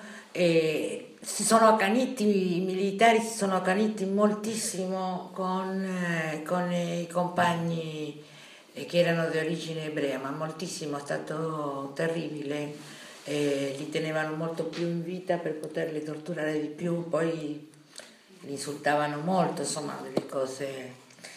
e si sono accaniti, i militari si sono accaniti moltissimo con, eh, con i compagni che erano di origine ebrea, ma moltissimo, è stato terribile, eh, li tenevano molto più in vita per poterli torturare di più, poi li insultavano molto, insomma delle cose,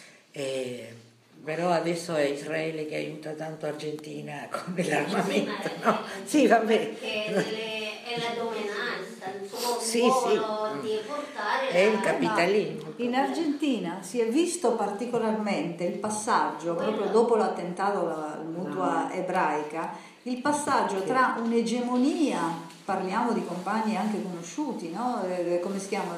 eh, però adesso è Israele che aiuta tanto Argentina con l'armamento, no? Sì, vabbè. Perché è la dominanza, il suo Sì, ruolo sì. di portare È il la... capitalismo. In Argentina si è visto particolarmente il passaggio, proprio dopo l'attentato alla mutua ebraica, il passaggio tra un'egemonia, parliamo di compagni anche conosciuti, no? Eh, come si chiama?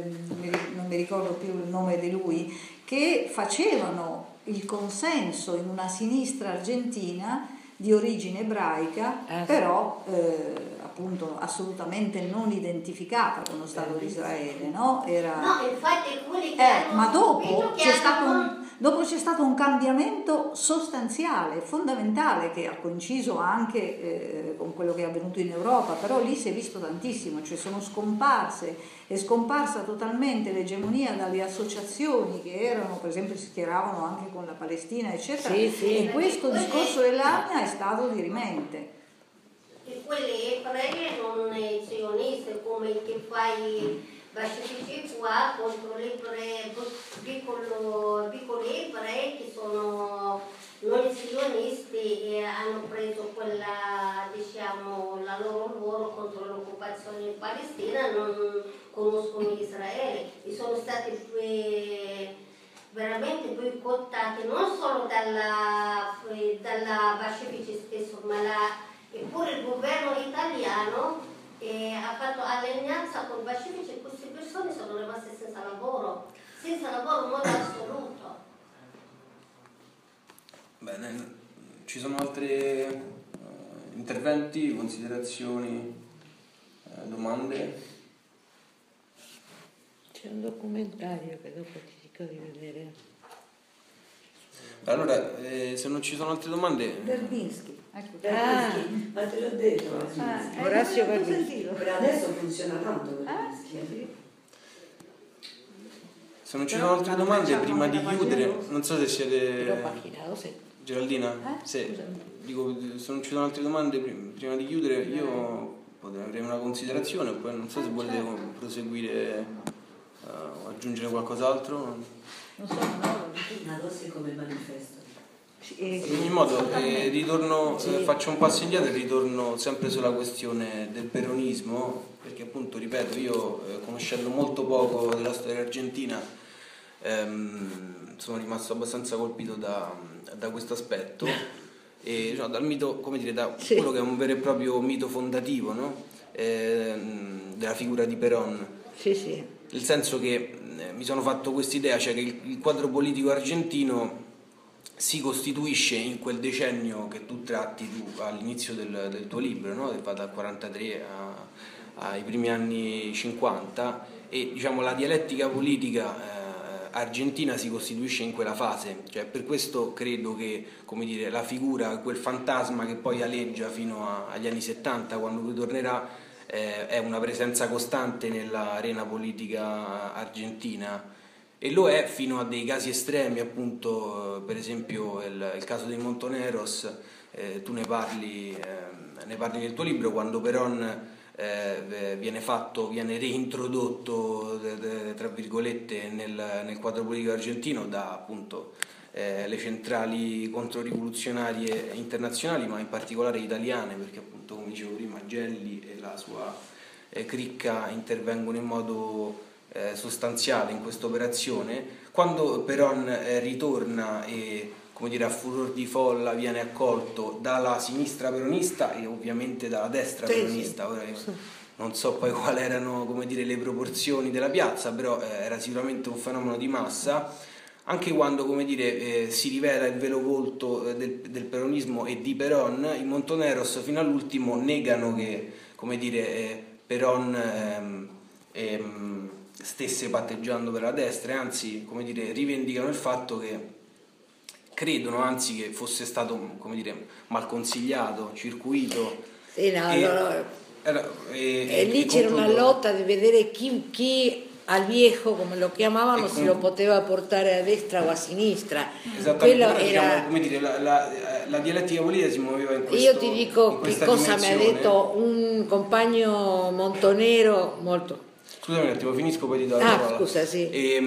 Non mi ricordo più il nome di lui, che facevano il consenso in una sinistra argentina di origine ebraica, ah, però eh, appunto assolutamente non identificata con lo Stato di Israele, no? Era... No, infatti quelli che Eh, hanno ma dopo subito che c'è, hanno stato con- un, dopo c'è stato un cambiamento sostanziale, fondamentale, che ha coinciso anche eh, con quello che è avvenuto in Europa, però lì si è visto tantissimo, cioè sono scomparse, è scomparsa totalmente l'egemonia dalle associazioni che erano, per esempio si schieravano anche con la Palestina, eccetera, Sì, sì. e questo discorso dell'Armia è stato dirimente. e quelli ebrei non sionisti come che fai pacifici qua contro gli ebrei piccolo, piccoli ebrei che sono non sionisti e hanno preso quella, diciamo, la loro ruolo contro l'occupazione in Palestina, non conoscono Israele e sono stati più, veramente boicottati non solo dalla, dalla Pacifici stesso, ma la, eppure il governo italiano eh, ha fatto alleanza con Pacifici e queste persone sono rimaste senza lavoro, senza lavoro in modo assoluto. Bene, ci sono altri eh, interventi, considerazioni, eh, domande? C'è un documentario che dopo ti dico di vedere. Allora, eh, se non ci sono altre domande, Verdinsky, ecco. Ah. Verdinsky, ma te l'ho detto. Ah, Orazio eh, non l'ho Verdinsky. sentito. Per adesso funziona tanto Eh? Verdinsky. se non ci Però sono altre l'hanno domande, cacciato prima di nella pagina chiudere, rossa. non so se L'ho siete... paginato, sì. Geraldina, Eh? se, Scusami. dico, se non ci sono altre domande, prim- prima di chiudere, io potrei avrei una considerazione, poi non so se volete proseguire uh, o aggiungere qualcos'altro. Non so, no, Una dose come manifesto. eh, In ogni modo, eh, ritorno, Sì. eh, faccio un passo indietro e ritorno sempre sulla questione del peronismo, perché appunto, ripeto, io eh, conoscendo molto poco della storia argentina, ehm, sono rimasto abbastanza colpito da, da questo aspetto, e no, dal mito, come dire, da Sì. quello che è un vero e proprio mito fondativo, no? Ehm, della figura di Perón. Sì, sì. Nel senso che mi sono fatto quest'idea, cioè che il, il quadro politico argentino si costituisce in quel decennio che tu tratti tu all'inizio del, del tuo libro, no? Che va dal quarantatré a, ai primi anni cinquanta, e diciamo la dialettica politica eh, argentina si costituisce in quella fase, cioè per questo credo che, come dire, la figura, quel fantasma che poi aleggia fino a, agli anni settanta, quando lui tornerà, eh, è una presenza costante nell'arena politica argentina. E lo è fino a dei casi estremi, appunto, per esempio il, il caso dei Montoneros, eh, tu ne parli, eh, ne parli nel tuo libro, quando Perón eh, viene fatto, viene reintrodotto, de, de, tra virgolette, nel, nel quadro politico argentino da appunto eh, le centrali controrivoluzionarie internazionali, ma in particolare italiane, perché appunto, come dicevo prima, Gelli e la sua eh, cricca intervengono in modo Eh, sostanziale in questa operazione. Quando Perón eh, ritorna e, come dire, a furor di folla viene accolto dalla sinistra peronista e ovviamente dalla destra sì, peronista, sì. ora non so poi quali erano, come dire, le proporzioni della piazza, però eh, era sicuramente un fenomeno di massa. Anche quando, come dire, eh, si rivela il vero volto eh, del, del peronismo e di Perón, i Montoneros fino all'ultimo negano che, come dire, eh, Perón ehm, ehm, stesse patteggiando per la destra, e anzi, come dire, rivendicano il fatto che credono anzi che fosse stato, come dire, mal consigliato, circuito. Sì, no, e, allora, era, e, e lì e c'era concludo. una lotta di vedere chi, chi al viejo, come lo chiamavano, E si con- lo poteva portare a destra o a sinistra. Esattamente, Quello però, diciamo, era... come dire, la, la, la dialettica politica si muoveva in questo, Io ti in dico che questa cosa mi ha dimensione. detto un compagno montonero molto... Scusami un attimo, finisco, poi ti do la Ah, parola. scusa, sì. E,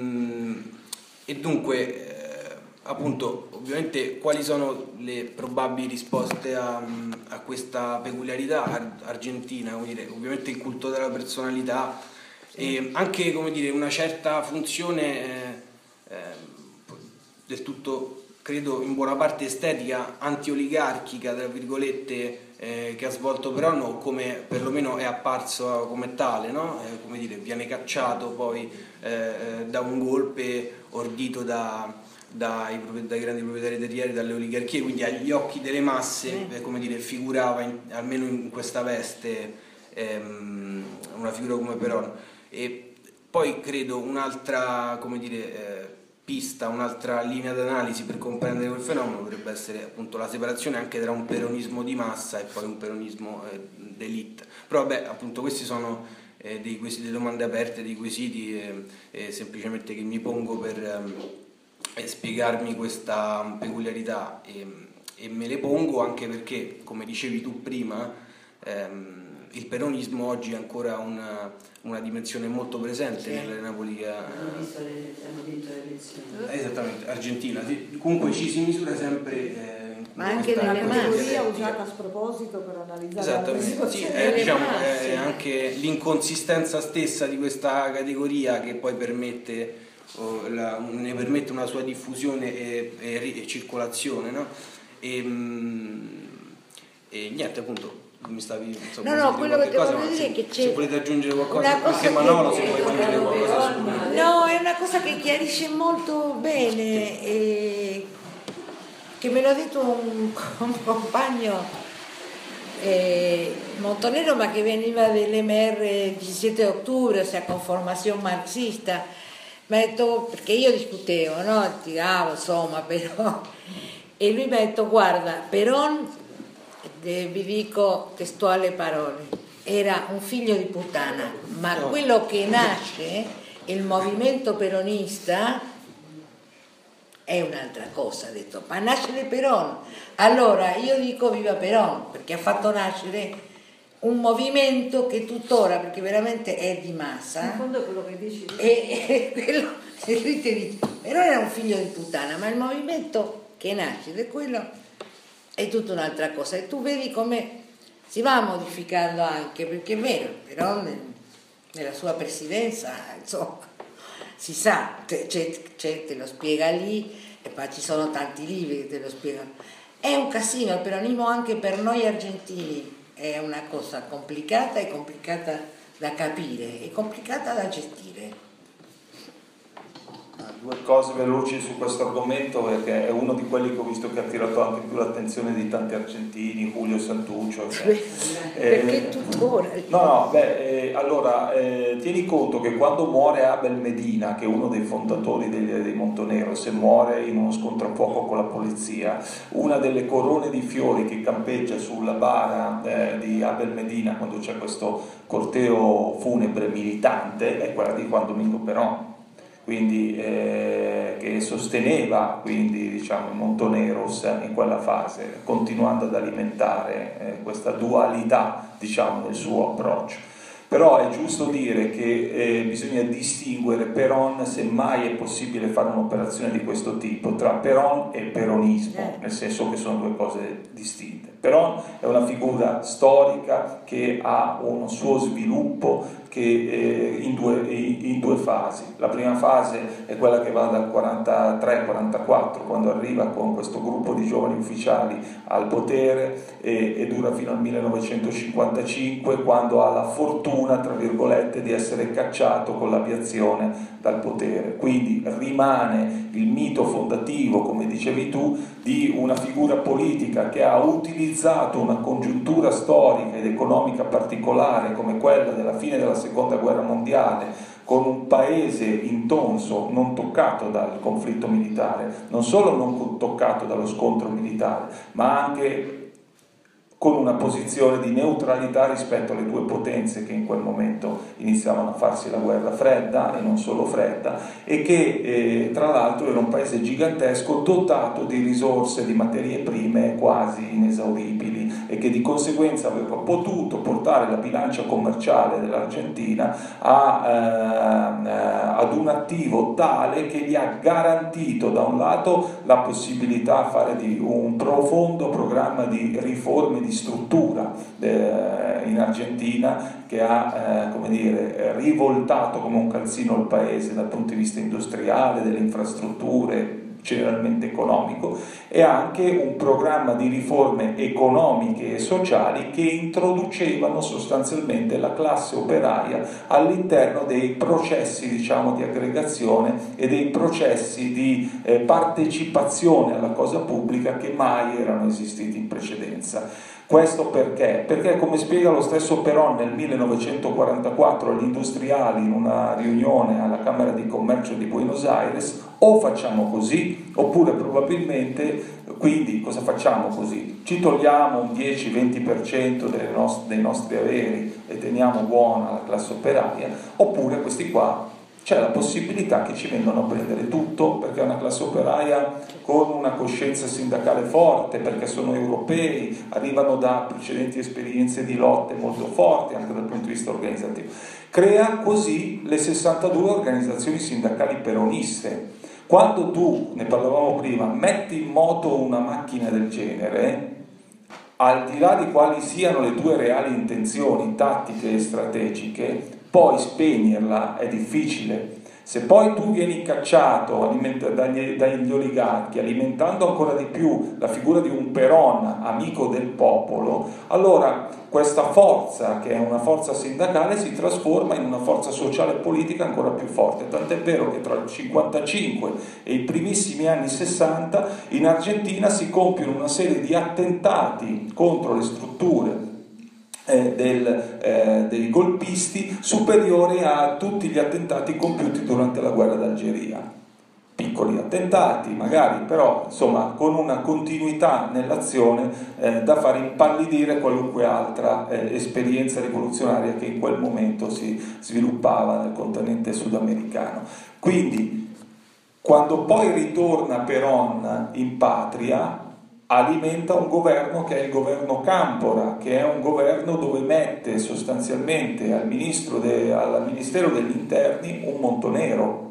e dunque, eh, appunto, ovviamente, quali sono le probabili risposte a, a questa peculiarità ar- argentina? Come dire, ovviamente il culto della personalità, sì. E anche, come dire, una certa funzione eh, eh, del tutto, credo, in buona parte estetica, anti-oligarchica, tra virgolette, eh, che ha svolto Perón, o come perlomeno è apparso come tale, no? Eh, come dire, viene cacciato poi eh, da un golpe ordito da, dai, dai grandi proprietari terrieri, dalle oligarchie, quindi agli occhi delle masse, eh, come dire, figurava in, almeno in questa veste ehm, una figura come Perón. E poi credo un'altra, come dire, eh, pista, un'altra linea d'analisi per comprendere quel fenomeno potrebbe essere appunto la separazione anche tra un peronismo di massa e poi un peronismo eh, d'élite. Però vabbè, appunto, questi sono eh, dei quesiti, delle domande aperte, dei quesiti eh, eh, semplicemente che mi pongo per eh, spiegarmi questa peculiarità, e, e me le pongo anche perché, come dicevi tu prima, ehm, il peronismo oggi è ancora una, una dimensione molto presente, sì, nell'arena politica. Hanno visto le, hanno vinto le elezioni. Esattamente, Argentina. Sì. Comunque ci si misura sempre eh, ma anche Una nelle categoria masse. usata a sproposito per analizzare la Esattamente, sì, situazione. è, diciamo, masse. è anche l'inconsistenza stessa di questa categoria che poi permette, oh, la, ne permette una sua diffusione e, e, e circolazione, no? E, e niente, appunto. Mi stavi, insomma, No, no, quello che devo cosa, dire è che c'è se volete aggiungere qualcosa, una cosa anche Manolo, se che- vuoi aggiungere qualcosa su... No, è una cosa che chiarisce molto bene, e che me l'ha detto un, un compagno eh, montonero, ma che veniva dell'M R diciassette ottobre, ossia con formazione marxista. Mi ha detto, perché io discutevo, no? Tiravo, insomma, però... E lui mi ha detto, guarda, Perón, vi dico testuale parole, era un figlio di puttana, ma No. quello che nasce, il movimento peronista, è un'altra cosa, ha detto, ma nasce Perón. Allora io dico viva Perón, perché ha fatto nascere un movimento che tuttora, perché veramente è di massa, In fondo è quello che dici. e, e quello, e lui ti dice, Perón era un figlio di puttana, ma il movimento che nasce da quello è tutta un'altra cosa, e tu vedi come si va modificando anche, perché è vero, però nella sua presidenza, insomma, si sa, c'è, c'è, te lo spiega lì, e poi ci sono tanti libri che te lo spiegano. È un casino, il peronismo anche per noi argentini è una cosa complicata, e complicata da capire, e complicata da gestire. Due cose veloci su questo argomento, perché è uno di quelli che ho visto che ha attirato anche più l'attenzione di tanti argentini, Julio Santuccio. Cioè. Perché tuttora? No, no, beh, eh, allora, eh, tieni conto che quando muore Abel Medina, che è uno dei fondatori dei, dei Montonero, se muore in uno scontro a fuoco con la polizia, una delle corone di fiori che campeggia sulla bara eh, di Abel Medina quando c'è questo corteo funebre militante è quella di Juan Domingo Perón. Quindi eh, che sosteneva quindi diciamo i Montoneros in quella fase, continuando ad alimentare eh, questa dualità diciamo del suo approccio. Però è giusto dire che eh, bisogna distinguere Perón, se mai è possibile fare un'operazione di questo tipo, tra Perón e peronismo, nel senso che sono due cose distinte. Perón è una figura storica che ha un suo sviluppo che, eh, in, due, in due fasi. La prima fase è quella che va dal quarantatré quarantaquattro, quando arriva con questo gruppo di giovani ufficiali al potere e, e dura fino al millenovecentocinquantacinque, quando ha la fortuna, tra virgolette, di essere cacciato con l'aviazione dal potere. Quindi rimane il mito fondativo, come dicevi tu, di una figura politica che ha utilizzato una congiuntura storica ed economica particolare come quella della fine della seconda guerra mondiale, con un paese intonso, non toccato dal conflitto militare, non solo non toccato dallo scontro militare, ma anche con una posizione di neutralità rispetto alle due potenze che in quel momento iniziavano a farsi la guerra fredda e non solo fredda, e che eh, tra l'altro era un paese gigantesco dotato di risorse, di materie prime quasi inesauribili, e che di conseguenza aveva potuto portare la bilancia commerciale dell'Argentina a, eh, ad un attivo tale che gli ha garantito da un lato la possibilità di fare di un profondo programma di riforme di struttura eh, in Argentina, che ha eh, come dire, rivoltato come un calzino il paese dal punto di vista industriale, delle infrastrutture, generalmente economico, e anche un programma di riforme economiche e sociali che introducevano sostanzialmente la classe operaia all'interno dei processi diciamo di aggregazione e dei processi di eh, partecipazione alla cosa pubblica che mai erano esistiti in precedenza. Questo perché? Perché, come spiega lo stesso Perón nel millenovecentoquarantaquattro agli industriali in una riunione alla Camera di Commercio di Buenos Aires, o facciamo così, oppure probabilmente, quindi cosa facciamo così? Ci togliamo un dieci venti per cento dei nostri, dei nostri averi e teniamo buona la classe operaia, oppure questi qua c'è la possibilità che ci vengano a prendere tutto, perché è una classe operaia con una coscienza sindacale forte, perché sono europei, arrivano da precedenti esperienze di lotte molto forti anche dal punto di vista organizzativo. Crea così le sessantadue organizzazioni sindacali peroniste. Quando tu, ne parlavamo prima, metti in moto una macchina del genere, al di là di quali siano le tue reali intenzioni tattiche e strategiche, poi spegnerla è difficile. Se poi tu vieni cacciato dagli, dagli oligarchi, alimentando ancora di più la figura di un Perón amico del popolo, allora questa forza, che è una forza sindacale, si trasforma in una forza sociale e politica ancora più forte. Tant'è vero che tra il cinquantacinque e i primissimi anni sessanta in Argentina si compiono una serie di attentati contro le strutture Eh, del, eh, dei golpisti superiori a tutti gli attentati compiuti durante la guerra d'Algeria. Piccoli attentati magari, però insomma con una continuità nell'azione eh, da far impallidire qualunque altra eh, esperienza rivoluzionaria che in quel momento si sviluppava nel continente sudamericano. Quindi quando poi ritorna Perón in patria, alimenta un governo che è il governo Cámpora, che è un governo dove mette sostanzialmente al, ministro de, al Ministero degli Interni un Montonero,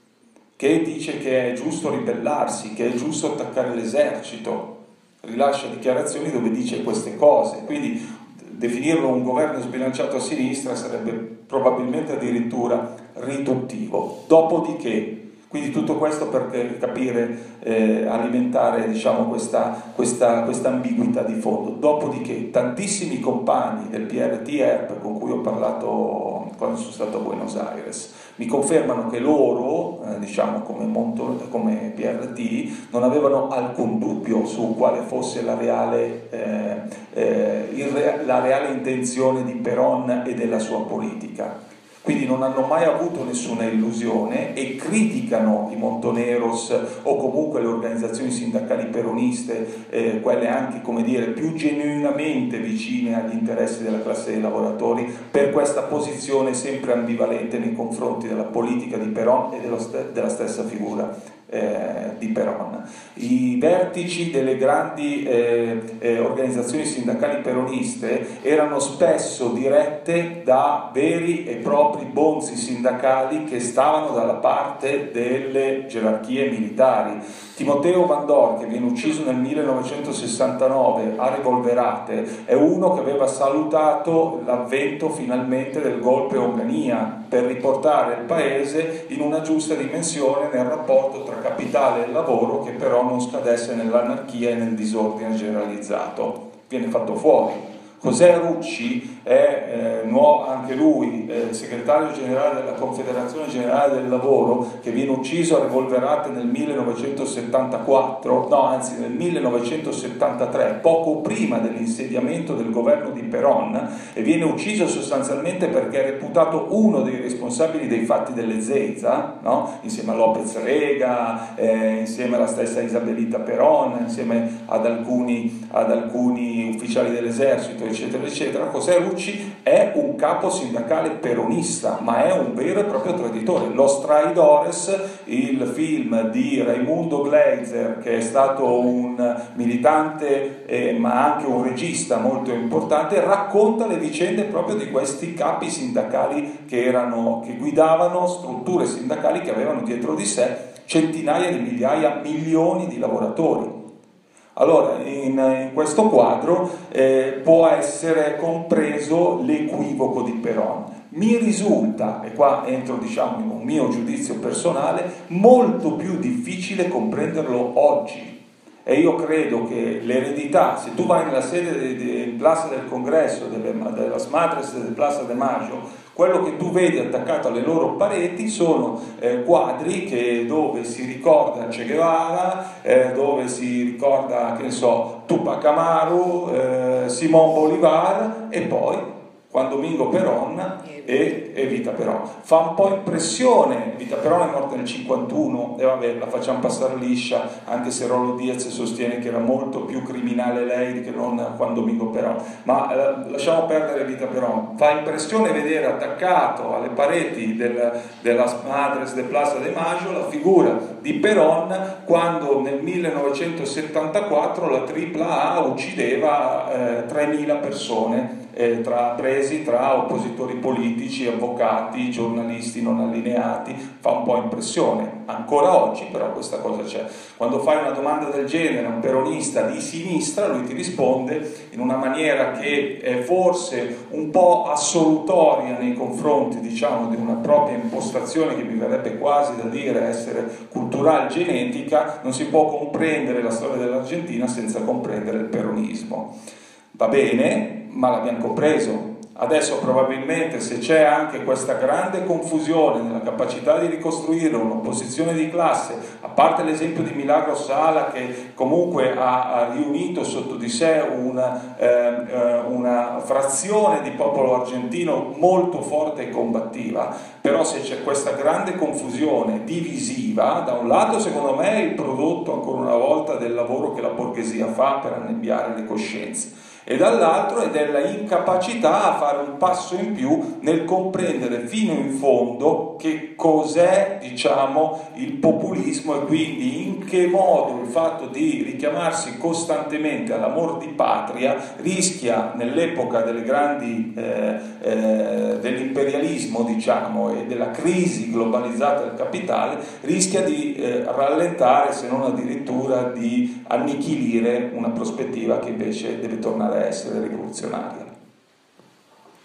che dice che è giusto ribellarsi, che è giusto attaccare l'esercito, rilascia dichiarazioni dove dice queste cose. Quindi definirlo un governo sbilanciato a sinistra sarebbe probabilmente addirittura riduttivo. Dopodiché, quindi tutto questo per capire, eh, alimentare diciamo, questa, questa, questa ambiguità di fondo. Dopodiché tantissimi compagni del P R T E R P con cui ho parlato quando sono stato a Buenos Aires, Mi confermano che loro, eh, diciamo come, Monto, come P R T, non avevano alcun dubbio su quale fosse la reale, eh, eh, il re, la reale intenzione di Perón e della sua politica. Quindi non hanno mai avuto nessuna illusione e criticano i Montoneros o comunque le organizzazioni sindacali peroniste, eh, quelle anche, come dire, più genuinamente vicine agli interessi della classe dei lavoratori, per questa posizione sempre ambivalente nei confronti della politica di Perón e dello st- della stessa figura eh, di Perón. I vertici delle grandi eh, eh, organizzazioni sindacali peroniste erano spesso dirette da veri e propri bonzi sindacali che stavano dalla parte delle gerarchie militari. Timoteo Van Dor, che viene ucciso nel millenovecentosessantanove a rivolverate, è uno che aveva salutato l'avvento finalmente del golpe Onganía per riportare il paese in una giusta dimensione nel rapporto tra capitale e lavoro, che però non scadesse nell'anarchia e nel disordine generalizzato. Viene fatto fuori. José Rucci è eh, nuovo, anche lui eh, segretario generale della Confederazione Generale del Lavoro, che viene ucciso a rivolverate nel millenovecentosettantaquattro, no anzi nel millenovecentosettantatré, poco prima dell'insediamento del governo di Perón, e viene ucciso sostanzialmente perché è reputato uno dei responsabili dei fatti delle Zeiza, no? Insieme a López Rega, eh, insieme alla stessa Isabelita Perón, insieme ad alcuni, ad alcuni ufficiali dell'esercito, eccetera eccetera. José Rucci è un capo sindacale peronista, ma è un vero e proprio traditore. Los Traidores, il film di Raimundo Gleiser, che è stato un militante eh, ma anche un regista molto importante, racconta le vicende proprio di questi capi sindacali che erano, che guidavano strutture sindacali che avevano dietro di sé centinaia di migliaia, milioni di lavoratori. Allora, in, in questo quadro eh, può essere compreso l'equivoco di Perón. Mi risulta, e qua entro diciamo in un mio giudizio personale, molto più difficile comprenderlo oggi. E io credo che l'eredità, se tu vai nella sede di Plaza del Congresso, delle, della Madres de Plaza de Mayo, quello che tu vedi attaccato alle loro pareti sono eh, quadri che, dove si ricorda Che Guevara, eh, dove si ricorda, che ne so, Tupac Amaru, eh, Simón Bolívar e poi Juan Domingo Perón e, e Vita Perón. Fa un po' impressione, Vita Perón è morta nel cinquantuno e vabbè, la facciamo passare liscia, anche se Rolo Diaz sostiene che era molto più criminale lei che non Juan Domingo Perón, ma eh, lasciamo perdere Vita Perón. Fa impressione vedere attaccato alle pareti del, della Madres de Plaza de Mayo la figura di Perón quando nel millenovecentosettantaquattro la tripla A uccideva eh, tremila persone, eh, tra, presi tra oppositori politici, avvocati, giornalisti non allineati. Fa un po' impressione, ancora oggi però questa cosa c'è. Quando fai una domanda del genere a un peronista di sinistra, lui ti risponde in una maniera che è forse un po' assolutoria nei confronti, diciamo, di una propria impostazione che mi verrebbe quasi da dire essere culturale genetica. Non si può comprendere la storia dell'Argentina senza comprendere il peronismo. Va bene, ma l'abbiamo compreso. Adesso probabilmente, se c'è anche questa grande confusione nella capacità di ricostruire un'opposizione di classe, a parte l'esempio di Milagros Sala che comunque ha, ha riunito sotto di sé una, eh, una frazione di popolo argentino molto forte e combattiva, però se c'è questa grande confusione divisiva, da un lato secondo me è il prodotto ancora una volta del lavoro che la borghesia fa per annebbiare le coscienze, e dall'altro è della incapacità a fare un passo in più nel comprendere fino in fondo che cos'è, diciamo, il populismo e quindi in che modo il fatto di richiamarsi costantemente all'amor di patria rischia nell'epoca delle grandi eh, eh, dell'imperialismo, diciamo, e della crisi globalizzata del capitale, rischia di eh, rallentare, se non addirittura di annichilire una prospettiva che invece deve tornare a essere rivoluzionaria.